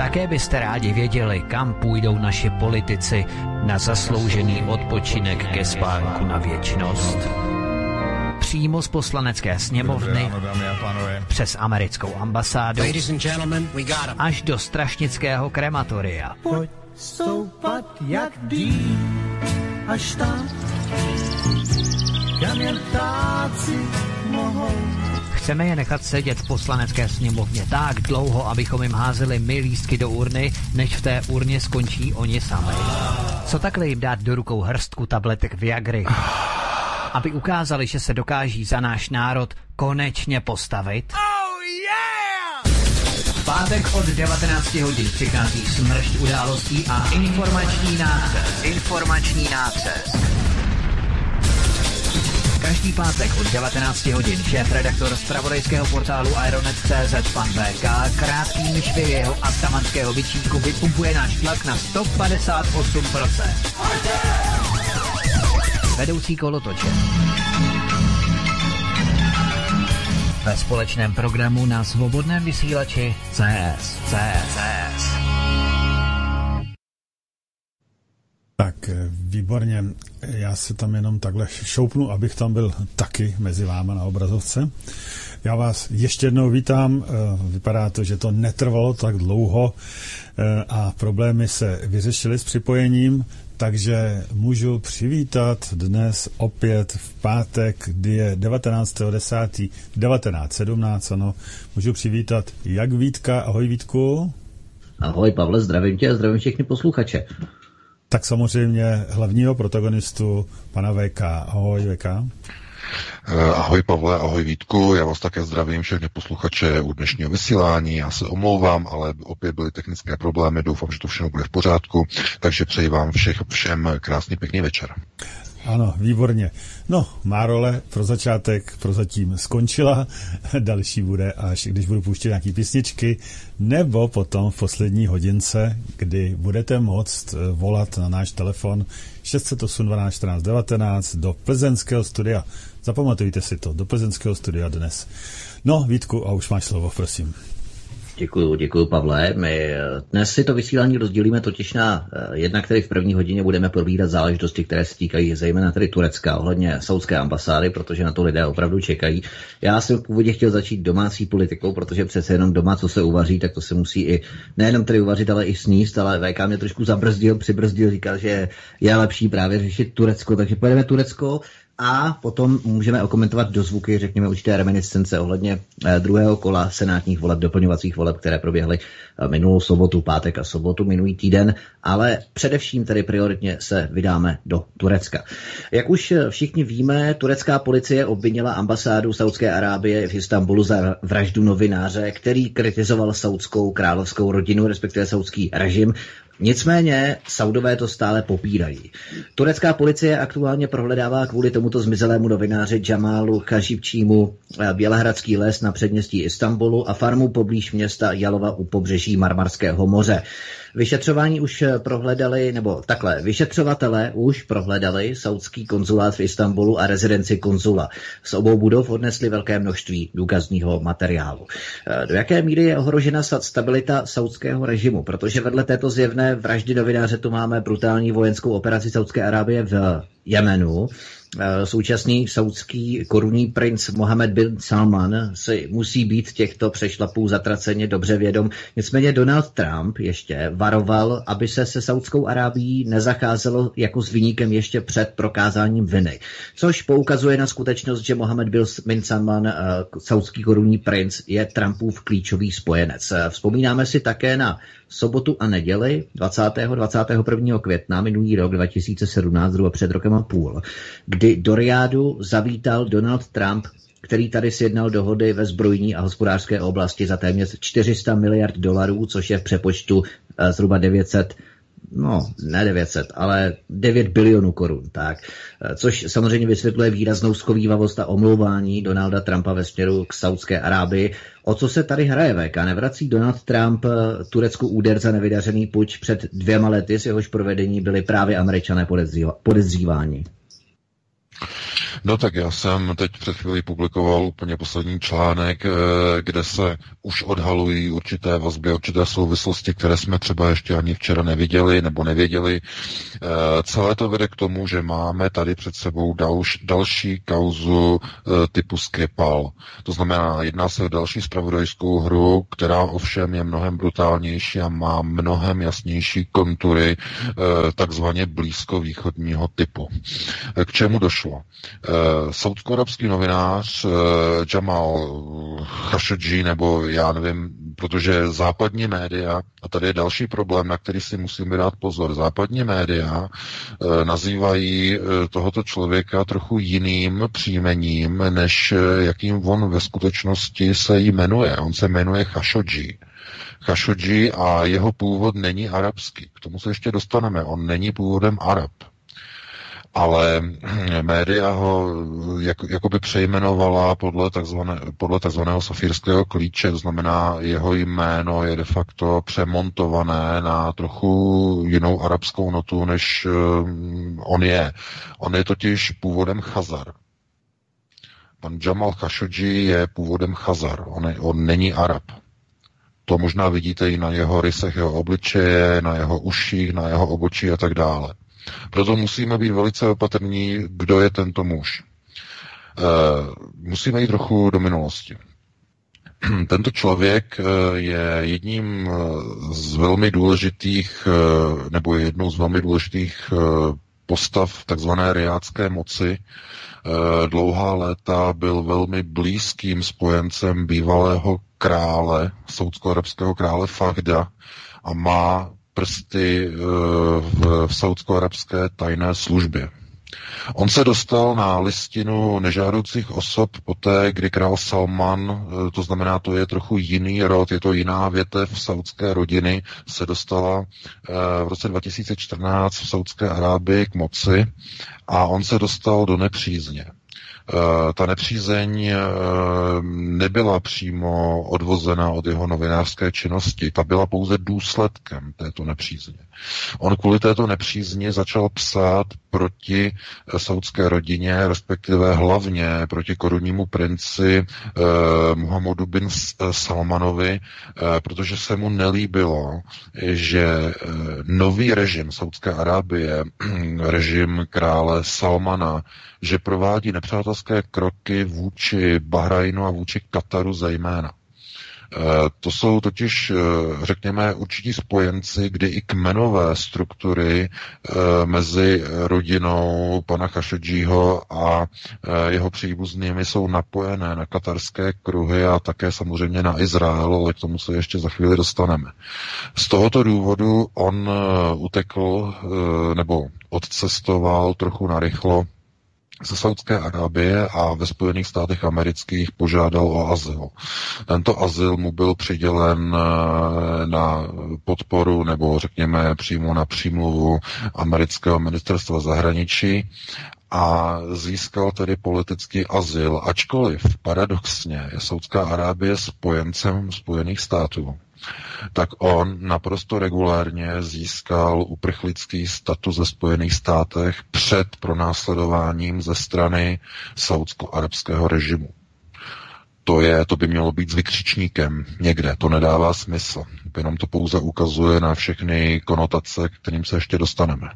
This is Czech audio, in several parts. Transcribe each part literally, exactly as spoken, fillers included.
Také byste rádi věděli, kam půjdou naši politici na zasloužený odpočinek ke spánku na věčnost? Přímo z poslanecké sněmovny, přes americkou ambasádu, až do strašnického krematoria. Pojď stoupat jak dým, až tam, kam jen ptáci mohou. Chceme je nechat sedět v poslanecké sněmovně tak dlouho, abychom jim házeli my lístky do urny, než v té urně skončí oni sami. Co takhle jim dát do rukou hrstku tabletek Viagry, aby ukázali, že se dokáží za náš národ konečně postavit? Oh yeah! V pátek od devatenácti hodin přichází smršť událostí a informační nácest. Informační nácest. Každý pátek od devatenácti hodin šéfredaktor zpravodajského portálu Ironet tečka cé zet pan vé ká krátkým švy jeho atamanského bičíku vypumpuje náš tlak na sto padesát osm procent. Vedoucí kolotoče. Ve společném programu na svobodném vysílači C S. C S. Tak, výborně. Já se tam jenom takhle šoupnu, abych tam byl taky mezi váma na obrazovce. Já vás ještě jednou vítám. Vypadá to, že to netrvalo tak dlouho a problémy se vyřešily s připojením, takže můžu přivítat dnes opět v pátek, kdy je devatenáctého desátého devatenáct sedmnáct, ano, můžu přivítat jak Vítka. Ahoj Vítku. Ahoj Pavle, zdravím tě a zdravím všechny posluchače. Tak samozřejmě hlavního protagonistu, pana vé ká. Ahoj vé ká. Ahoj Pavle, ahoj Vítku, já vás také zdravím všechny posluchače u dnešního vysílání, já se omlouvám, ale opět byly technické problémy, doufám, že to všechno bude v pořádku, takže přeji vám všech, všem krásný pěkný večer. Ano, výborně. No, má role pro začátek prozatím skončila, další bude, až když budu pouštět nějaký písničky, nebo potom v poslední hodince, kdy budete moct volat na náš telefon šest set osm dvanáct čtrnáct devatenáct do plzeňského studia. Zapamatujte si to, do plzeňského studia dnes. No, Vítku, a už máš slovo, prosím. Děkuju, děkuju Pavle. My dnes si to vysílání rozdělíme totiž na jednak, který v první hodině budeme probírat záležitosti, které se týkají zejména tedy Turecka ohledně saúdské ambasády, protože na to lidé opravdu čekají. Já jsem v původě chtěl začít domácí politikou, protože přece jenom doma, co se uvaří, tak to se musí i nejenom tedy uvařit, ale i sníst, ale vé ká mě trošku zabrzdil, přibrzdil, říkal, že je lepší právě řešit Turecko, takže pojedeme Turecko. A potom můžeme okomentovat dozvuky, řekněme, určité reminiscence ohledně druhého kola senátních voleb, doplňovacích voleb, které proběhly minulou sobotu, pátek a sobotu, minulý týden, ale především tedy prioritně se vydáme do Turecka. Jak už všichni víme, turecká policie obvinila ambasádu Saúdské Arábie v Istanbulu za vraždu novináře, který kritizoval saúdskou královskou rodinu, respektive saúdský režim. Nicméně Saudové to stále popírají. Turecká policie aktuálně prohledává kvůli tomuto zmizelému novináři Džamálu Chašibčímu Bělehradský les na předměstí Istanbulu a farmu poblíž města Jalova u pobřeží Marmarského moře. Vyšetřování už prohledali, nebo takhle, vyšetřovatelé už prohledali saúdský konzulát v Istanbulu a rezidenci konzula. Z obou budov odnesli velké množství důkazního materiálu. Do jaké míry je ohrožena stabilita saúdského režimu? Protože vedle této zjevné vraždy novináře tu máme brutální vojenskou operaci Saúdské Arábie v Jemenu. Současný saúdský korunní princ Mohammed bin Salman si musí být těchto přešlapů zatraceně dobře vědom. Nicméně Donald Trump ještě varoval, aby se se Saúdskou Arábií nezacházelo jako s viníkem ještě před prokázáním viny. Což poukazuje na skutečnost, že Mohammed bin Salman, saúdský korunní princ, je Trumpův klíčový spojenec. Vzpomínáme si také na sobotu a neděli dvacátého a dvacátého prvního května minulý rok dva tisíce sedmnáct, zhruba před rokem a půl, kdy do Riádu zavítal Donald Trump, který tady sjednal dohody ve zbrojní a hospodářské oblasti za téměř čtyři sta miliard dolarů, což je v přepočtu zhruba devět set, no ne devět set, ale devět bilionů korun, tak. Což samozřejmě vysvětluje výraznou schovívavost a omlouvání Donalda Trumpa ve směru k Saúdské Arábii. O co se tady hraje, V K? Nevrací Donald Trump Turecku úder za nevydařený puč před dvěma lety, s jehož provedení byli právě Američané podezříváni? No tak já jsem teď před chvílí publikoval úplně poslední článek, kde se už odhalují určité vazby, určité souvislosti, které jsme třeba ještě ani včera neviděli nebo nevěděli. Celé to vede k tomu, že máme tady před sebou dalš, další kauzu typu Skripal. To znamená, jedná se o další zpravodajskou hru, která ovšem je mnohem brutálnější a má mnohem jasnější kontury takzvaně blízkovýchodního typu. K čemu došlo? Saúdsko-arabský novinář Jamal Khashoggi, nebo já nevím, protože západní média, a tady je další problém, na který si musíme dát pozor, západní média nazývají tohoto člověka trochu jiným příjmením, než jakým on ve skutečnosti se jmenuje. On se jmenuje Khashoggi. Khashoggi a jeho původ není arabský. K tomu se ještě dostaneme. On není původem Arab. Ale média ho jak, jakoby přejmenovala podle, takzvané, podle takzvaného safírského klíče, to znamená, jeho jméno je de facto přemontované na trochu jinou arabskou notu, než um, on je. On je totiž původem Chazar. Pan Jamal Khashoggi je původem Chazar, on, je, on není Arab. To možná vidíte i na jeho rysech, jeho obličeje, na jeho uších, na jeho obočí a tak dále. Proto musíme být velice opatrní, kdo je tento muž. E, musíme jít trochu do minulosti. Tento člověk je jedním z velmi důležitých, nebo jednou z velmi důležitých postav takzvané riádské moci. Dlouhá léta byl velmi blízkým spojencem bývalého krále, saúdsko-arabského krále Fahda a má prsty v, v saúdsko-arabské tajné službě. On se dostal na listinu nežádoucích osob poté, kdy král Salman, to znamená, to je trochu jiný rod, je to jiná větev saúdské rodiny, se dostala v roce dva tisíce čtrnáct v Saúdské Arábii k moci a on se dostal do nepřízně. Ta nepřízeň nebyla přímo odvozena od jeho novinářské činnosti, ta byla pouze důsledkem této nepřízně. On kvůli této nepřízni začal psát proti saúdské rodině, respektive hlavně proti korunnímu princi eh, Muhammadu bin Salmanovi, eh, protože se mu nelíbilo, že eh, nový režim Saúdské Arábie, režim krále Salmana, že provádí nepřátelské kroky vůči Bahrajnu a vůči Kataru zejména. To jsou totiž, řekněme, určití spojenci, kdy i kmenové struktury mezi rodinou pana Khashoggiho a jeho příbuznými jsou napojené na katarské kruhy a také samozřejmě na Izrael, ale k tomu se ještě za chvíli dostaneme. Z tohoto důvodu on utekl nebo odcestoval trochu narychlo ze Saúdské Arábie a ve Spojených státech amerických požádal o azyl. Tento azyl mu byl přidělen na podporu nebo řekněme přímo na přímluvu amerického ministerstva zahraničí a získal tedy politický azyl, ačkoliv paradoxně je Saúdská Arábie spojencem Spojených států, tak on naprosto regulárně získal uprchlický status ze Spojených státech před pronásledováním ze strany saúdsko-arabského režimu. To je, to by mělo být s vykřičníkem někde, to nedává smysl. Jenom to pouze ukazuje na všechny konotace, kterým se ještě dostaneme.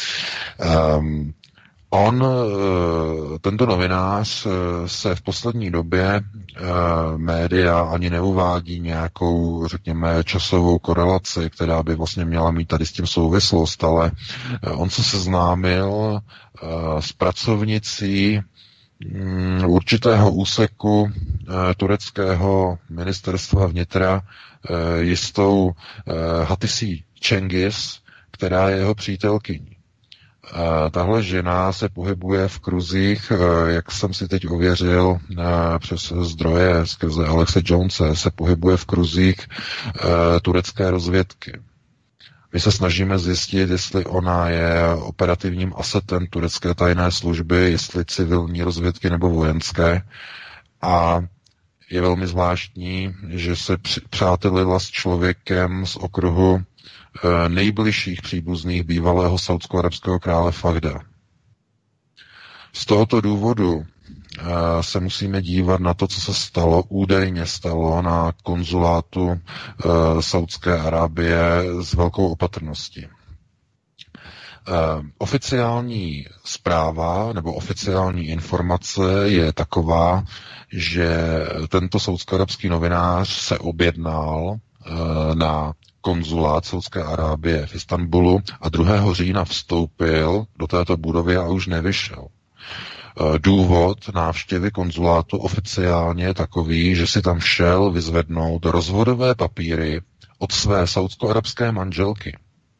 Um, On, tento novinář, se v poslední době média ani neuvádí nějakou, řekněme, časovou korelaci, která by vlastně měla mít tady s tím souvislost, ale on se seznámil s pracovnicí určitého úseku tureckého ministerstva vnitra jistou Hatice Cengiz, která je jeho přítelkyní. Tahle žena se pohybuje v kruzích, jak jsem si teď ověřil přes zdroje skrze Alexe Jonese, se pohybuje v kruzích turecké rozvědky. My se snažíme zjistit, jestli ona je operativním asetem turecké tajné služby, jestli civilní rozvědky nebo vojenské. A je velmi zvláštní, že se přátelila s člověkem z okruhu nejbližších příbuzných bývalého saúdsko-arabského krále Fahda. Z tohoto důvodu se musíme dívat na to, co se stalo, údajně stalo na konzulátu e, Saúdské Arábie s velkou opatrností. E, oficiální zpráva nebo oficiální informace je taková, že tento saúdsko-arabský novinář se objednal e, na konzulát Saúdské Arábie v Istanbulu a druhého října vstoupil do této budovy a už nevyšel. Důvod návštěvy konzulátu oficiálně je takový, že si tam šel vyzvednout rozvodové papíry od své saúdsko-arabské manželky.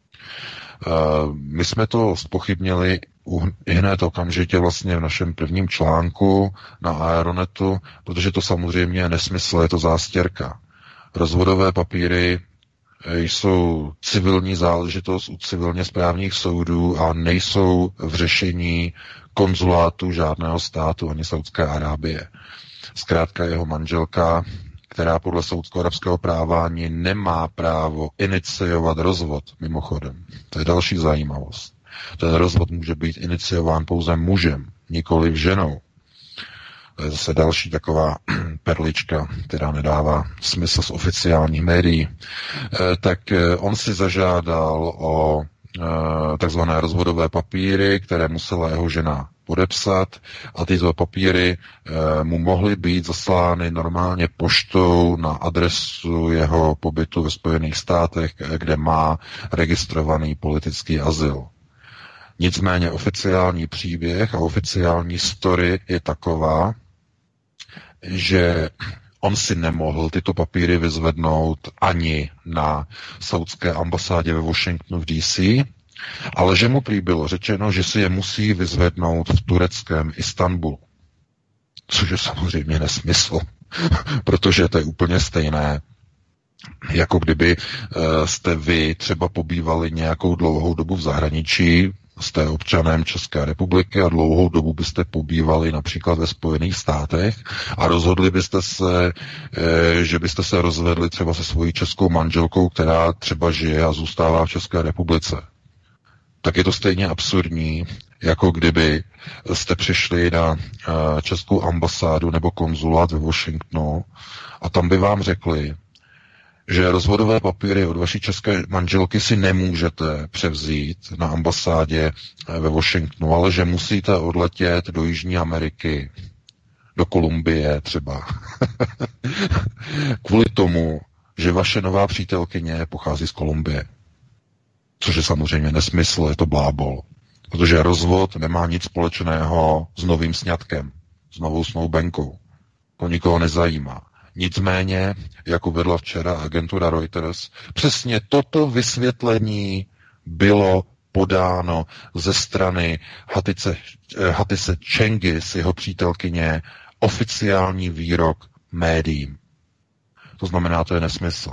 My jsme to zpochybnili hned okamžitě vlastně v našem prvním článku na Aeronetu, protože to samozřejmě je nesmysl, je to zástěrka. Rozvodové papíry jsou civilní záležitost u civilně správních soudů a nejsou v řešení konzulátu žádného státu, ani Saúdské Arábie. Zkrátka jeho manželka, která podle saúdsko-arabského práva ani nemá právo iniciovat rozvod, mimochodem. To je další zajímavost. Ten rozvod může být iniciován pouze mužem, nikoliv ženou. To je zase další taková perlička, která nedává smysl z oficiálních médií. Tak on si zažádal o takzvané rozvodové papíry, které musela jeho žena podepsat a tyto papíry mu mohly být zaslány normálně poštou na adresu jeho pobytu ve Spojených státech, kde má registrovaný politický azyl. Nicméně oficiální příběh a oficiální story je taková, že on si nemohl tyto papíry vyzvednout ani na saúdské ambasádě ve Washingtonu v D C, ale že mu prý bylo řečeno, že si je musí vyzvednout v tureckém Istanbulu. Což je samozřejmě nesmysl, protože to je úplně stejné, jako kdyby jste vy třeba pobývali nějakou dlouhou dobu v zahraničí, jste občanem České republiky a dlouhou dobu byste pobývali například ve Spojených státech a rozhodli byste se, že byste se rozvedli třeba se svojí českou manželkou, která třeba žije a zůstává v České republice. Tak je to stejně absurdní, jako kdyby jste přišli na českou ambasádu nebo konzulát ve Washingtonu a tam by vám řekli, že rozvodové papíry od vaší české manželky si nemůžete převzít na ambasádě ve Washingtonu, ale že musíte odletět do Jižní Ameriky, do Kolumbie třeba. Kvůli tomu, že vaše nová přítelkyně pochází z Kolumbie. Což je samozřejmě nesmysl, je to blábol. Protože rozvod nemá nic společného s novým sňatkem, s novou snoubenkou. To nikoho nezajímá. Nicméně, jako vedla včera agentura Reuters, přesně toto vysvětlení bylo podáno ze strany Hatice, Hatise Cengiz, jeho přítelkyně, oficiální výrok médiím. To znamená, to je nesmysl.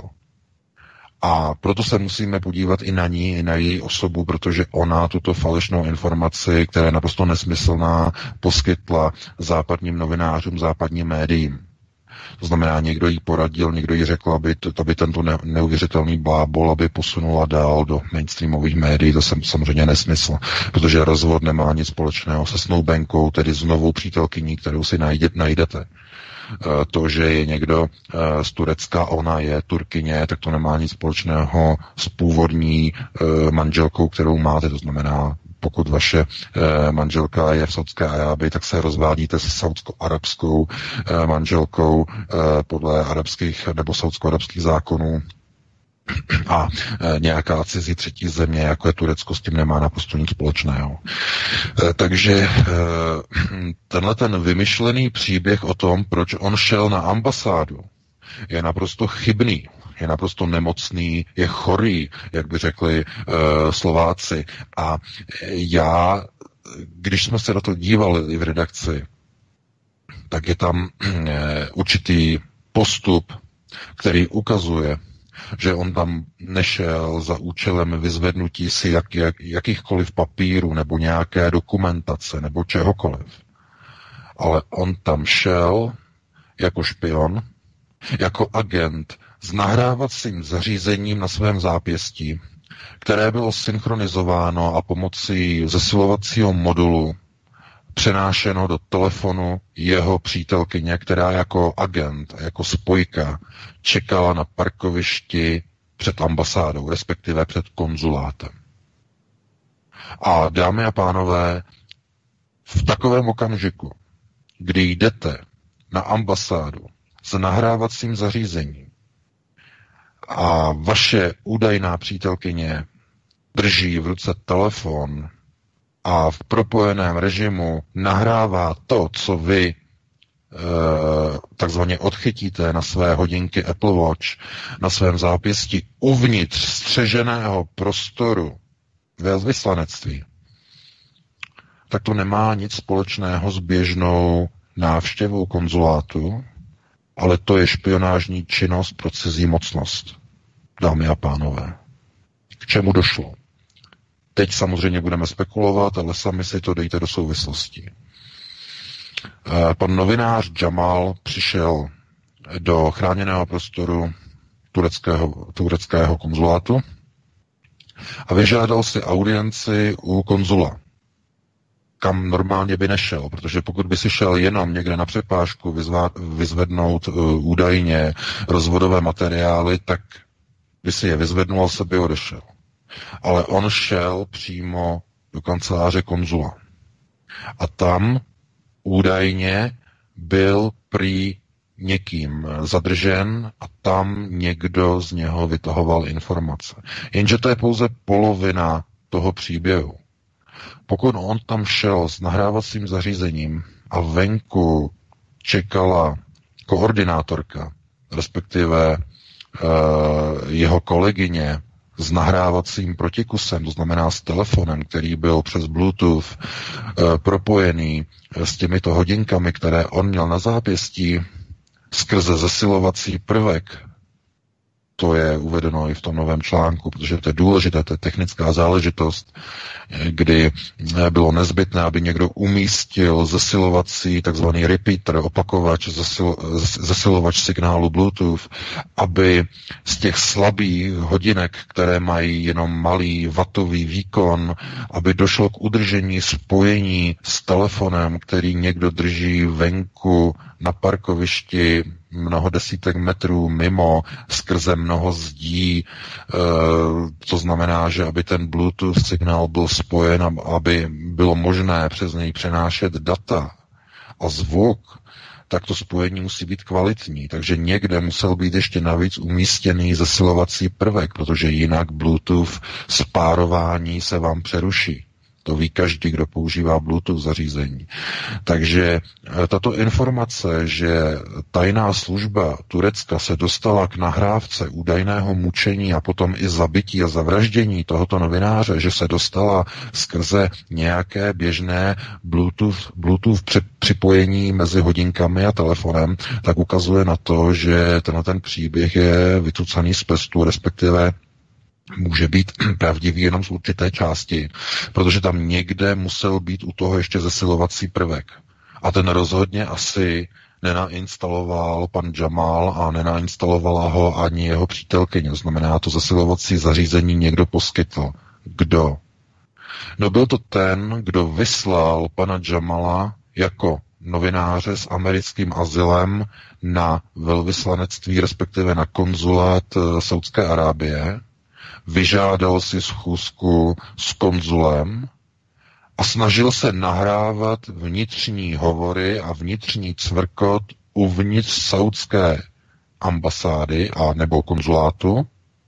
A proto se musíme podívat i na ní, i na její osobu, protože ona tuto falešnou informaci, která je naprosto nesmyslná, poskytla západním novinářům, západním médiím. To znamená, někdo jí poradil, někdo jí řekl, aby, to, aby tento ne, neuvěřitelný blábol, aby posunula dál do mainstreamových médií. To je samozřejmě nesmysl, protože rozvod nemá nic společného se snoubenkou, tedy s novou přítelkyní, kterou si najde, najdete. To, že je někdo z Turecka, ona je Turkyně, tak to nemá nic společného s původní manželkou, kterou máte. To znamená, pokud vaše manželka je v Saúdské Arábii, tak se rozvádíte se saúdsko-arabskou manželkou podle arabských nebo saúdsko-arabských zákonů a nějaká cizí třetí země, jako je Turecko, s tím nemá naprosto nic společného. Takže tenhle ten vymyšlený příběh o tom, proč on šel na ambasádu, je naprosto chybný, je naprosto nemocný, je chorý, jak by řekli uh, Slováci. A já, když jsme se na to dívali v redakci, tak je tam uh, určitý postup, který ukazuje, že on tam nešel za účelem vyzvednutí si jak, jak, jakýchkoliv papírů nebo nějaké dokumentace nebo čehokoliv. Ale on tam šel jako špion, jako agent s nahrávacím zařízením na svém zápěstí, které bylo synchronizováno a pomocí zesilovacího modulu přenášeno do telefonu jeho přítelkyně, která jako agent, jako spojka čekala na parkovišti před ambasádou, respektive před konzulátem. A dámy a pánové, v takovém okamžiku, kdy jdete na ambasádu s nahrávacím zařízením a vaše údajná přítelkyně drží v ruce telefon a v propojeném režimu nahrává to, co vy e, takzvaně odchytíte na své hodinky Apple Watch, na svém zápěstí uvnitř střeženého prostoru velvyslanectví, tak to nemá nic společného s běžnou návštěvou konzulátu, ale to je špionážní činnost pro cizí mocnost. Dámy a pánové, k čemu došlo? Teď samozřejmě budeme spekulovat, ale sami si to dejte do souvislosti. Pan novinář Jamal přišel do chráněného prostoru tureckého, tureckého konzulátu a vyžádal si audienci u konzula, kam normálně by nešel, protože pokud by si šel jenom někde na přepážku vyzva, vyzvednout uh, údajně rozvodové materiály, tak by si je vyzvednul a se by odešel. Ale on šel přímo do kanceláře konzula. A tam údajně byl prý někým zadržen a tam někdo z něho vytahoval informace. Jenže to je pouze polovina toho příběhu. Pokud on tam šel s nahrávacím zařízením a venku čekala koordinátorka, respektive uh, jeho kolegyně s nahrávacím protikusem, to znamená s telefonem, který byl přes Bluetooth uh, propojený s těmito hodinkami, které on měl na zápěstí skrze zesilovací prvek, to je uvedeno i v tom novém článku, protože to je důležité, to je technická záležitost, kdy bylo nezbytné, aby někdo umístil zesilovací, takzvaný repeater, opakovač, zesil, zesilovač signálu Bluetooth, aby z těch slabých hodinek, které mají jenom malý watový výkon, aby došlo k udržení spojení s telefonem, který někdo drží venku na parkovišti mnoho desítek metrů mimo, skrze mnoho zdí, e, to znamená, že aby ten Bluetooth signál byl spojen, aby bylo možné přes něj přenášet data a zvuk, tak to spojení musí být kvalitní. Takže někde musel být ještě navíc umístěný zesilovací prvek, protože jinak Bluetooth spárování se vám přeruší. To ví každý, kdo používá Bluetooth zařízení. Takže tato informace, že tajná služba Turecka se dostala k nahrávce údajného mučení a potom i zabití a zavraždění tohoto novináře, že se dostala skrze nějaké běžné Bluetooth, Bluetooth připojení mezi hodinkami a telefonem, tak ukazuje na to, že tenhle ten příběh je vytucaný z prstu, respektive může být pravdivý jenom z určité části, protože tam někde musel být u toho ještě zesilovací prvek. A ten rozhodně asi nenainstaloval pan Jamal a nenainstalovala ho ani jeho přítelkyně. To znamená, to zesilovací zařízení někdo poskytl. Kdo? No byl to ten, kdo vyslal pana Jamala jako novináře s americkým azylem na velvyslanectví, respektive na konzulát Saudské Arábie, vyžádal si schůzku s konzulem a snažil se nahrávat vnitřní hovory a vnitřní cvrkot uvnitř saudské ambasády a nebo konzulátu.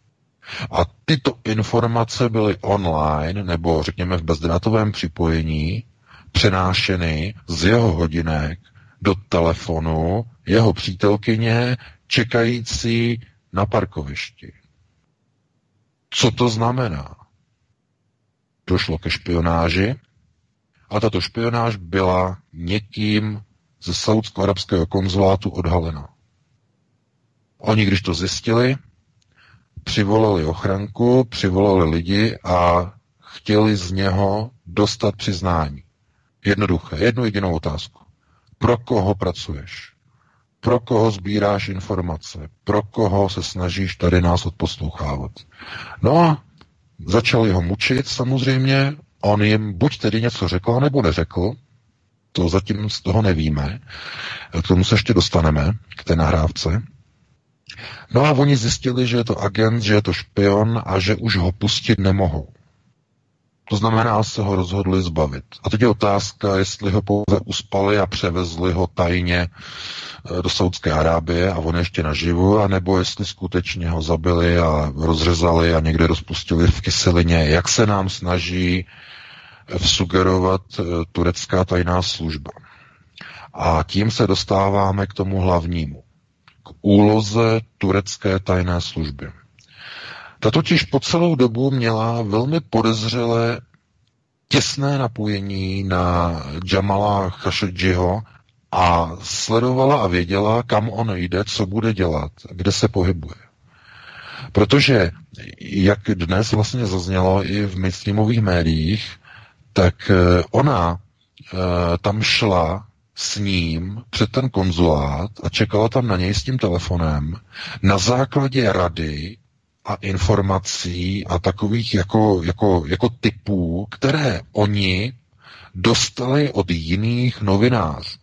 A tyto informace byly online, nebo řekněme v bezdrátovém připojení, přenášeny z jeho hodinek do telefonu jeho přítelkyně čekající na parkovišti. Co to znamená? Došlo ke špionáži a tato špionáž byla někým ze saúdsko-arabského konzulátu odhalena. Oni, když to zjistili, přivolali ochranku, přivolali lidi a chtěli z něho dostat přiznání. Jednoduché, jednu jedinou otázku. Pro koho pracuješ? Pro koho sbíráš informace? Pro koho se snažíš tady nás odposlouchávat? No a začali ho mučit samozřejmě. On jim buď tedy něco řekl, nebo neřekl. To zatím z toho nevíme. K tomu se ještě dostaneme, k té nahrávce. No a oni zjistili, že je to agent, že je to špion a že už ho pustit nemohou. To znamená, se ho rozhodli zbavit. A teď je otázka, jestli ho pouze uspali a převezli ho tajně do Saúdské Arábie a on ještě naživu, anebo jestli skutečně ho zabili a rozřezali a někde rozpustili v kyselině, jak se nám snaží vsugerovat turecká tajná služba. A tím se dostáváme k tomu hlavnímu. K úloze turecké tajné služby. Ta totiž po celou dobu měla velmi podezřelé těsné napojení na Jamala Khashoggiho a sledovala a věděla, kam on jde, co bude dělat, kde se pohybuje. Protože, jak dnes vlastně zaznělo i v mainstreamových médiích, tak ona tam šla s ním před ten konzulát a čekala tam na něj s tím telefonem na základě rady a informací a takových jako, jako, jako typů, které oni dostali od jiných novinářů.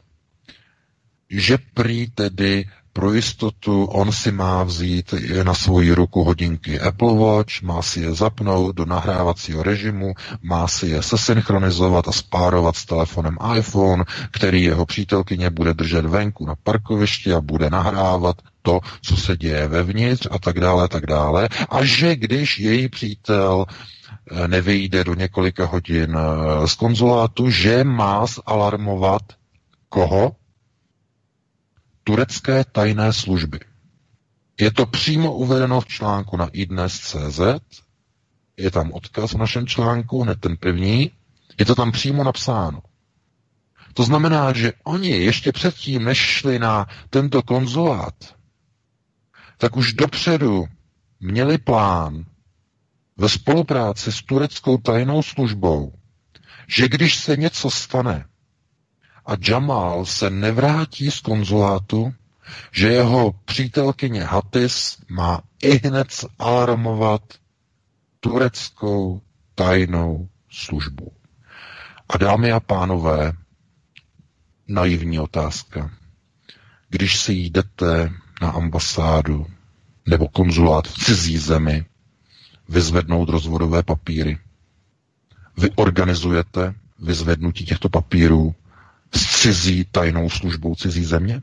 Že prý tedy pro jistotu on si má vzít na svoji ruku hodinky Apple Watch, má si je zapnout do nahrávacího režimu, má si je sesynchronizovat a spárovat s telefonem iPhone, který jeho přítelkyně bude držet venku na parkovišti a bude nahrávat to, co se děje vevnitř a tak dále, tak dále. A že když její přítel nevyjde do několika hodin z konzulátu, že má zalarmovat koho? Turecké tajné služby. Je to přímo uvedeno v článku na idnes tečka cé zet, je tam odkaz v našem článku, hned ten první, je to tam přímo napsáno. To znamená, že oni ještě předtím, než šli na tento konzulát, tak už dopředu měli plán ve spolupráci s tureckou tajnou službou, že když se něco stane a Jamal se nevrátí z konzulátu, že jeho přítelkyně Hatis má ihned alarmovat tureckou tajnou službu. A dámy a pánové, naivní otázka. Když si jdete na ambasádu nebo konzulát v cizí zemi vyzvednout rozvodové papíry, vy organizujete vyzvednutí těchto papírů s cizí tajnou službou cizí země?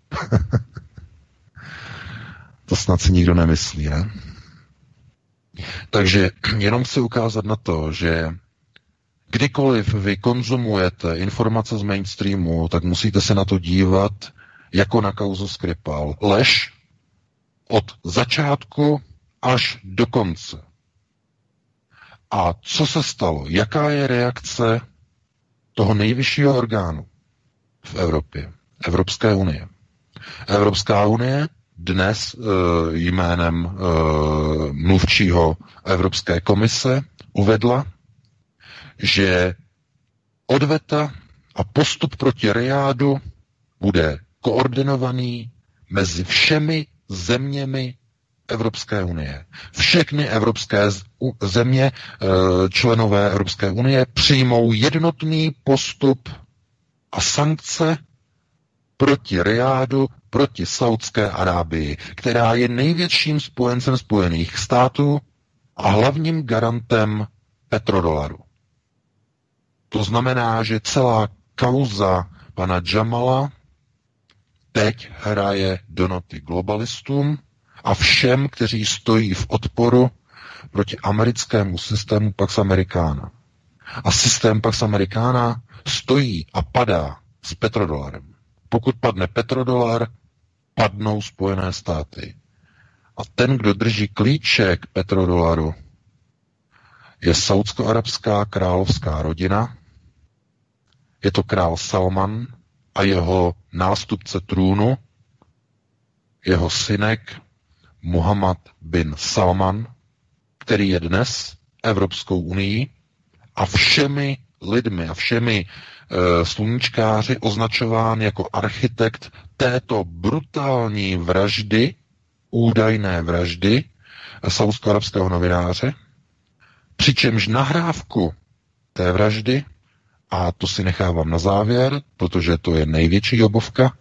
To snad si nikdo nemyslí, ne? Takže jenom chci ukázat na to, že kdykoliv vy konzumujete informace z mainstreamu, tak musíte se na to dívat jako na kauzu Skripal. Lež od začátku až do konce. A co se stalo? Jaká je reakce toho nejvyššího orgánu v Evropě? Evropské unie. Evropská unie dnes e, jménem e, mluvčího Evropské komise uvedla, že odveta a postup proti Rijádu bude koordinovaný mezi všemi zeměmi Evropské unie. Všechny evropské země, členové Evropské unie, přijmou jednotný postup a sankce proti Rijádu, proti Saúdské Arábii, která je největším spojencem Spojených států a hlavním garantem petrodolaru. To znamená, že celá kauza pana Jamala teď hraje do noty globalistům a všem, kteří stojí v odporu proti americkému systému Pax Americana. A systém Pax Americana stojí a padá s petrodolarem. Pokud padne petrodolar, padnou Spojené státy. A ten, kdo drží klíče k petrodolaru, je saúdsko-arabská královská rodina, je to král Salman a jeho nástupce trůnu, jeho synek Muhammad bin Salman, který je dnes Evropskou unii a všemi lidmi a všemi e, sluníčkáři označován jako architekt této brutální vraždy, údajné vraždy saúdsko-arabského novináře, přičemž nahrávku té vraždy a to si nechávám na závěr, protože to je největší obovka,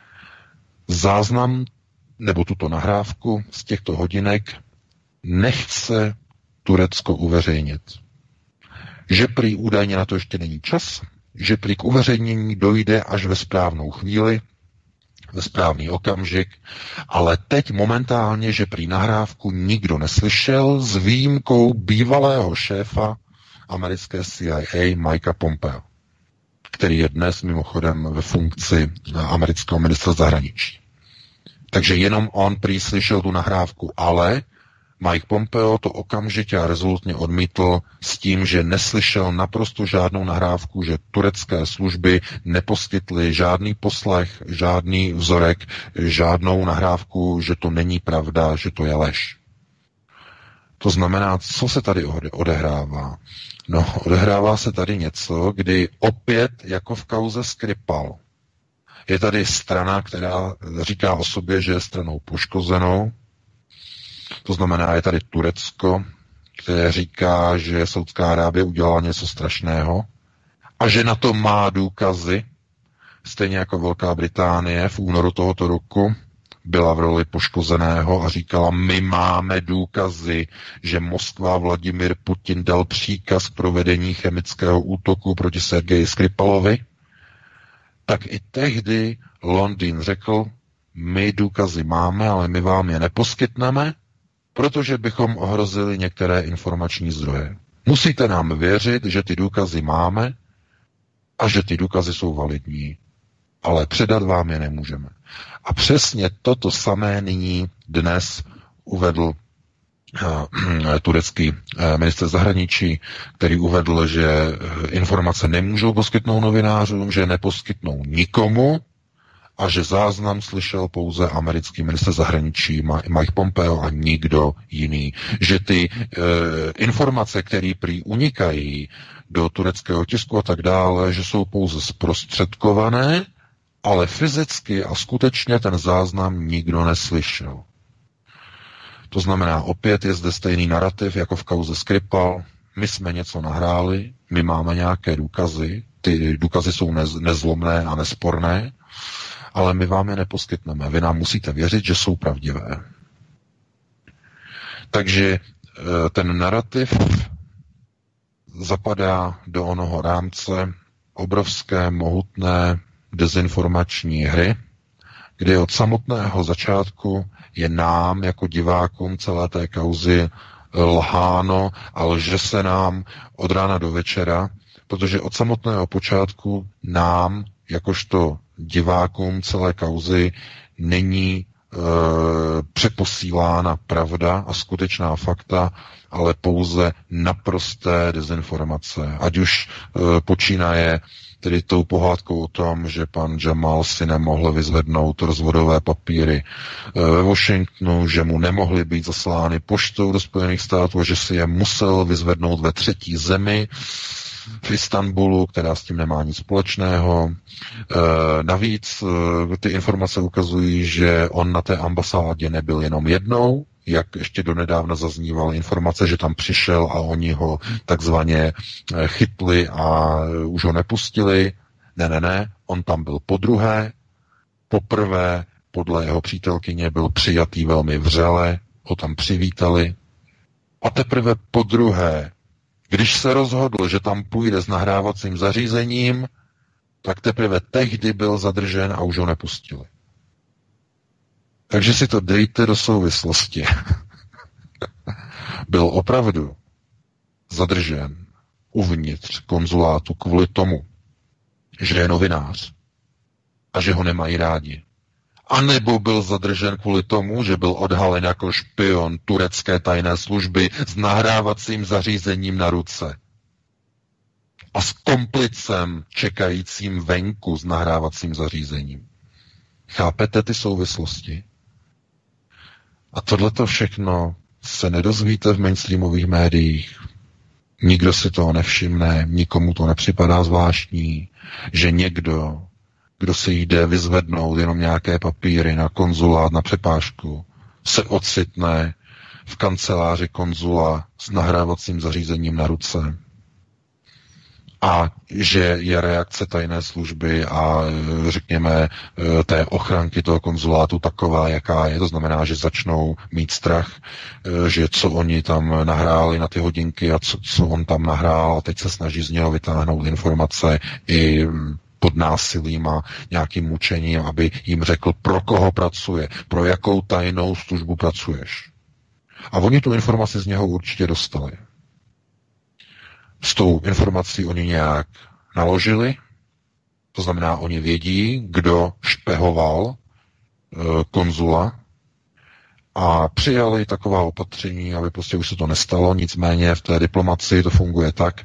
záznam nebo tuto nahrávku z těchto hodinek nechce Turecko uveřejnit. Že prý údajně na to ještě není čas, že prý k uveřejnění dojde až ve správnou chvíli, ve správný okamžik, ale teď momentálně, že prý nahrávku nikdo neslyšel s výjimkou bývalého šéfa americké C I A Mikea Pompea, který je dnes mimochodem ve funkci amerického ministra zahraničí. Takže jenom on prý slyšel tu nahrávku, ale Mike Pompeo to okamžitě a rezolutně odmítl s tím, že neslyšel naprosto žádnou nahrávku, že turecké služby neposkytly žádný poslech, žádný vzorek, žádnou nahrávku, že to není pravda, že to je lež. To znamená, co se tady odehrává? No, odehrává se tady něco, kdy opět, jako v kauze Skripal, je tady strana, která říká o sobě, že je stranou poškozenou. To znamená, je tady Turecko, které říká, že Saudská Arábie udělala něco strašného a že na to má důkazy, stejně jako Velká Británie v únoru tohoto roku byla v roli poškozeného a říkala, my máme důkazy, že Moskva Vladimir Putin dal příkaz k provedení chemického útoku proti Sergeji Skripalovi, tak i tehdy Londýn řekl, my důkazy máme, ale my vám je neposkytneme, protože bychom ohrozili některé informační zdroje. Musíte nám věřit, že ty důkazy máme a že ty důkazy jsou validní, ale předat vám je nemůžeme. A přesně toto samé nyní dnes uvedl uh, turecký uh, ministr zahraničí, který uvedl, že informace nemůžou poskytnout novinářům, že neposkytnou nikomu a že záznam slyšel pouze americký ministr zahraničí Mike Pompeo a nikdo jiný. Že ty uh, informace, které prý unikají do tureckého tisku a tak dále, že jsou pouze zprostředkované, ale fyzicky a skutečně ten záznam nikdo neslyšel. To znamená, opět je zde stejný narrativ jako v kauze Skripal. My jsme něco nahráli, my máme nějaké důkazy, ty důkazy jsou nez, nezlomné a nesporné, ale my vám je neposkytneme. Vy nám musíte věřit, že jsou pravdivé. Takže ten narrativ zapadá do onoho rámce obrovské, mohutné dezinformační hry, kdy od samotného začátku je nám jako divákům celé té kauzy lháno a lže se nám od rána do večera, protože od samotného počátku nám, jakožto divákům celé kauzy, není e, přeposílána pravda a skutečná fakta, ale pouze naprosté dezinformace. Ať už e, počínaje tedy tou pohádkou o tom, že pan Jamal si nemohl vyzvednout rozvodové papíry ve Washingtonu, že mu nemohly být zaslány poštou do Spojených států a že si je musel vyzvednout ve třetí zemi v Istanbulu, která s tím nemá nic společného. Navíc ty informace ukazují, že on na té ambasádě nebyl jenom jednou, jak ještě donedávna zaznívala informace, že tam přišel a oni ho takzvaně chytli a už ho nepustili. Ne, ne, ne, on tam byl podruhé. Poprvé podle jeho přítelkyně byl přijatý velmi vřele, ho tam přivítali. A teprve podruhé, když se rozhodl, že tam půjde s nahrávacím zařízením, tak teprve tehdy byl zadržen a už ho nepustili. Takže si to dejte do souvislosti. Byl opravdu zadržen uvnitř konzulátu kvůli tomu, že je novinář a že ho nemají rádi. A nebo byl zadržen kvůli tomu, že byl odhalen jako špion turecké tajné služby s nahrávacím zařízením na ruce. A s komplicem čekajícím venku s nahrávacím zařízením. Chápete ty souvislosti? A tohleto všechno se nedozvíte v mainstreamových médiích. Nikdo si toho nevšimne, nikomu to nepřipadá zvláštní, že někdo, kdo si jde vyzvednout jenom nějaké papíry na konzulát, na přepážku, se ocitne v kanceláři konzula s nahrávacím zařízením na ruce. a že je reakce tajné služby a řekněme té ochranky toho konzulátu taková, jaká je. To znamená, že začnou mít strach, že co oni tam nahráli na ty hodinky a co, co on tam nahrál a teď se snaží z něho vytáhnout informace i pod násilím a nějakým mučením, aby jim řekl, pro koho pracuje, pro jakou tajnou službu pracuješ. A oni tu informaci z něho určitě dostali. S tou informací oni nějak naložili, to znamená, oni vědí, kdo špehoval e, konzula a přijali taková opatření, aby prostě už se to nestalo, nicméně v té diplomacii to funguje tak,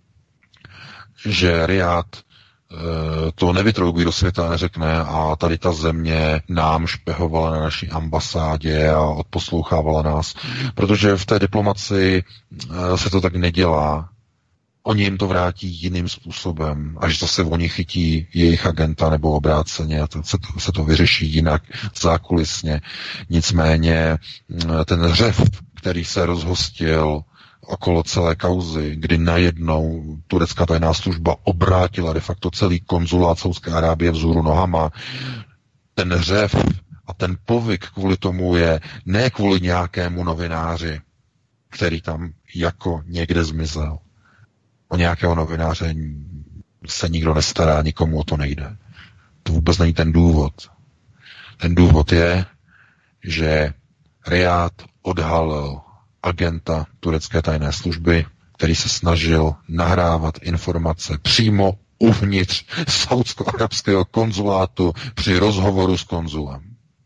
že Riad e, to nevytroubí do světa a neřekne a tady ta země nám špehovala na naší ambasádě a odposlouchávala nás, protože v té diplomacii e, se to tak nedělá. Oni jim to vrátí jiným způsobem, až zase oni chytí jejich agenta nebo obráceně a to, se, to, se to vyřeší jinak zákulisně. Nicméně ten řev, který se rozhostil okolo celé kauzy, kdy najednou turecká tajná služba obrátila de facto celý konzulát Saúdské Arábie vzhůru nohama, ten řev a ten povyk kvůli tomu je ne kvůli nějakému novináři, který tam jako někde zmizel. O nějakého novináře se nikdo nestará, nikomu o to nejde. To vůbec není ten důvod. Ten důvod je, že Riad odhalil agenta turecké tajné služby, který se snažil nahrávat informace přímo uvnitř saúdsko-arabského konzulátu při rozhovoru s konzulem.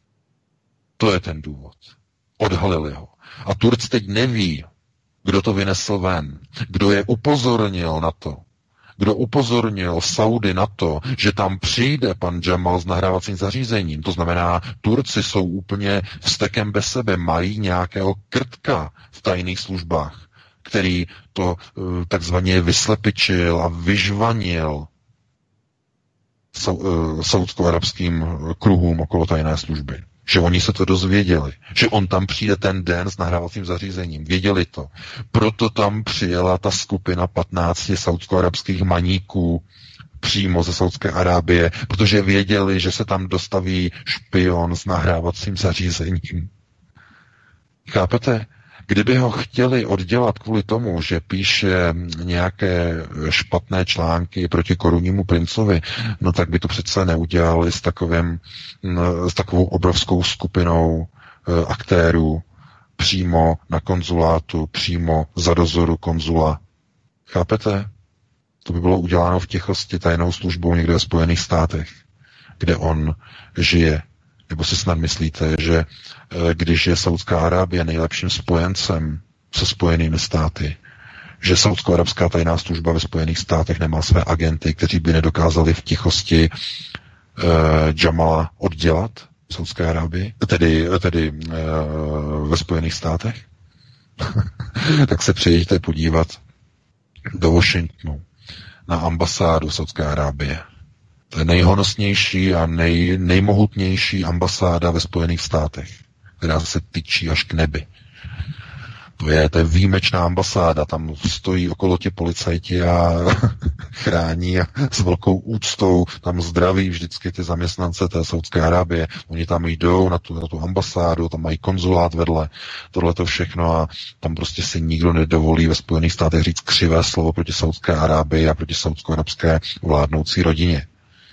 To je ten důvod. Odhalili ho. A Turci teď neví, kdo to vynesl ven, kdo je upozornil na to, kdo upozornil Saudy na to, že tam přijde pan Jamal s nahrávacím zařízením. To znamená, Turci jsou úplně vztekem bez sebe, mají nějakého krtka v tajných službách, který to uh, takzvaně vyslepičil a vyžvanil sa, uh, saúdsko-arabským kruhům okolo tajné služby. Že oni se to dozvěděli, že on tam přijde ten den s nahrávacím zařízením. Věděli to. Proto tam přijela ta skupina patnácti saúdsko-arabských maníků přímo ze Saúdské Arábie, protože věděli, že se tam dostaví špion s nahrávacím zařízením. Chápete? Kdyby ho chtěli oddělat kvůli tomu, že píše nějaké špatné články proti korunnímu princovi, no tak by to přece neudělali s, takovým, s takovou obrovskou skupinou e, aktérů přímo na konzulátu, přímo za dozoru konzula. Chápete? To by bylo uděláno v tichosti tajnou službou někde ve Spojených státech, kde on žije. Nebo si snad myslíte, že když je Saúdská Arábie nejlepším spojencem se Spojenými státy, že saúdsko-arabská tajná služba ve Spojených státech nemá své agenty, kteří by nedokázali v tichosti uh, Jamala oddělat v Saúdské Arábii, tedy, tedy uh, ve Spojených státech? Tak se přijeďte podívat do Washingtonu na ambasádu Saúdské Arábie. To je nejhonosnější a nej, nejmohutnější ambasáda ve Spojených státech, která se tyčí až k nebi. To je, to je výjimečná ambasáda, tam stojí okolo tě policajti a chrání a s velkou úctou tam zdraví vždycky ty zaměstnance té Saúdské Arábie. Oni tam jdou na tu, na tu ambasádu, tam mají konzulát vedle, tohle to všechno a tam prostě si nikdo nedovolí ve Spojených státech říct křivé slovo proti Saúdské Arábii a proti saúdsko-arabské vládnoucí rodině.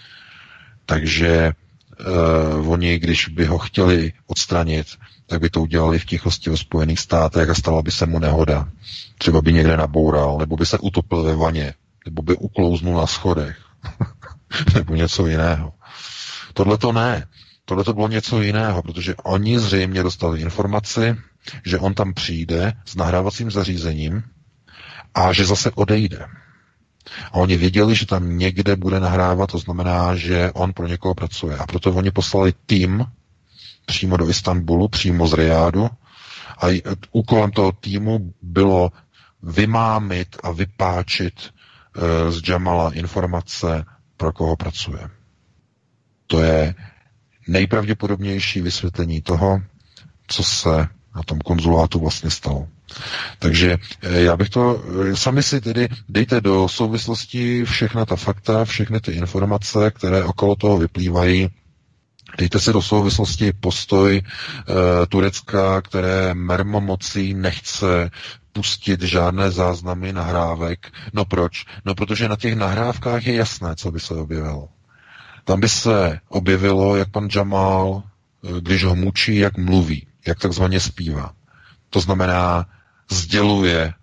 Takže uh, oni, když by ho chtěli odstranit, tak by to udělali v tichosti ve Spojených státech a stala by se mu nehoda. Třeba by někde naboural, nebo by se utopil ve vaně, nebo by uklouznul na schodech, nebo něco jiného. Tohle to ne. Tohle to bylo něco jiného, protože oni zřejmě dostali informaci, že on tam přijde s nahrávacím zařízením a že zase odejde. A oni věděli, že tam někde bude nahrávat, to znamená, že on pro někoho pracuje. A proto oni poslali tým přímo do Istanbulu, přímo z Riádu. A úkolem toho týmu bylo vymámit a vypáčit e, z Jamala informace, pro koho pracuje. To je nejpravděpodobnější vysvětlení toho, co se na tom konzulátu vlastně stalo. Takže já bych to, sami si tedy dejte do souvislosti všechna ta fakta, všechny ty informace, které okolo toho vyplývají. Dejte si do souvislosti postoj e, Turecka, které mermomocí nechce pustit žádné záznamy nahrávek. No proč? No protože na těch nahrávkách je jasné, co by se objevilo. Tam by se objevilo, jak pan Jamal, když ho mučí, jak mluví, jak takzvaně zpívá. To znamená, sděluje e,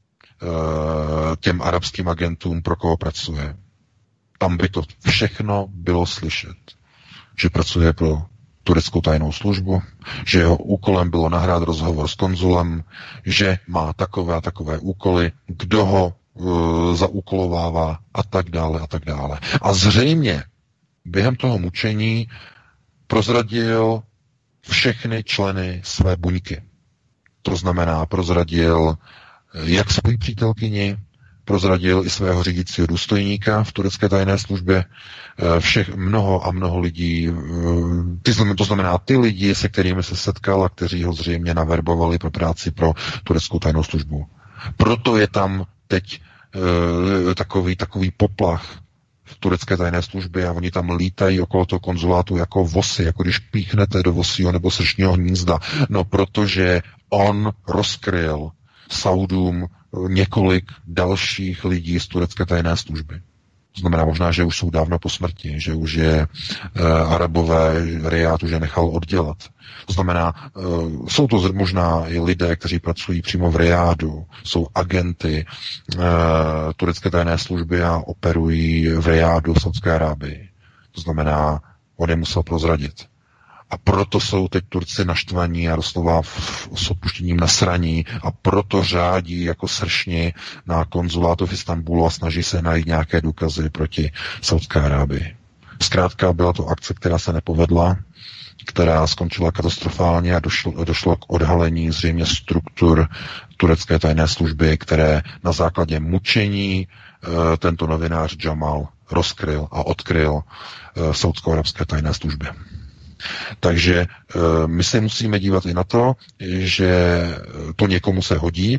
těm arabským agentům, pro koho pracuje. Tam by to všechno bylo slyšet. Že pracuje pro tureckou tajnou službu, že jeho úkolem bylo nahrát rozhovor s konzulem, že má takové a takové úkoly, kdo ho e, zaúkolovává a tak dále a tak dále. A zřejmě během toho mučení prozradil všechny členy své buňky. To znamená, prozradil jak svoji přítelkyni, prozradil i svého řídícího důstojníka v turecké tajné službě, všech mnoho a mnoho lidí, ty, to znamená ty lidi, se kterými se setkal a kteří ho zřejmě naverbovali pro práci pro tureckou tajnou službu. Proto je tam teď e, takový, takový poplach v turecké tajné službě a oni tam lítají okolo toho konzulátu jako vosy, jako když píchnete do vosího nebo sršního hnízda. No protože on rozkryl Saudům několik dalších lidí z turecké tajné služby. To znamená možná, že už jsou dávno po smrti, že už je uh, Arabové Rijád už je nechal oddělat. To znamená, uh, jsou to možná i lidé, kteří pracují přímo v Rijádu, jsou agenty uh, turecké tajné služby a operují v Rijádu v Saudské Arábii. To znamená, on je musel prozradit. A proto jsou teď Turci naštvaní a doslova s odpuštěním nasraní a proto řádí jako sršni na konzulátu v Istanbulu a snaží se najít nějaké důkazy proti Saudské Arábii. Zkrátka byla to akce, která se nepovedla, která skončila katastrofálně a došlo, došlo k odhalení zřejmě struktur turecké tajné služby, které na základě mučení e, tento novinář Jamal rozkryl a odkryl e, saudsko-arabské tajné službě. Takže my se musíme dívat i na to, že to někomu se hodí,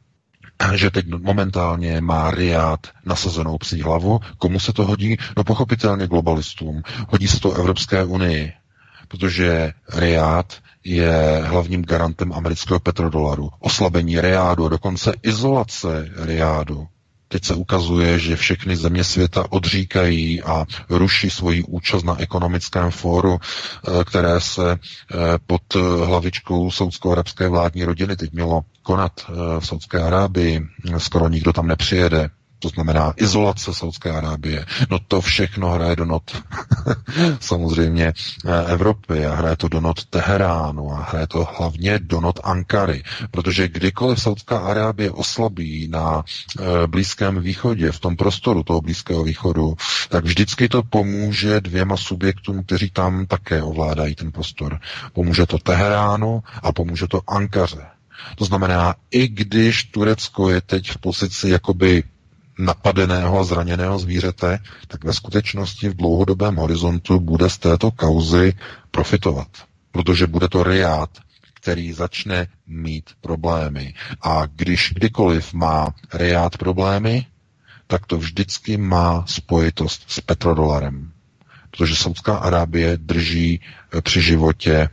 že teď momentálně má Rijád nasazenou psí hlavu. Komu se to hodí? No pochopitelně globalistům. Hodí se to Evropské unii, protože Rijád je hlavním garantem amerického petrodolaru. Oslabení Rijádu, dokonce izolace Rijádu. Teď se ukazuje, že všechny země světa odříkají a ruší svoji účast na ekonomickém fóru, které se pod hlavičkou saudsko-arabské vládní rodiny teď mělo konat v Saudské Arábii. Skoro nikdo tam nepřijede. To znamená izolace Saudské Arábie. No to všechno hraje do not samozřejmě Evropy a hraje to do not Teheránu a hraje to hlavně do not Ankary, protože kdykoliv Saudská Arábie oslabí na e, Blízkém východě, v tom prostoru toho Blízkého východu, tak vždycky to pomůže dvěma subjektům, kteří tam také ovládají ten prostor. Pomůže to Teheránu a pomůže to Ankaře. To znamená, i když Turecko je teď v pozici jakoby napadeného a zraněného zvířete, tak ve skutečnosti v dlouhodobém horizontu bude z této kauzy profitovat. Protože bude to Rijád, který začne mít problémy. A když kdykoliv má Rijád problémy, tak to vždycky má spojitost s petrodolarem. Protože Saudská Arábie drží při životě e,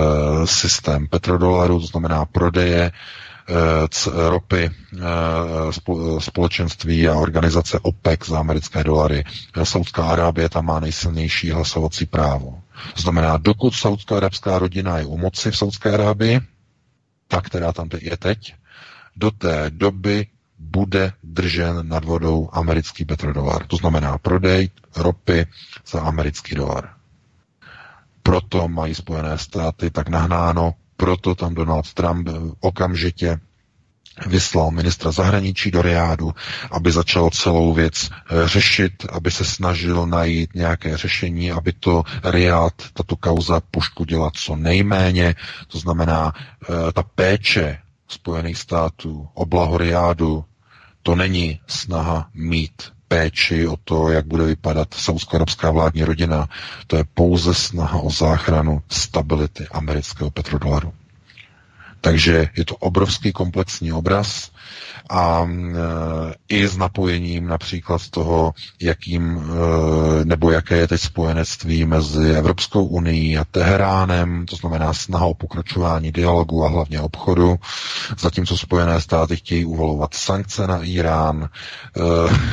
systém petrodolaru, to znamená prodeje ropy, společenství a organizace OPEC za americké dolary. Saudská Arábie tam má nejsilnější hlasovací právo. To znamená, dokud saudská arabská rodina je u moci v Saudské Arábii, ta, která tam je teď, do té doby bude držen nad vodou americký petrodolar. To znamená prodej ropy za americký dolar. Proto mají Spojené státy tak nahnáno, proto tam Donald Trump okamžitě vyslal ministra zahraničí do Rijádu, aby začal celou věc řešit, aby se snažil najít nějaké řešení, aby to Rijád, tato kauza poškodila co nejméně. To znamená, ta péče Spojených států o blaho Rijádu, to není snaha mít péči o to, jak bude vypadat saudsko-arabská vládní rodina. To je pouze snaha o záchranu stability amerického petrodolaru. Takže je to obrovský komplexní obraz a e, i s napojením například toho, jakým e, nebo jaké je teď spojenectví mezi Evropskou unií a Teheránem, to znamená snaha o pokračování dialogu a hlavně obchodu, zatímco Spojené státy chtějí uvalovat sankce na Irán. E,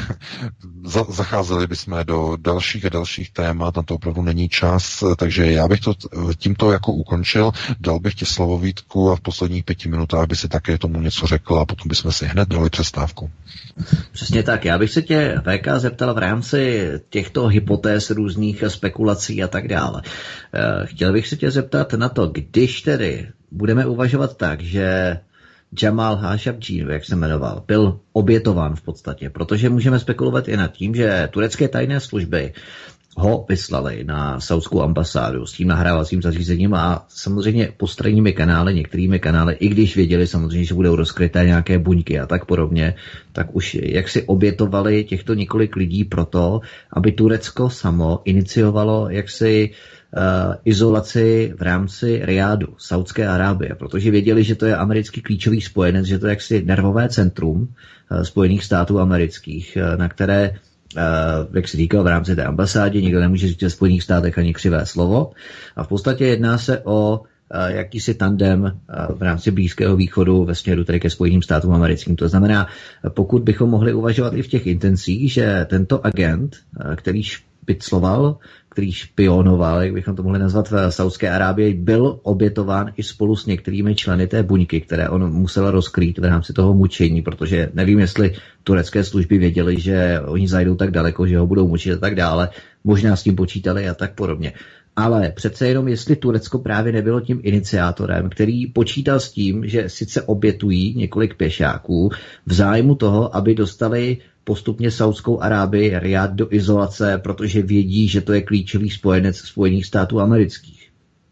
za, zacházeli bychom do dalších a dalších témat, na to opravdu není čas, takže já bych to tímto jako ukončil, dal bych ti slovo, Vítku, a v posledních pěti minutách by si také tomu něco řekl a potom bychom si hned dali přestávku. Přesně tak. Já bych se tě, V K, zeptal v rámci těchto hypotéz, různých spekulací a tak dále. Chtěl bych se tě zeptat na to, když tedy budeme uvažovat tak, že Jamal Khashoggi, jak se jmenoval, byl obětován v podstatě, protože můžeme spekulovat i nad tím, že turecké tajné služby ho vyslali na saudskou ambasádu s tím nahrávacím zařízením a samozřejmě postranními kanály, některými kanály, i když věděli samozřejmě, že budou rozkryté nějaké buňky a tak podobně, tak už jak si obětovali těchto několik lidí proto, aby Turecko samo iniciovalo jaksi uh, izolaci v rámci Riádu, Saudské Arábie, protože věděli, že to je americký klíčový spojenec, že to je jaksi nervové centrum uh, Spojených států amerických, uh, na které Uh, jak se říkal v rámci té ambasádě, nikdo nemůže říct ve Spojených státech ani křivé slovo. A v podstatě jedná se o uh, jakýsi tandem uh, v rámci Blízkého východu ve směru tedy ke Spojeným státům americkým. To znamená, pokud bychom mohli uvažovat i v těch intencích, že tento agent, uh, který špicloval, který špionoval, jak bychom to mohli nazvat, v Saudské Arábii, byl obětován i spolu s některými členy té buňky, které on musel rozkrýt v rámci toho mučení, protože nevím, jestli turecké služby věděli, že oni zajdou tak daleko, že ho budou mučit a tak dále, možná s tím počítali a tak podobně. Ale přece jenom, jestli Turecko právě nebylo tím iniciátorem, který počítal s tím, že sice obětují několik pěšáků v zájmu toho, aby dostali postupně Saudskou Arábii, Riád do izolace, protože vědí, že to je klíčový spojenec Spojených států amerických.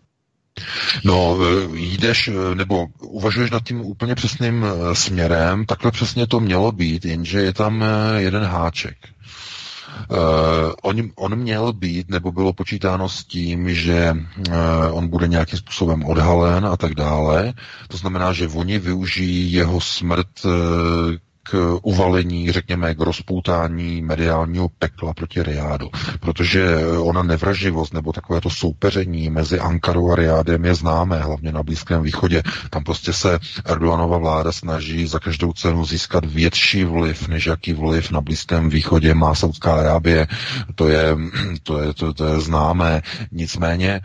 No, jdeš, nebo uvažuješ nad tím úplně přesným směrem, takhle přesně to mělo být, jenže je tam jeden háček. Uh, on, on měl být, nebo bylo počítáno s tím, že uh, on bude nějakým způsobem odhalen a tak dále. To znamená, že oni využijí jeho smrt uh, k uvalení, řekněme, k rozpoutání mediálního pekla proti Riádu. Protože ona nevraživost nebo takové to soupeření mezi Ankarou a Riádem je známé, hlavně na Blízkém východě. Tam prostě se Erdoganova vláda snaží za každou cenu získat větší vliv, než jaký vliv na Blízkém východě má Saudská Arábie. To je, to je, to, to je známé. Nicméně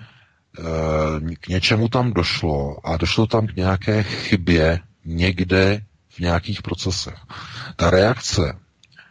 k něčemu tam došlo a došlo tam k nějaké chybě někde v nějakých procesech. Ta reakce e,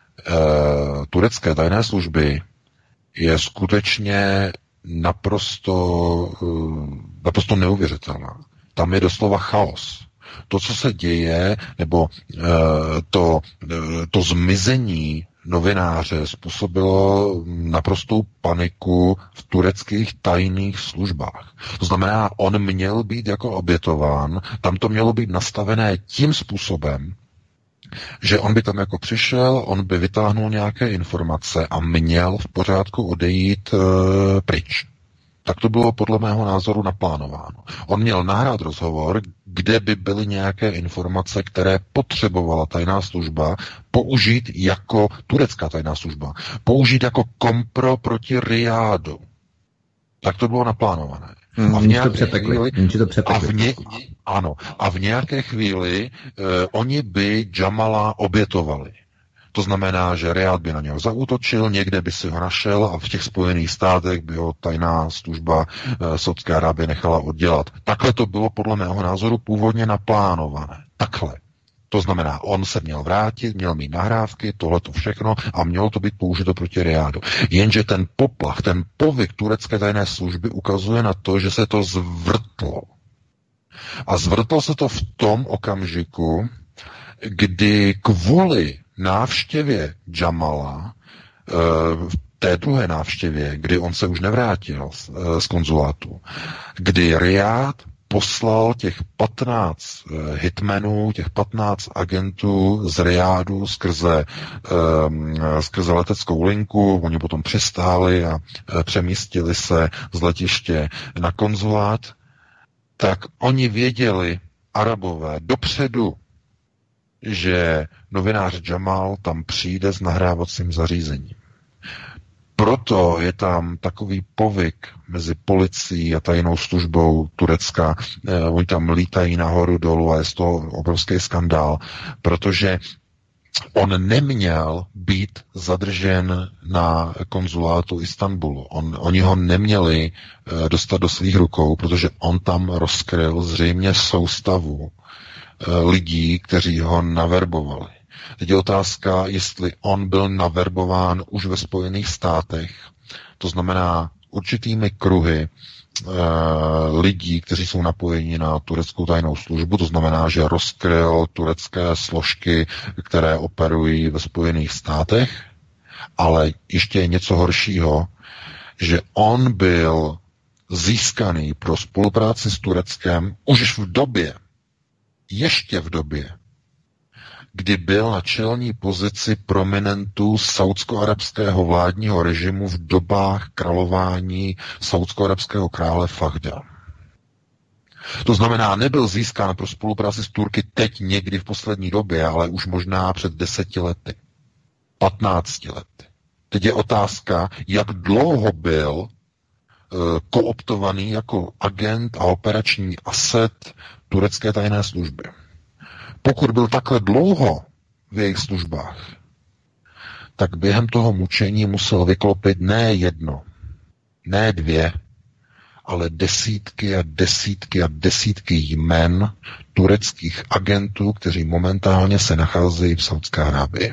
turecké tajné služby je skutečně naprosto, e, naprosto neuvěřitelná. Tam je doslova chaos. To, co se děje, nebo e, to, e, to zmizení novináře způsobilo naprostou paniku v tureckých tajných službách. To znamená, on měl být jako obětován, tam to mělo být nastavené tím způsobem, že on by tam jako přišel, on by vytáhnul nějaké informace a měl v pořádku odejít e, pryč. Tak to bylo podle mého názoru naplánováno. On měl nahrát rozhovor, kde by byly nějaké informace, které potřebovala tajná služba použít jako turecká tajná služba, použít jako kompro proti Riádu. Tak to bylo naplánované. Hmm, a v nějaké to chvíli, to a v ně, ano, a v nějaké chvíli eh, oni by Jamala obětovali. To znamená, že Riád by na něho zaútočil, někde by si ho našel a v těch Spojených státech by ho tajná služba e, Saudské Arábie nechala oddělat. Takhle to bylo podle mého názoru původně naplánované. Takhle. To znamená, on se měl vrátit, měl mít nahrávky, tohleto všechno a mělo to být použito proti Riádu. Jenže ten poplach, ten povyk turecké tajné služby ukazuje na to, že se to zvrtlo. A zvrtlo se to v tom okamžiku, kdy kvůli návštěvě Jamala, v té druhé návštěvě, kdy on se už nevrátil z konzulátu, kdy Riád poslal těch patnáct hitmenů, těch patnáct agentů z Riádu skrze, skrze leteckou linku, oni potom přistáli a přemístili se z letiště na konzulát, tak oni věděli, Arabové dopředu, že novinář Jamal tam přijde s nahrávacím zařízením. Proto je tam takový povyk mezi policií a tajnou službou Turecka. Eh, oni tam lítají nahoru dolů a je to obrovský skandál, protože on neměl být zadržen na konzulátu Istanbulu. On, oni ho neměli eh, dostat do svých rukou, protože on tam rozkryl zřejmě soustavu eh, lidí, kteří ho naverbovali. Teď je otázka, jestli on byl naverbován už ve Spojených státech, to znamená určitými kruhy e, lidí, kteří jsou napojeni na tureckou tajnou službu, to znamená, že rozkryl turecké složky, které operují ve Spojených státech, ale ještě je něco horšího, že on byl získaný pro spolupráci s Tureckem už v době, ještě v době, kdy byl na čelní pozici prominentů saúdsko-arabského vládního režimu v dobách králování saúdsko-arabského krále Fahda. To znamená, nebyl získán pro spolupráci s Turky teď někdy v poslední době, ale už možná před deseti lety, patnácti lety. Teď je otázka, jak dlouho byl uh, kooptovaný jako agent a operační aset turecké tajné služby. Pokud byl takhle dlouho v jejich službách, tak během toho mučení musel vyklopit ne jedno, ne dvě, ale desítky a desítky a desítky jmen tureckých agentů, kteří momentálně se nacházejí v Saúdské Arábii.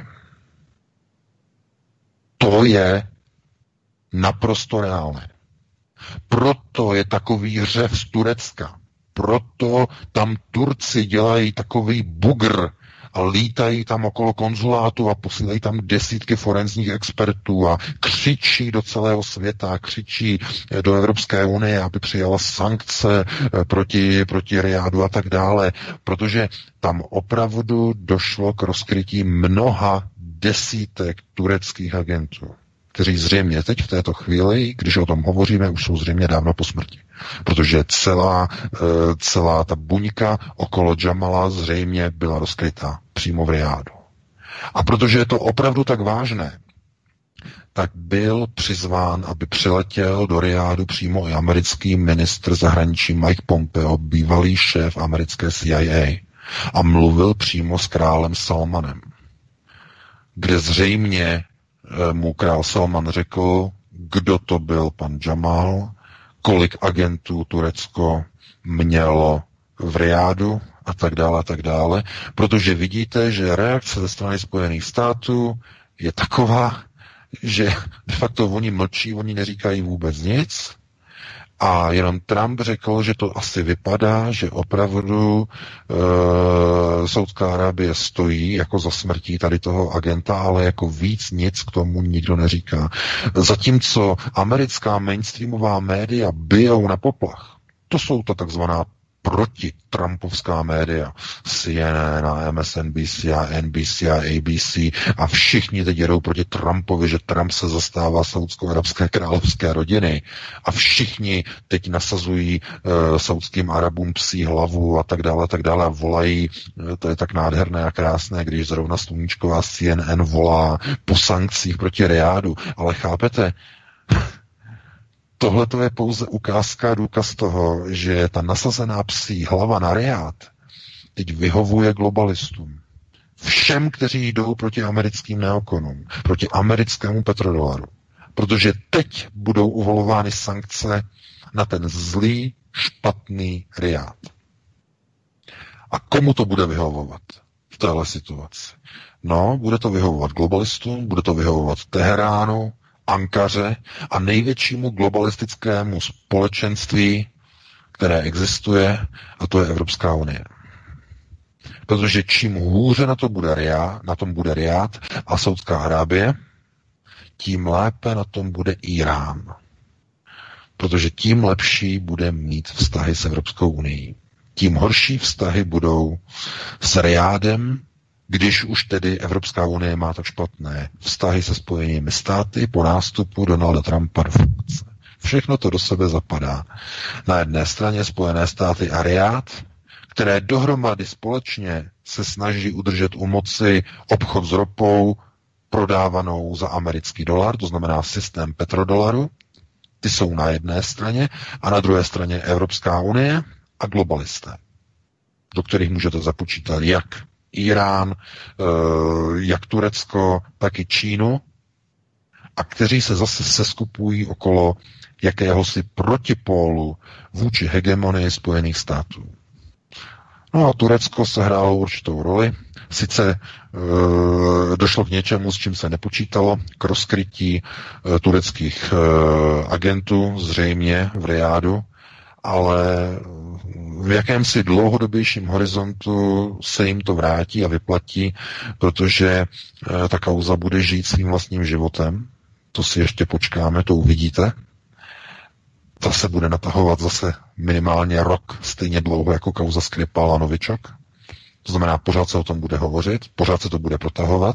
To je naprosto reálné. Proto je takový řev z Turecka. Proto tam Turci dělají takový bugr a lítají tam okolo konzulátu a posílají tam desítky forenzních expertů a křičí do celého světa, křičí do Evropské unie, aby přijala sankce proti, proti Riádu a tak dále, protože tam opravdu došlo k rozkrytí mnoha desítek tureckých agentů, kteří zřejmě teď v této chvíli, když o tom hovoříme, už jsou zřejmě dávno po smrti. Protože celá, celá ta buňka okolo Jamala zřejmě byla rozkrytá přímo v Riádu. A protože je to opravdu tak vážné, tak byl přizván, aby přiletěl do Riádu přímo i americký ministr zahraničí Mike Pompeo, bývalý šéf americké C I A, a mluvil přímo s králem Salmanem, kde zřejmě mu král Salman řekl, kdo to byl pan Jamal, kolik agentů Turecko mělo v Riádu a tak dále a tak dále, protože vidíte, že reakce ze strany Spojených států je taková, že de facto oni mlčí, oni neříkají vůbec nic a jenom Trump řekl, že to asi vypadá, že opravdu e, Saúdská Arábie stojí jako za smrtí tady toho agenta, ale jako víc nic k tomu nikdo neříká. Zatímco americká mainstreamová média bijou na poplach, to jsou to takzvaná proti-trumpovská média, C N N a M S N B C a N B C a A B C a všichni teď jedou proti Trumpovi, že Trump se zastává saúdsko-arabské královské rodiny a všichni teď nasazují uh, saúdským Arabům psí hlavu a tak dále a tak dále a volají, uh, to je tak nádherné a krásné, když zrovna sluníčková C N N volá po sankcích proti Riádu, ale chápete, tohle to je pouze ukázka, důkaz toho, že ta nasazená psí hlava na Riád teď vyhovuje globalistům. Všem, kteří jdou proti americkým neokonům, proti americkému petrodolaru. Protože teď budou uvalovány sankce na ten zlý, špatný Riád. A komu to bude vyhovovat v téhle situaci? No, bude to vyhovovat globalistům, bude to vyhovovat Teheránu, Ankaře a největšímu globalistickému společenství, které existuje, a to je Evropská unie. Protože čím hůře na, to bude Riád, na tom bude Riád a Saúdská Arábie, tím lépe na tom bude Irán. Protože tím lepší bude mít vztahy s Evropskou unií. Tím horší vztahy budou s Riádem, když už tedy Evropská unie má tak špatné vztahy se Spojenými státy po nástupu Donalda Trumpa do funkce. Všechno to do sebe zapadá. Na jedné straně Spojené státy a Riád, které dohromady společně se snaží udržet u moci obchod s ropou prodávanou za americký dolar, to znamená systém petrodolaru. Ty jsou na jedné straně a na druhé straně Evropská unie a globalisté, do kterých můžete započítat jak Irán, jak Turecko, tak i Čínu, a kteří se zase seskupují okolo jakéhosi protipólu vůči hegemonii Spojených států. No a Turecko sehrálo určitou roli. Sice e, došlo k něčemu, s čím se nepočítalo, k rozkrytí e, tureckých e, agentů, zřejmě v Rijádu, ale v jakémsi dlouhodobějším horizontu se jim to vrátí a vyplatí, protože e, ta kauza bude žít svým vlastním životem. To si ještě počkáme, to uvidíte. Ta se bude natahovat zase minimálně rok, stejně dlouho jako kauza Skripal a Novičok. To znamená, pořád se o tom bude hovořit, pořád se to bude protahovat.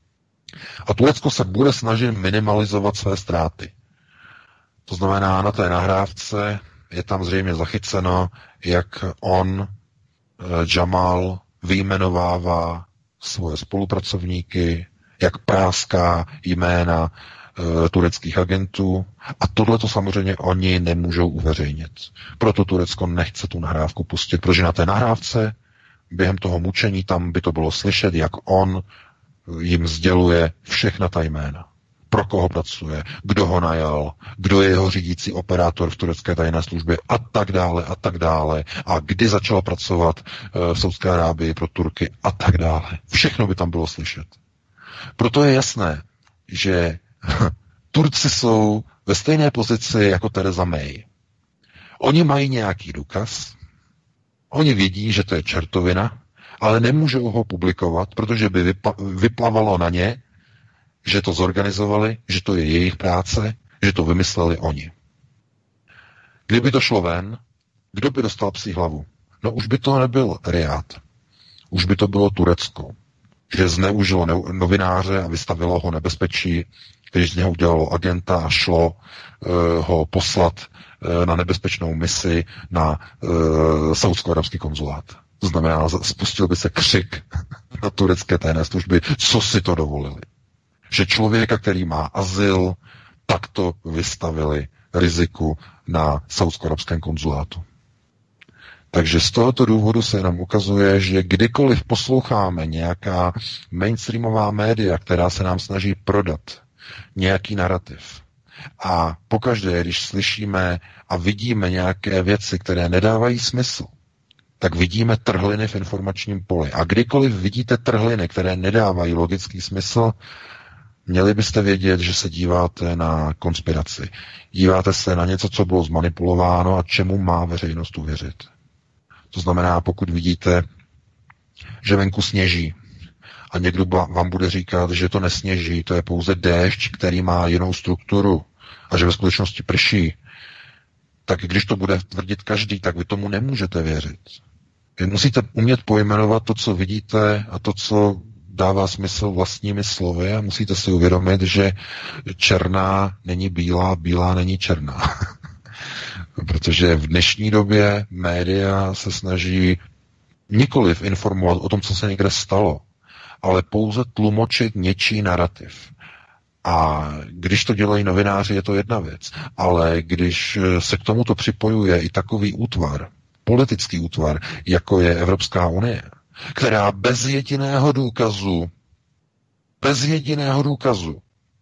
A Turecko se bude snažit minimalizovat své ztráty. To znamená, na té nahrávce je tam zřejmě zachyceno, jak on, Jamal, vyjmenovává svoje spolupracovníky, jak práská jména tureckých agentů, a tohle to samozřejmě oni nemůžou uveřejnit. Proto Turecko nechce tu nahrávku pustit, protože na té nahrávce během toho mučení tam by to bylo slyšet, jak on jim sděluje všechna ta jména. Pro koho pracuje, kdo ho najal, kdo je jeho řídící operátor v turecké tajné službě a tak dále a tak dále. A kdy začal pracovat v Saudské Arábii pro Turky a tak dále. Všechno by tam bylo slyšet. Proto je jasné, že Turci jsou ve stejné pozici jako Theresa May. Oni mají nějaký důkaz, oni vědí, že to je čertovina, ale nemůžou ho publikovat, protože by vyplavalo na ně, že to zorganizovali, že to je jejich práce, že to vymysleli oni. Kdyby to šlo ven, kdo by dostal psí hlavu? No už by to nebyl Rijád, už by to bylo Turecko, že zneužilo novináře a vystavilo ho nebezpečí, když z něho udělalo agenta a šlo uh, ho poslat uh, na nebezpečnou misi na uh, saúdsko-arabský konzulát. To znamená, spustil by se křik na turecké tajné služby, co si to dovolili. Že člověka, který má azyl, takto vystavili riziku na saúdsko-arabském konzulátu. Takže z tohoto důvodu se nám ukazuje, že kdykoliv posloucháme nějaká mainstreamová média, která se nám snaží prodat nějaký narrativ, a pokaždé, když slyšíme a vidíme nějaké věci, které nedávají smysl, tak vidíme trhliny v informačním poli. A kdykoliv vidíte trhliny, které nedávají logický smysl, měli byste vědět, že se díváte na konspiraci. Díváte se na něco, co bylo zmanipulováno a čemu má veřejnost uvěřit. To znamená, pokud vidíte, že venku sněží a někdo vám bude říkat, že to nesněží, to je pouze déšť, který má jinou strukturu a že ve skutečnosti prší, tak když to bude tvrdit každý, tak vy tomu nemůžete věřit. Vy musíte umět pojmenovat to, co vidíte a to, co dává smysl vlastními slovy, a musíte si uvědomit, že černá není bílá, bílá není černá. Protože v dnešní době média se snaží nikoliv informovat o tom, co se někde stalo, ale pouze tlumočit něčí narrativ. A když to dělají novináři, je to jedna věc. Ale když se k tomuto připojuje i takový útvar, politický útvar, jako je Evropská unie, která bez jediného důkazu, bez jediného důkazu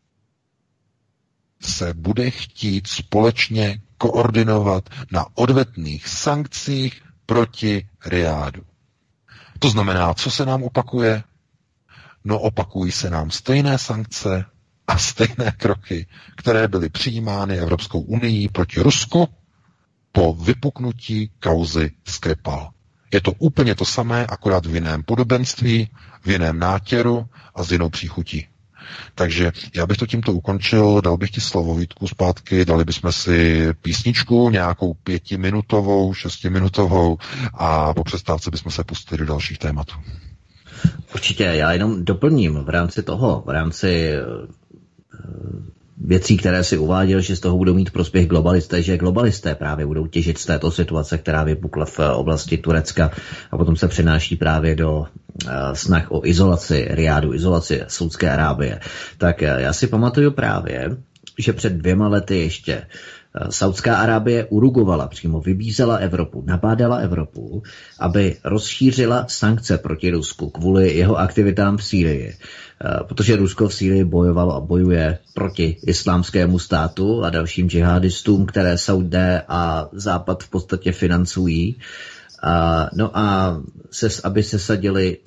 se bude chtít společně koordinovat na odvetných sankcích proti Rijádu. To znamená, co se nám opakuje? No opakují se nám stejné sankce a stejné kroky, které byly přijímány Evropskou unii proti Rusku po vypuknutí kauzy Skripal. Je to úplně to samé, akorát v jiném podobenství, v jiném nátěru a s jinou příchutí. Takže já bych to tímto ukončil, dal bych ti slovo, Vítku, zpátky, dali bychom si písničku, nějakou pětiminutovou, šestiminutovou, a po přestávce bychom se pustili do dalších tématů. Určitě, já jenom doplním v rámci toho, v rámci věcí, které si uváděl, že z toho budou mít prospěch globalisté, že globalisté právě budou těžit z této situace, která vypukla v oblasti Turecka a potom se přenáší právě do uh, snah o izolaci Riádu, izolaci Saúdské Arábie. Tak uh, já si pamatuju právě, že před dvěma lety ještě Saúdská Arábie urugovala, přímo vybízela Evropu, nabádala Evropu, aby rozšířila sankce proti Rusku kvůli jeho aktivitám v Sýrii. Protože Rusko v Sýrii bojovalo a bojuje proti islámskému státu a dalším džihadistům, které Saudé a Západ v podstatě financují. No a se, aby se sadili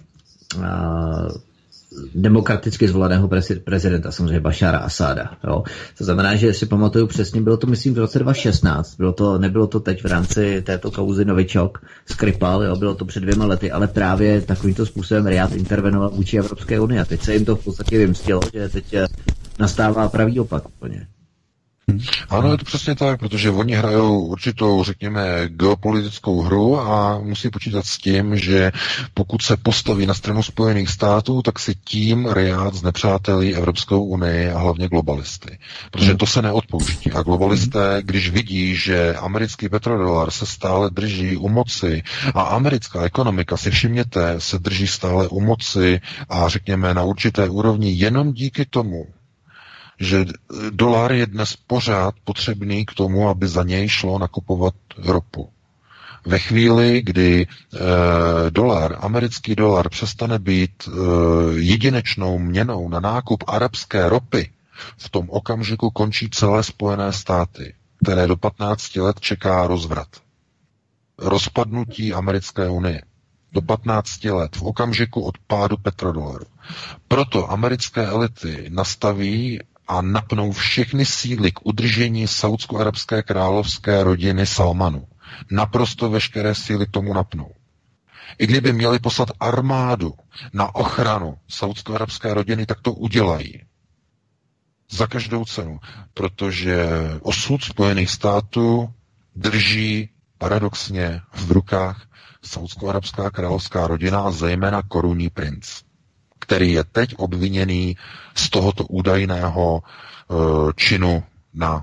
demokraticky zvoleného prezidenta, samozřejmě Bašára Asáda. Jo. To znamená, že si pamatuju přesně, bylo to myslím v roce dva tisíce šestnáct, bylo to, nebylo to teď v rámci této kauzy Novičok, Skripal, jo, bylo to před dvěma lety, ale právě takovýmto způsobem Riád intervenoval vůči Evropské unii a teď se jim to v podstatě vymstilo, že teď nastává pravý opak úplně. Ano, je to přesně tak, protože oni hrajou určitou, řekněme, geopolitickou hru a musí počítat s tím, že pokud se postaví na stranu Spojených států, tak si tím Riád znepřátelí Evropskou unii a hlavně globalisty. Protože to se neodpouští. A globalisté, když vidí, že americký petrodolar se stále drží u moci a americká ekonomika, si všimněte, se drží stále u moci a řekněme na určité úrovni jenom díky tomu, že dolar je dnes pořád potřebný k tomu, aby za něj šlo nakupovat ropu. Ve chvíli, kdy e, dolar, americký dolar přestane být e, jedinečnou měnou na nákup arabské ropy, v tom okamžiku končí celé Spojené státy, které do patnácti let čeká rozvrat. Rozpadnutí americké unie. Do patnácti let, v okamžiku od pádu petrodolaru. Proto americké elity nastaví a napnou všechny síly k udržení saúdsko-arabské královské rodiny Salmanu. Naprosto veškeré síly k tomu napnou. I kdyby měli poslat armádu na ochranu saúdsko-arabské rodiny, tak to udělají. Za každou cenu. Protože osud Spojených států drží paradoxně v rukách saúdsko-arabská královská rodina a zejména korunní princ, který je teď obviněný z tohoto údajného uh, činu na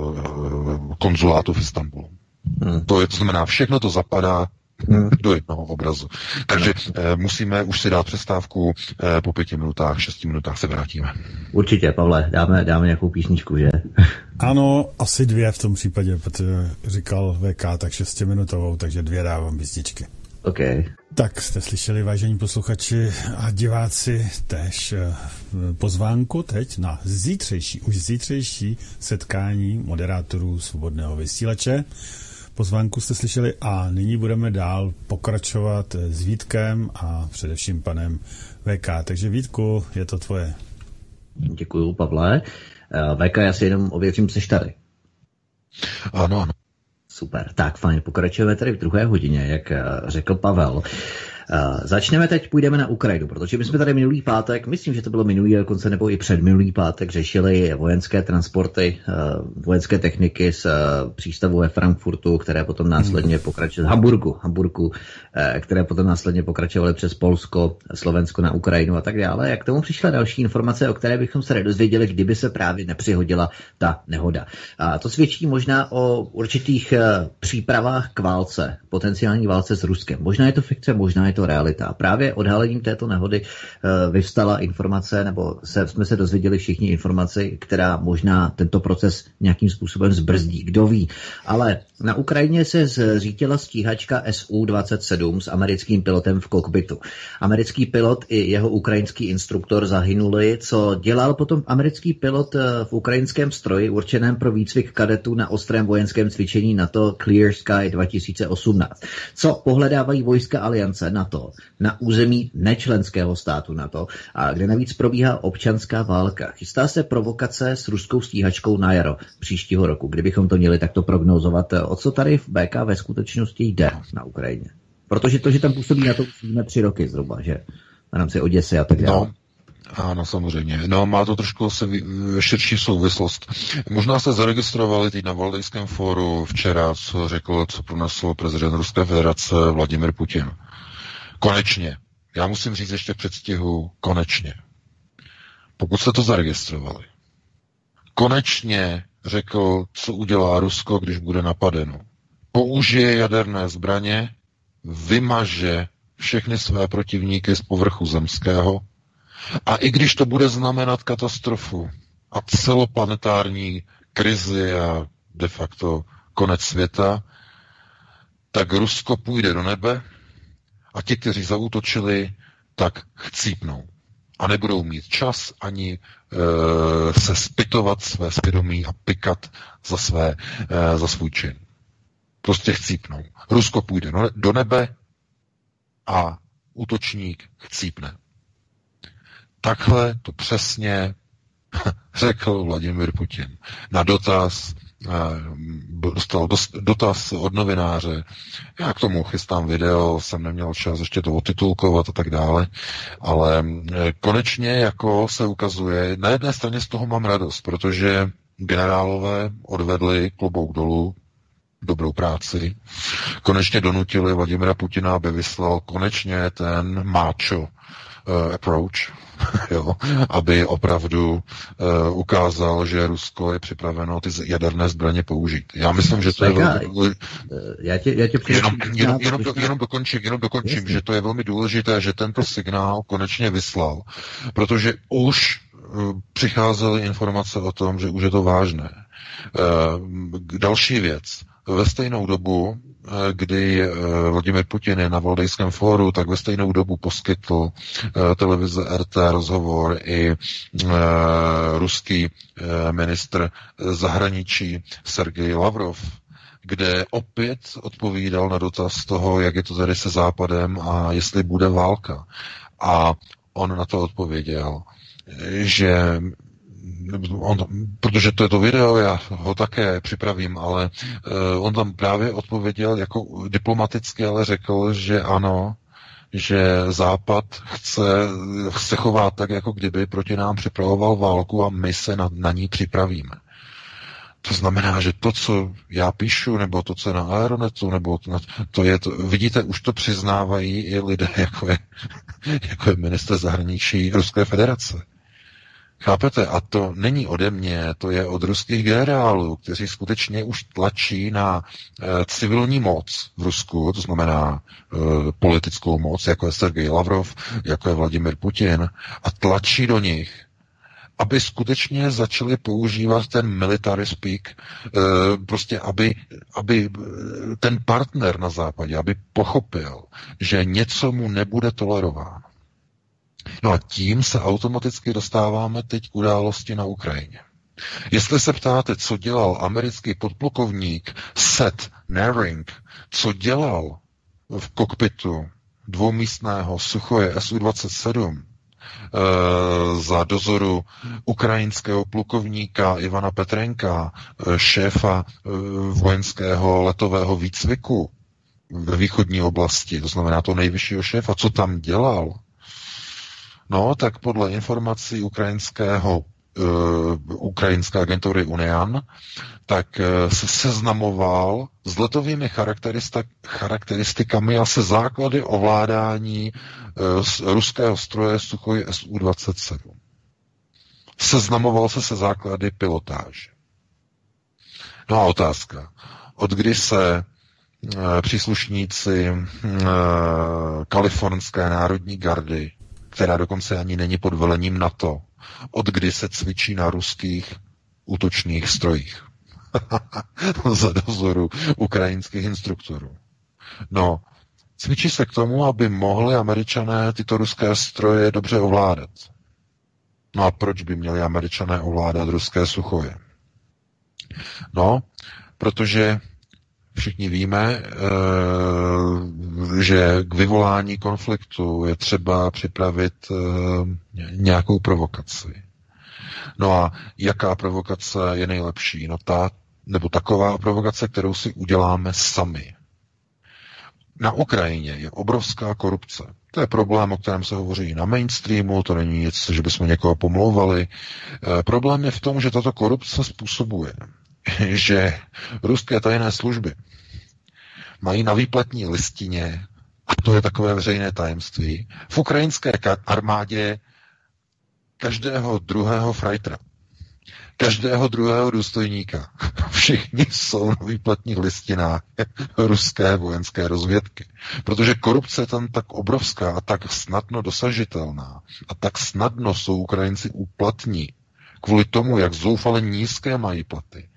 uh, konzulátu v Istanbulu. Hmm. To, je, to znamená, všechno to zapadá hmm. do jednoho obrazu. Takže uh, musíme už si dát přestávku, uh, po pěti minutách, šesti minutách se vrátíme. Určitě, Pavle, dáme, dáme nějakou písničku, že? Ano, asi dvě v tom případě, protože říkal V K tak šestiminutovou, takže dvě dávám písničky. Okay. Tak jste slyšeli, vážení posluchači a diváci, též pozvánku teď na zítřejší, už zítřejší setkání moderátorů Svobodného vysílače. Pozvánku jste slyšeli a nyní budeme dál pokračovat s Vítkem a především panem V K. Takže Vítku, je to tvoje. Děkuju, Pavle. V K, já si jenom ověřím, seš tady. Ano, ano. Super, tak fajn, pokračujeme tady v druhé hodině, jak řekl Pavel. Uh, začneme teď, půjdeme na Ukrajinu, protože my jsme tady minulý pátek, myslím, že to bylo minulý dokonce nebo i před minulý pátek, řešili vojenské transporty, uh, vojenské techniky z uh, přístavu ve Frankfurtu, které potom následně pokračovaly, Hamburgu, Hamburgu, uh, které potom následně pokračovaly přes Polsko, Slovensko na Ukrajinu a tak dále. Jak k tomu přišla další informace, o které bychom se nedozvěděli, kdyby se právě nepřihodila ta nehoda. A to svědčí možná o určitých uh, přípravách k válce, potenciální válce s Ruskem. Možná je to fikce, možná je to realita. Právě odhalením této nehody uh, vyvstala informace, nebo se, jsme se dozvěděli všichni informaci, která možná tento proces nějakým způsobem zbrzdí. Kdo ví. Ale na Ukrajině se zřítila stíhačka S U dvacet sedm s americkým pilotem v kokpitu. Americký pilot i jeho ukrajinský instruktor zahynuli, co dělal potom americký pilot v ukrajinském stroji určeném pro výcvik kadetů na ostrém vojenském cvičení NATO Clear Sky dva tisíce osmnáct. Co pohledávají vojska aliance NATO na území nečlenského státu NATO, a kde navíc probíhá občanská válka. Chystá se provokace s ruskou stíhačkou na jaro příštího roku. Kdybychom to měli takto prognozovat, o co tady v B K ve skutečnosti jde na Ukrajině? Protože to, že tam působí na to, víme tři roky zhruba, že? Na rámci Oděsy a tak dále. No. Ano, samozřejmě. No, má to trošku se širší souvislost. Možná jste zaregistrovali teď na Valdejském fóru včera, co řekl, co pronesl prezident Ruské federace Vladimir Putin. Konečně. Já musím říct ještě v předstihu konečně. Pokud jste to zaregistrovali, konečně řekl, co udělá Rusko, když bude napadeno. Použije jaderné zbraně, vymaže všechny své protivníky z povrchu zemského a i když to bude znamenat katastrofu a celoplanetární krizi a de facto konec světa, tak Rusko půjde do nebe a ti, kteří zaútočili, tak chcípnou. A nebudou mít čas ani e, se zpytovat své svědomí a pikat za, své, e, za svůj čin. Prostě chcípnou. Rusko půjde do nebe a útočník chcípne. Takhle to přesně řekl Vladimir Putin. Na dotaz, dostal dotaz od novináře, já k tomu chystám video, jsem neměl čas ještě to otitulkovat a tak dále, ale konečně jako se ukazuje, na jedné straně z toho mám radost, protože generálové odvedli klobouk dolů, dobrou práci, konečně donutili Vladimira Putina, aby vyslal konečně ten macho uh, approach, jo, aby opravdu uh, ukázal, že Rusko je připraveno ty jaderné zbraně použít. Já myslím, že to je velmi důležité. Já tě, já tě jenom, jenom, jenom, do, jenom dokončím, jenom dokončím že to je velmi důležité, že tento signál konečně vyslal, protože už uh, přicházely informace o tom, že už je to vážné. Uh, další věc. Ve stejnou dobu, kdy Vladimir Putin je na Valdejském fóru, tak ve stejnou dobu poskytl televize R T rozhovor i ruský ministr zahraničí Sergej Lavrov, kde opět odpovídal na dotaz toho, jak je to tady se Západem a jestli bude válka. A on na to odpověděl, že On, protože to je to video, já ho také připravím, ale uh, on tam právě odpověděl jako diplomaticky, ale řekl, že ano, že Západ chce se chovat tak, jako kdyby proti nám připravoval válku a my se na, na ní připravíme. To znamená, že to, co já píšu, nebo to, co je na Aeronetu, nebo to, to je to, vidíte, už to přiznávají i lidé, jako je, jako je ministr zahraničí Ruské federace. Chápete? A to není ode mě, to je od ruských generálů, kteří skutečně už tlačí na e, civilní moc v Rusku, to znamená e, politickou moc, jako je Sergej Lavrov, jako je Vladimir Putin, a tlačí do nich, aby skutečně začali používat ten military speak, e, prostě aby, aby ten partner na západě, aby pochopil, že něco mu nebude tolerováno. No a tím se automaticky dostáváme teď k události na Ukrajině. Jestli se ptáte, co dělal americký podplukovník Seth Naring, co dělal v kokpitu dvoumístného Suchoje S U dvacet sedm e, za dozoru ukrajinského plukovníka Ivana Petrenka, e, šéfa e, vojenského letového výcviku ve východní oblasti, to znamená to nejvyššího šéfa, co tam dělal? No, tak podle informací ukrajinského, uh, ukrajinské agentury Unian, tak uh, se seznamoval s letovými charakteristikami a se základy ovládání uh, ruského stroje Suchoj S U dvacet sedm. Seznamoval se se základy pilotáže. No a otázka. Od kdy se uh, příslušníci uh, kalifornské národní gardy, která dokonce ani není pod velením NATO, od kdy se cvičí na ruských útočných strojích za dozoru ukrajinských instruktorů. No, cvičí se k tomu, aby mohli Američané tyto ruské stroje dobře ovládat. No a proč by měli Američané ovládat ruské Suchoje? No, protože všichni víme, že k vyvolání konfliktu je třeba připravit nějakou provokaci. No a jaká provokace je nejlepší? No ta, nebo taková provokace, kterou si uděláme sami. Na Ukrajině je obrovská korupce. To je problém, o kterém se hovoří na mainstreamu, to není nic, že bychom někoho pomlouvali. Problém je v tom, že tato korupce způsobuje, že ruské tajné služby mají na výplatní listině, a to je takové veřejné tajemství, v ukrajinské armádě každého druhého frajtra. každého druhého důstojníka. Všichni jsou na výplatních listinách ruské vojenské rozvědky. Protože korupce je tam tak obrovská a tak snadno dosažitelná a tak snadno jsou Ukrajinci úplatní kvůli tomu, jak zoufale nízké mají platy,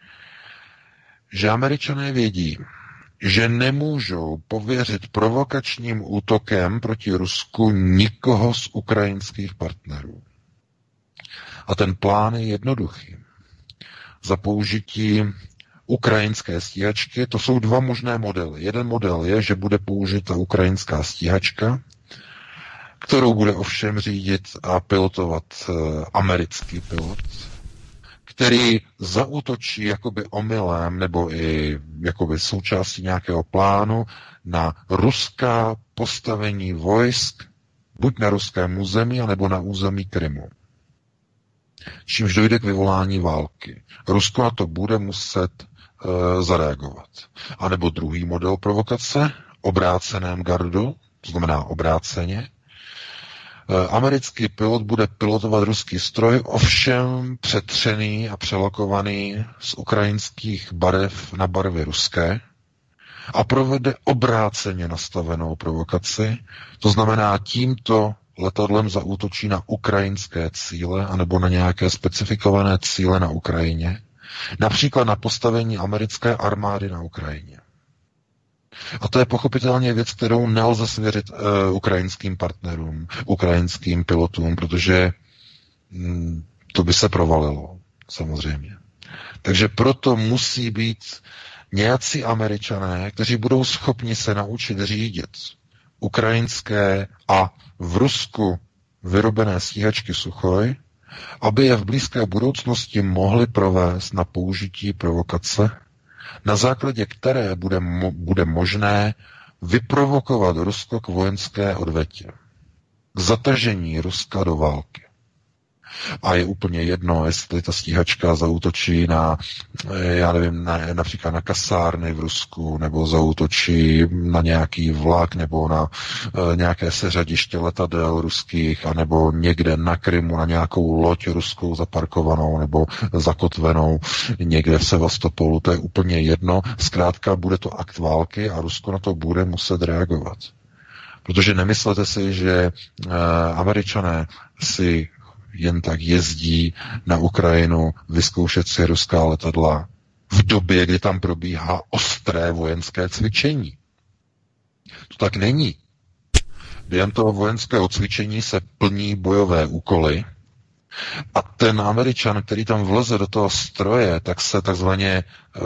že Američané vědí, že nemůžou pověřit provokačním útokem proti Rusku nikoho z ukrajinských partnerů. A ten plán je jednoduchý. Za použití ukrajinské stíhačky, to jsou dva možné modely. Jeden model je, že bude použita ukrajinská stíhačka, kterou bude ovšem řídit a pilotovat americký pilot, který zaútočí jakoby omylem nebo i jakoby součástí nějakého plánu na ruská postavení vojsk, buď na ruském území, anebo na území Krymu. Čímž dojde k vyvolání války. Rusko na to bude muset e, zareagovat. A nebo druhý model provokace, obráceném gardu, to znamená obráceně. E, americký pilot bude pilotovat ruský stroj, ovšem přetřený a přelokovaný z ukrajinských barev na barvy ruské a provede obráceně nastavenou provokaci, to znamená tímto letadlem zaútočí na ukrajinské cíle anebo na nějaké specifikované cíle na Ukrajině, například na postavení americké armády na Ukrajině. A to je pochopitelně věc, kterou nelze svěřit uh, ukrajinským partnerům, ukrajinským pilotům, protože hm, to by se provalilo, samozřejmě. Takže proto musí být nějací Američané, kteří budou schopni se naučit řídit ukrajinské a v Rusku vyrobené stíhačky Suchoj, aby je v blízké budoucnosti mohli provést na použití provokace, na základě které bude, mo- bude možné vyprovokovat Rusko k vojenské odvetě, k zatažení Ruska do války. A je úplně jedno, jestli ta stíhačka zaútočí na, já nevím, na, například na kasárny v Rusku, nebo zaútočí na nějaký vlak, nebo na e, nějaké seřadiště letadel ruských, anebo někde na Krymu, na nějakou loď ruskou zaparkovanou, nebo zakotvenou někde v Sevastopolu. To je úplně jedno. Zkrátka bude to akt války a Rusko na to bude muset reagovat. Protože nemyslete si, že e, Američané si jen tak jezdí na Ukrajinu vyzkoušet si ruská letadla v době, kdy tam probíhá ostré vojenské cvičení. To tak není. Během toho vojenského cvičení se plní bojové úkoly a ten Američan, který tam vleze do toho stroje, tak se takzvaně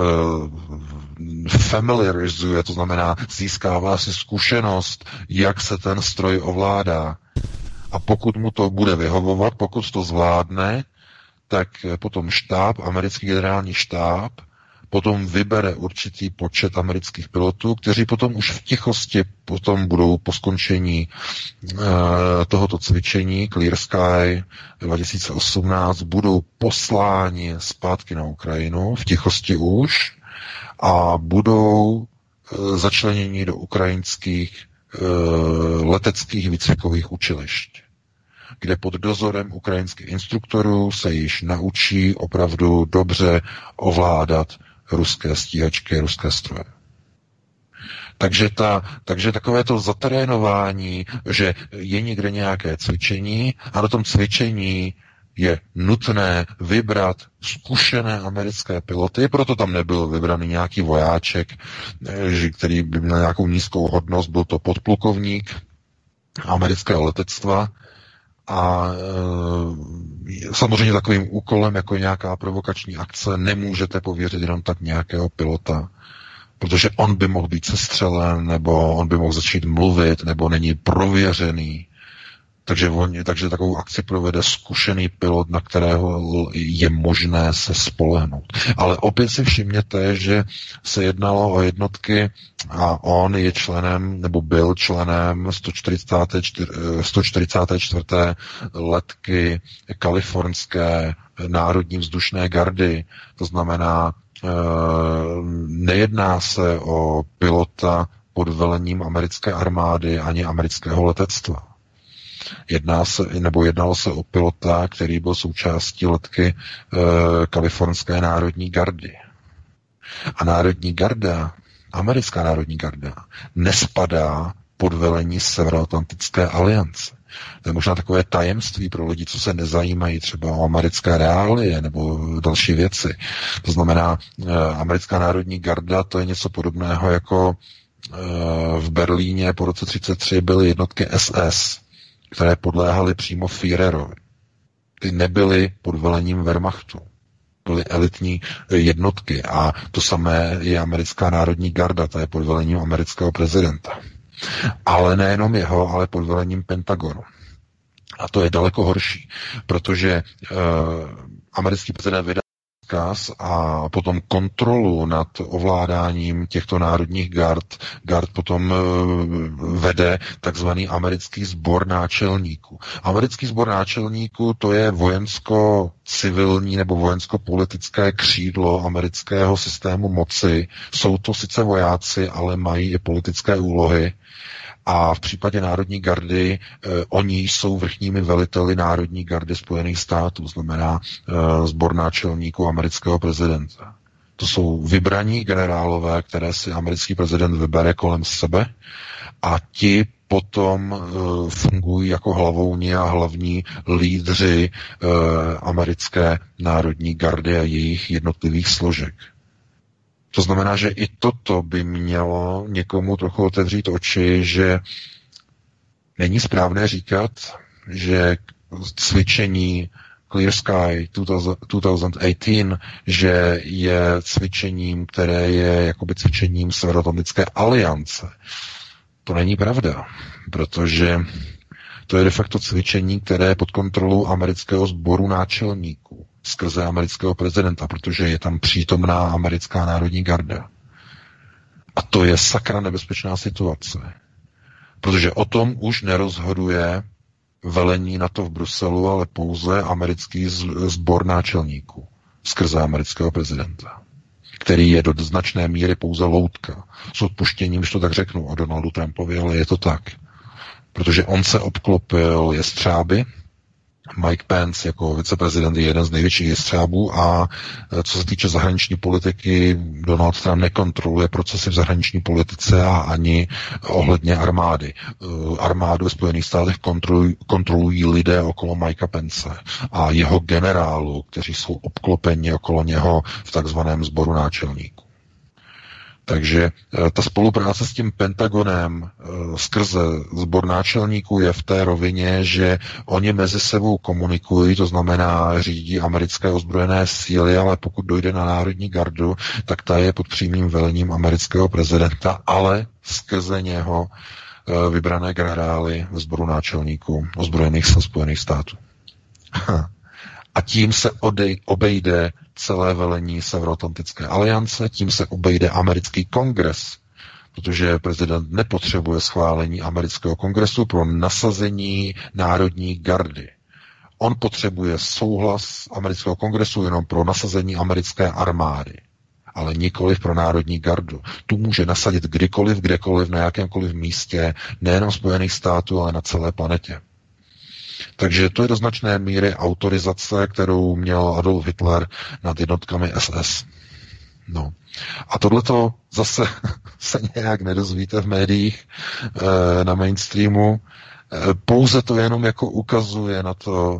uh, familiarizuje, to znamená získává si zkušenost, jak se ten stroj ovládá. A pokud mu to bude vyhovovat, pokud to zvládne, tak potom štáb, americký generální štáb, potom vybere určitý počet amerických pilotů, kteří potom už v tichosti potom budou po skončení uh, tohoto cvičení Clear Sky dva tisíce osmnáct budou posláni zpátky na Ukrajinu, v tichosti už, a budou uh, začleněni do ukrajinských uh, leteckých výcvikových učilišť, kde pod dozorem ukrajinských instruktorů se již naučí opravdu dobře ovládat ruské stíhačky, ruské stroje. Takže, ta, takže takové to zatrénování, že je někde nějaké cvičení a na tom cvičení je nutné vybrat zkušené americké piloty, proto tam nebyl vybraný nějaký vojáček, který by měl nějakou nízkou hodnost, byl to podplukovník amerického letectva. A e, samozřejmě takovým úkolem, jako nějaká provokační akce, nemůžete pověřit jenom tak nějakého pilota, protože on by mohl být sestřelen, nebo on by mohl začít mluvit, nebo není prověřený. Takže, on, takže takovou akci provede zkušený pilot, na kterého je možné se spolehnout. Ale opět si všimněte, že se jednalo o jednotky a on je členem, nebo byl členem sto čtyřicáté čtvrté letky kalifornské národní vzdušné gardy. To znamená, nejedná se o pilota pod velením americké armády ani amerického letectva. Jedná se, nebo jednalo se o pilota, který byl součástí letky e, kalifornské národní gardy. A národní garda, americká národní garda, nespadá pod velení Severoatlantické aliance. To je možná takové tajemství pro lidi, co se nezajímají třeba o americké reálie nebo další věci. To znamená, americká národní garda, to je něco podobného jako v Berlíně po roce třicet tři byly jednotky S S, které podléhaly přímo Führerovi. Ty nebyly pod velením Wehrmachtu. Byly elitní jednotky a to samé je americká národní garda, ta je pod velením amerického prezidenta. Ale nejenom jeho, ale pod velením Pentagonu. A to je daleko horší, protože uh, americký prezident vydal rozkaz a potom kontrolu nad ovládáním těchto národních gard, gard potom uh, vede takzvaný americký sbor náčelníků. Americký sbor náčelníků to je vojensko-civilní nebo vojensko-politické křídlo amerického systému moci. Jsou to sice vojáci, ale mají i politické úlohy. A v případě Národní gardy eh, oni jsou vrchními veliteli Národní gardy Spojených států, znamená eh, sbor náčelníků amerického prezidenta. To jsou vybraní generálové, které si americký prezident vybere kolem sebe a ti potom eh, fungují jako hlavouni a hlavní lídři eh, americké Národní gardy a jejich jednotlivých složek. To znamená, že i toto by mělo někomu trochu otevřít oči, že není správné říkat, že cvičení Clear Sky dva tisíce osmnáct, že je cvičením, které je jakoby cvičením Severoatlantické aliance. To není pravda, protože to je de facto cvičení, které je pod kontrolou amerického sboru náčelníků skrze amerického prezidenta, protože je tam přítomná americká národní garda. A to je sakra nebezpečná situace. Protože o tom už nerozhoduje velení NATO v Bruselu, ale pouze americký sbor náčelníků skrze amerického prezidenta, který je do značné míry pouze loutka. S odpuštěním, když to tak řeknu o Donaldu Trumpovi, ale je to tak. Protože on se obklopil jestřáby, Mike Pence jako viceprezident je jeden z největších jestřábů a co se týče zahraniční politiky, Donald Trump nekontroluje procesy v zahraniční politice a ani ohledně armády. Armádu ve Spojených státech kontrolují, kontrolují lidé okolo Mikea Pence a jeho generálů, kteří jsou obklopeni okolo něho v takzvaném sboru náčelníků. Takže ta spolupráce s tím Pentagonem skrze sbor náčelníků je v té rovině, že oni mezi sebou komunikují, to znamená řídí americké ozbrojené síly, ale pokud dojde na národní gardu, tak ta je pod přímým velením amerického prezidenta, ale skrze něho vybrané generály ve sboru náčelníků ozbrojených sil Spojených států. A tím se odej, obejde celé velení Severoatlantické aliance, tím se obejde americký kongres, protože prezident nepotřebuje schválení amerického kongresu pro nasazení národní gardy. On potřebuje souhlas amerického kongresu jenom pro nasazení americké armády, ale nikoliv pro národní gardu. Tu může nasadit kdykoliv, kdekoliv, na jakémkoliv místě, nejenom Spojených států, ale na celé planetě. Takže to je do značné míry autorizace, kterou měl Adolf Hitler nad jednotkami S S. No. A tohleto zase se nějak nedozvíte v médiích e, na mainstreamu. E, pouze to jenom jako ukazuje na to,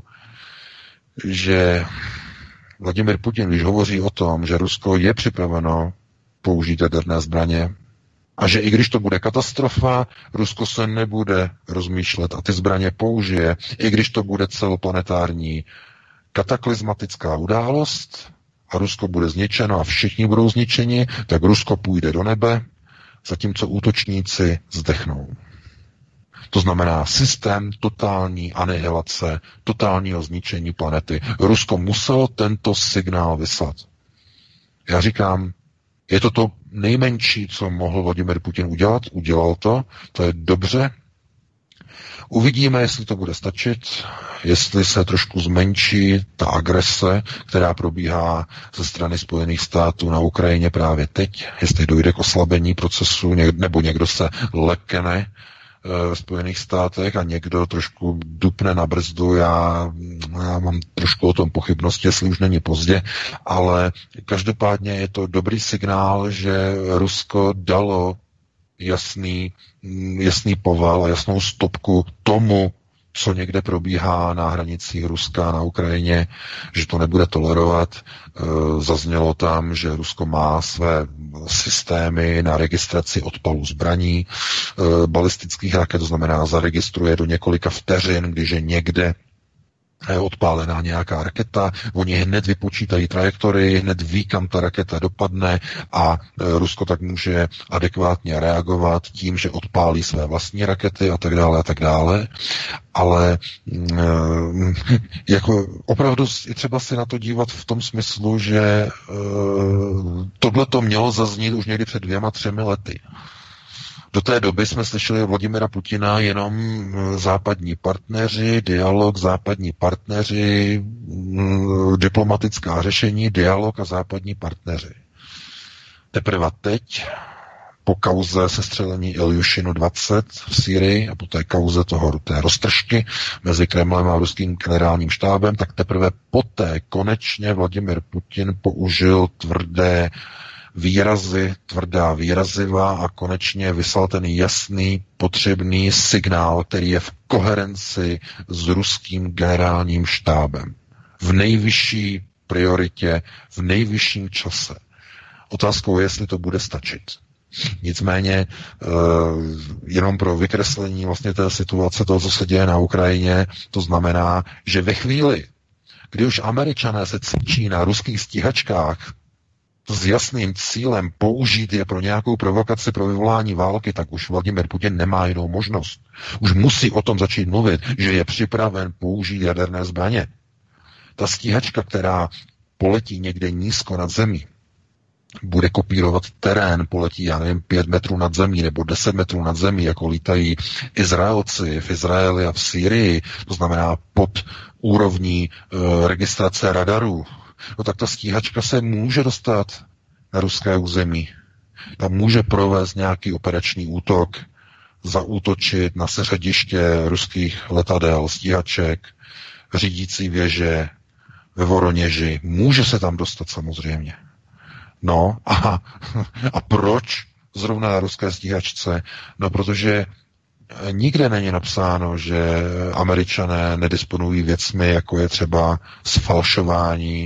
že Vladimir Putin, když hovoří o tom, že Rusko je připraveno použít jaderné zbraně, a že i když to bude katastrofa, Rusko se nebude rozmýšlet a ty zbraně použije, i když to bude celoplanetární kataklizmatická událost a Rusko bude zničeno a všichni budou zničeni, tak Rusko půjde do nebe, zatímco útočníci zdechnou. To znamená systém totální anihilace, totálního zničení planety. Rusko muselo tento signál vyslat. Já říkám, je to to nejmenší, co mohl Vladimir Putin udělat. Udělal to, to je dobře. Uvidíme, jestli to bude stačit, jestli se trošku zmenší ta agrese, která probíhá ze strany Spojených států na Ukrajině právě teď, jestli dojde k oslabení procesu, nebo někdo se lekne v Spojených státech a někdo trošku dupne na brzdu. Já, já mám trošku o tom pochybnosti, jestli už není pozdě, ale každopádně je to dobrý signál, že Rusko dalo jasný, jasný povel a jasnou stopku tomu, co někde probíhá na hranicích Ruska na Ukrajině, že to nebude tolerovat. Zaznělo tam, že Rusko má své systémy na registraci odpalů zbraní, balistických raket, to znamená zaregistruje do několika vteřin, když je někde odpálená nějaká raketa, oni hned vypočítají trajektorii, hned ví, kam ta raketa dopadne a Rusko tak může adekvátně reagovat tím, že odpálí své vlastní rakety a tak dále a tak dále. Ale jako opravdu je třeba si na to dívat v tom smyslu, že tohle to mělo zaznít už někdy před dvěma, třemi lety. Do té doby jsme slyšeli od Vladimira Putina jenom západní partneři, dialog, západní partneři, diplomatická řešení, dialog a západní partneři. Teprve teď, po kauze sestřelení Iljušinu dvacet v Sýrii a po té kauze toho, té roztržky mezi Kremlem a ruským generálním štábem, tak teprve poté konečně Vladimir Putin použil tvrdé výrazy, tvrdá výraziva a konečně vyslal ten jasný, potřebný signál, který je v koherenci s ruským generálním štábem. V nejvyšší prioritě, v nejvyšším čase. Otázkou je, jestli to bude stačit. Nicméně jenom pro vykreslení vlastně té situace, toho, co se děje na Ukrajině, to znamená, že ve chvíli, kdy už Američané se cvičí na ruských stíhačkách s jasným cílem použít je pro nějakou provokaci, pro vyvolání války, tak už Vladimir Putin nemá jinou možnost. Už musí o tom začít mluvit, že je připraven použít jaderné zbraně. Ta stíhačka, která poletí někde nízko nad zemí, bude kopírovat terén, poletí, já nevím, pět metrů nad zemí nebo deset metrů nad zemí, jako lítají Izraelci v Izraeli a v Sýrii, to znamená pod úrovní e, registrace radarů. No tak ta stíhačka se může dostat na ruské území. Tam může provést nějaký operační útok, zaútočit na seřadiště ruských letadel, stíhaček, řídící věže ve Voroněži. Může se tam dostat samozřejmě. No a, a proč zrovna na ruské stíhačce? No protože nikde není napsáno, že Američané nedisponují věcmi, jako je třeba sfalšování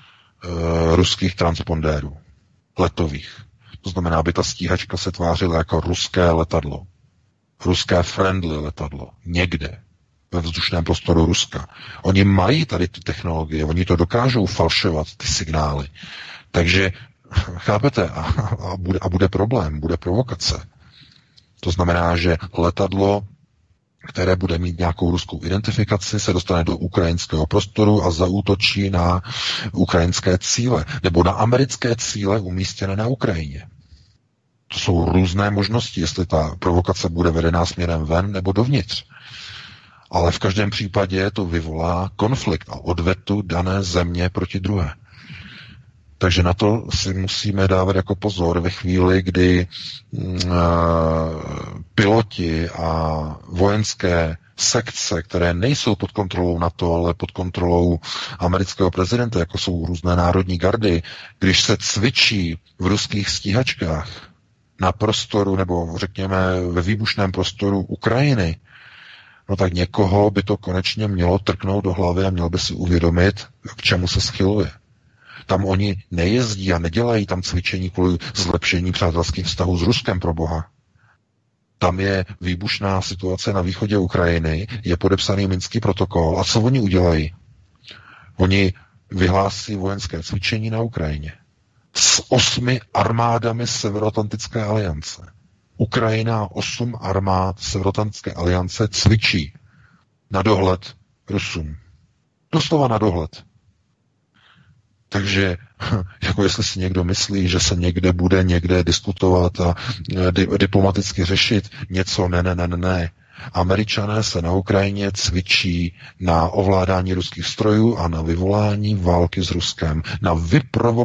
e, ruských transpondérů letových. To znamená, aby ta stíhačka se tvářila jako ruské letadlo. Ruské friendly letadlo. Někde ve vzdušném prostoru Ruska. Oni mají tady ty technologie, oni to dokážou falšovat, ty signály. Takže, chápete, a, a, bude, a bude problém, bude provokace. To znamená, že letadlo, které bude mít nějakou ruskou identifikaci, se dostane do ukrajinského prostoru a zaútočí na ukrajinské cíle, nebo na americké cíle umístěné na Ukrajině. To jsou různé možnosti, jestli ta provokace bude vedená směrem ven nebo dovnitř. Ale v každém případě to vyvolá konflikt a odvetu dané země proti druhé. Takže na to si musíme dávat jako pozor ve chvíli, kdy uh, piloti a vojenské sekce, které nejsou pod kontrolou NATO, ale pod kontrolou amerického prezidenta, jako jsou různé národní gardy, když se cvičí v ruských stíhačkách na prostoru, nebo řekněme ve výbušném prostoru Ukrajiny, no tak někoho by to konečně mělo trknout do hlavy a měl by si uvědomit, k čemu se schyluje. Tam oni nejezdí a nedělají tam cvičení kvůli zlepšení přátelských vztahů s Ruskem, pro boha. Tam je výbušná situace na východě Ukrajiny, je podepsaný Minský protokol. A co oni udělají? Oni vyhlásí vojenské cvičení na Ukrajině s osmi armádami Severoatlantické aliance. Ukrajina a osm armád Severoatlantické aliance cvičí na dohled Rusům. Doslova na dohled. Takže, jako jestli si někdo myslí, že se někde bude někde diskutovat a di- diplomaticky řešit něco, ne, ne, ne, ne. Američané se na Ukrajině cvičí na ovládání ruských strojů a na vyvolání války s Ruskem, na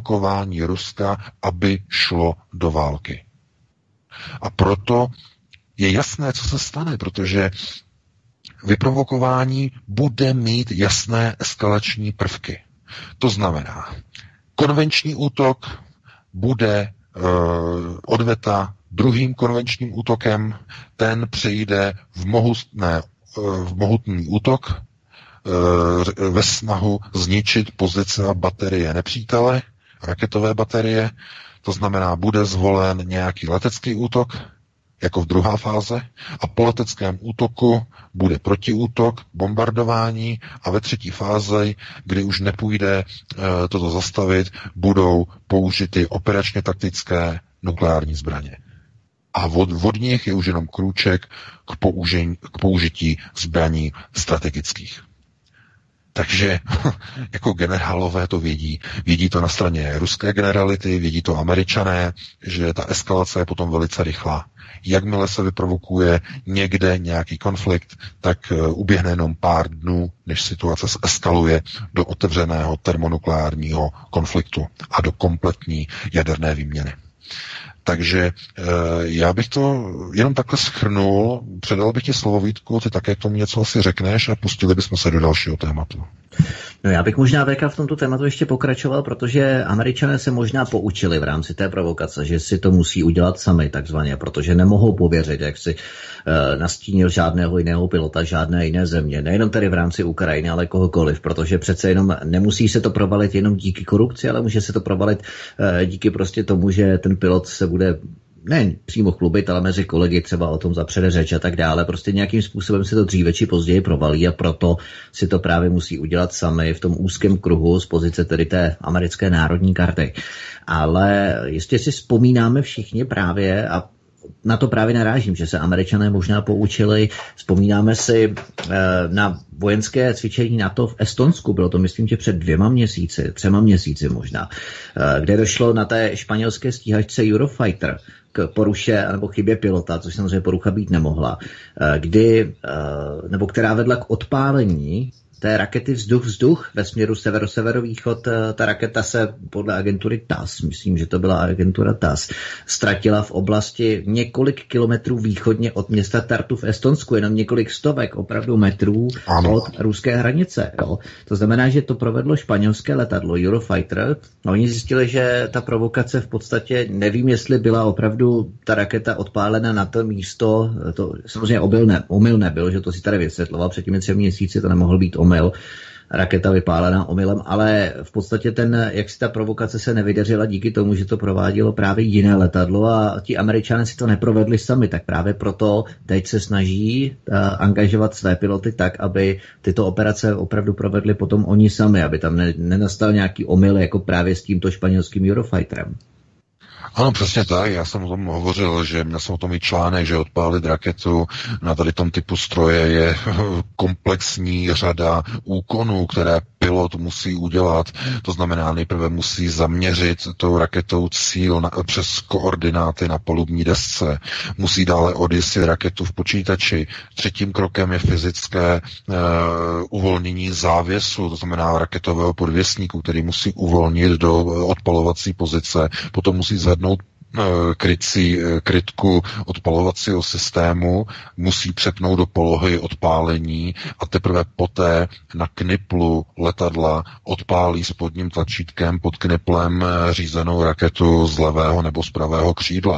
vyprovokování Ruska, aby šlo do války. A proto je jasné, co se stane, protože vyprovokování bude mít jasné eskalační prvky. To znamená, konvenční útok bude e, odveta druhým konvenčním útokem, ten přejde v, mohutné, e, v mohutný útok e, ve snahu zničit pozice a baterie nepřítele, raketové baterie, to znamená, bude zvolen nějaký letecký útok, jako v druhá fáze, a po leteckém útoku bude protiútok, bombardování a ve třetí fázi, kdy už nepůjde e, toto zastavit, budou použity operačně taktické nukleární zbraně. A od, od nich je už jenom krůček k, použení, k použití zbraní strategických. Takže jako generálové to vědí. Vědí to na straně ruské generality, vědí to Američané, že ta eskalace je potom velice rychlá. Jakmile se vyprovokuje někde nějaký konflikt, tak uběhne jenom pár dnů, než situace eskaluje do otevřeného termonukleárního konfliktu a do kompletní jaderné výměny. Takže já bych to jenom takhle shrnul, předal bych ti slovo, Vítku, ty také k tomu něco asi řekneš a pustili bychom se do dalšího tématu. No já bych možná V K v tomto tématu ještě pokračoval, protože Američané se možná poučili v rámci té provokace, že si to musí udělat sami takzvaně, protože nemohou pověřit, jak si e, nastínil, žádného jiného pilota, žádné jiné země, nejenom tedy v rámci Ukrajiny, ale kohokoliv, protože přece jenom nemusí se to provalit jenom díky korupci, ale může se to provalit e, díky prostě tomu, že ten pilot se bude nejen přímo chlubit, ale mezi kolegy třeba o tom zapřede řeč a tak dále. Prostě nějakým způsobem se to dříve či později provalí a proto si to právě musí udělat sami v tom úzkém kruhu z pozice tedy té americké národní karty. Ale jistě si vzpomínáme všichni právě, a na to právě narážím, že se Američané možná poučili. Vzpomínáme si e, na vojenské cvičení NATO v Estonsku, bylo to myslím, že před dvěma měsíci, třema měsíci možná, e, kde došlo na té španělské stíhačce Eurofighter k poruše nebo chybě pilota, což samozřejmě porucha být nemohla, e, kdy, e, nebo která vedla k odpálení té rakety vzduch-vzduch ve směru severo-severovýchod. Ta raketa se podle agentury T A S, myslím, že to byla agentura T A S, ztratila v oblasti několik kilometrů východně od města Tartu v Estonsku, jenom několik stovek opravdu metrů ano. od ruské hranice. Jo. To znamená, že to provedlo španělské letadlo Eurofighter. No, oni zjistili, že ta provokace v podstatě, nevím, jestli byla opravdu ta raketa odpálena na to místo, to samozřejmě omylné, omylné bylo, že to si tady vysvětloval před těmi třemi měsíci, to nemohl být omyl. Raketa vypálená omylem, ale v podstatě ten, jak si ta provokace se nevydařila díky tomu, že to provádělo právě jiné letadlo a ti Američané si to neprovedli sami, tak právě proto teď se snaží uh, angažovat své piloty tak, aby tyto operace opravdu provedli potom oni sami, aby tam ne, nenastal nějaký omyl jako právě s tímto španělským Eurofighterem. Ano, přesně tak. Já jsem o tom hovořil, že měl jsem o tom i článek, že odpálit raketu na tady tom typu stroje je komplexní řada úkonů, které pilot musí udělat. To znamená, nejprve musí zaměřit tou raketou cíl na, přes koordináty na palubní desce. Musí dále odjistit raketu v počítači. Třetím krokem je fyzické uh, uvolnění závěsu, to znamená raketového podvěsníku, který musí uvolnit do odpalovací pozice. Potom musí zvednout krycí, krytku odpalovacího systému, musí přepnout do polohy odpálení a teprve poté na kniplu letadla odpálí spodním tlačítkem pod kniplem řízenou raketu z levého nebo z pravého křídla.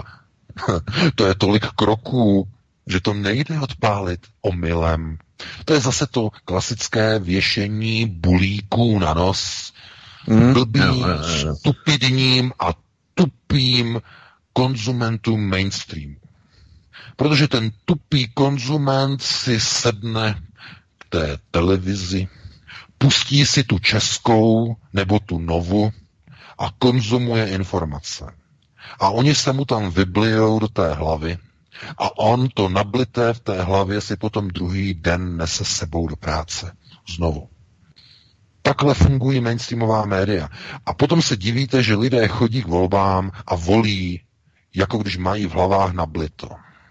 To je tolik kroků, že to nejde odpálit omylem. To je zase to klasické věšení bulíků na nos, blbým, stupidním a tupým konzumentům mainstreamu. Protože ten tupý konzument si sedne k té televizi, pustí si tu českou nebo tu novu a konzumuje informace. A oni se mu tam vyblijou do té hlavy a on to nablité v té hlavě si potom druhý den nese sebou do práce. Znovu. Takhle fungují mainstreamová média. A potom se divíte, že lidé chodí k volbám a volí, jako když mají v hlavách nablito.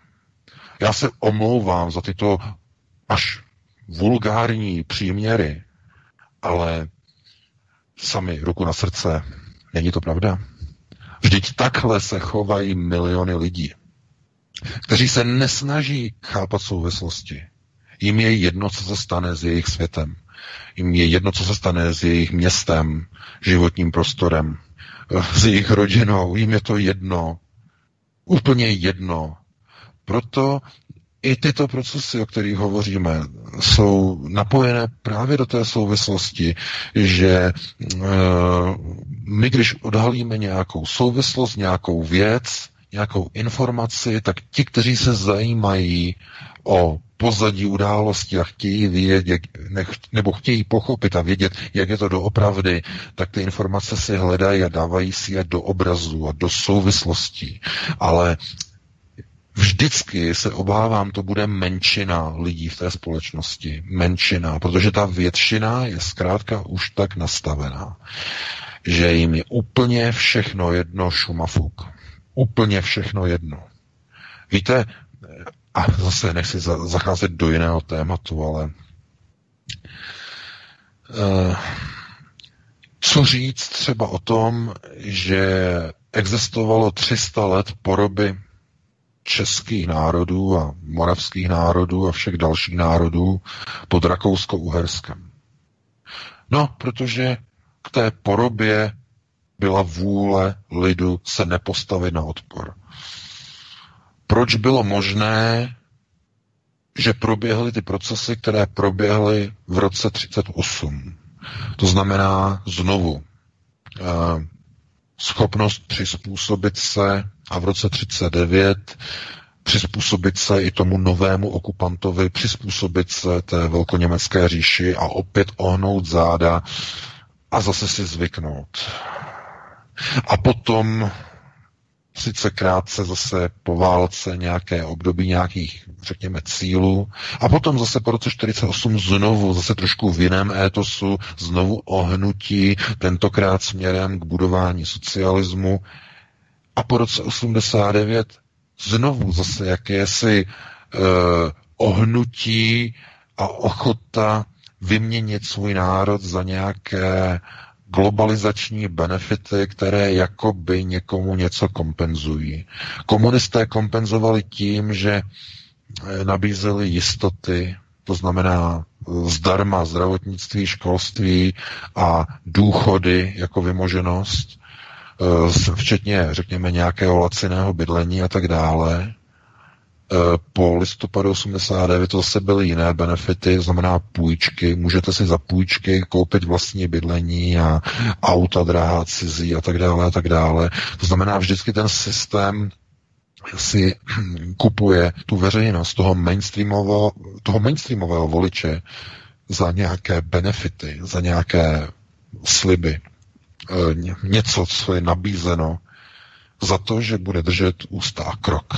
Já se omlouvám za tyto až vulgární příměry, ale sami ruku na srdce, není to pravda? Vždyť takhle se chovají miliony lidí. kteří se nesnaží chápat souvislosti. Jim je jedno, co se stane s jejich světem. Jim je jedno, co se stane s jejich městem, životním prostorem, s jejich rodinou. Jim je to jedno. Úplně jedno. Proto i tyto procesy, o kterých hovoříme, jsou napojené právě do té souvislosti, že e, my, když odhalíme nějakou souvislost, nějakou věc, nějakou informaci, tak ti, kteří se zajímají o pozadí události a chtějí vědět, nebo chtějí pochopit a vědět, jak je to doopravdy, tak ty informace si hledají a dávají si je do obrazu a do souvislostí. Ale vždycky se obávám, to bude menšina lidí v té společnosti. Menšina, protože ta většina je zkrátka už tak nastavená, že jim je úplně všechno jedno šumafuk. Úplně všechno jedno. Víte, a zase nechci zacházet do jiného tématu, ale uh, co říct třeba o tom, že existovalo tři sta let poroby českých národů a moravských národů a všech dalších národů pod Rakousko-Uherskem. No, protože k té porobě byla vůle lidu se nepostavit na odpor. Proč bylo možné, že proběhly ty procesy, které proběhly v roce třicet osm? To znamená znovu eh, schopnost přizpůsobit se a v roce třicet devět přizpůsobit se i tomu novému okupantovi, přizpůsobit se té velkoněmecké říši a opět ohnout záda a zase si zvyknout. A potom sice krátce zase po válce nějaké období nějakých, řekněme, cílů a potom zase po roce čtyřicet osm znovu, zase trošku v jiném étosu, znovu ohnutí, tentokrát směrem k budování socialismu a po roce osmdesát devět znovu zase jakési eh, ohnutí a ochota vyměnit svůj národ za nějaké globalizační benefity, které jakoby někomu něco kompenzují. Komunisté kompenzovali tím, že nabízeli jistoty, to znamená zdarma zdravotnictví, školství a důchody jako vymoženost, včetně, řekněme, nějakého laciného bydlení a tak dále. Po listopadu osmdesát devět to zase byly jiné benefity, znamená půjčky. Můžete si za půjčky koupit vlastní bydlení a auta drahá cizí a tak dále a tak dále. To znamená, vždycky ten systém si kupuje tu veřejnost, toho mainstreamového, toho mainstreamového voliče za nějaké benefity, za nějaké sliby. Něco, co je nabízeno za to, že bude držet ústa a krok.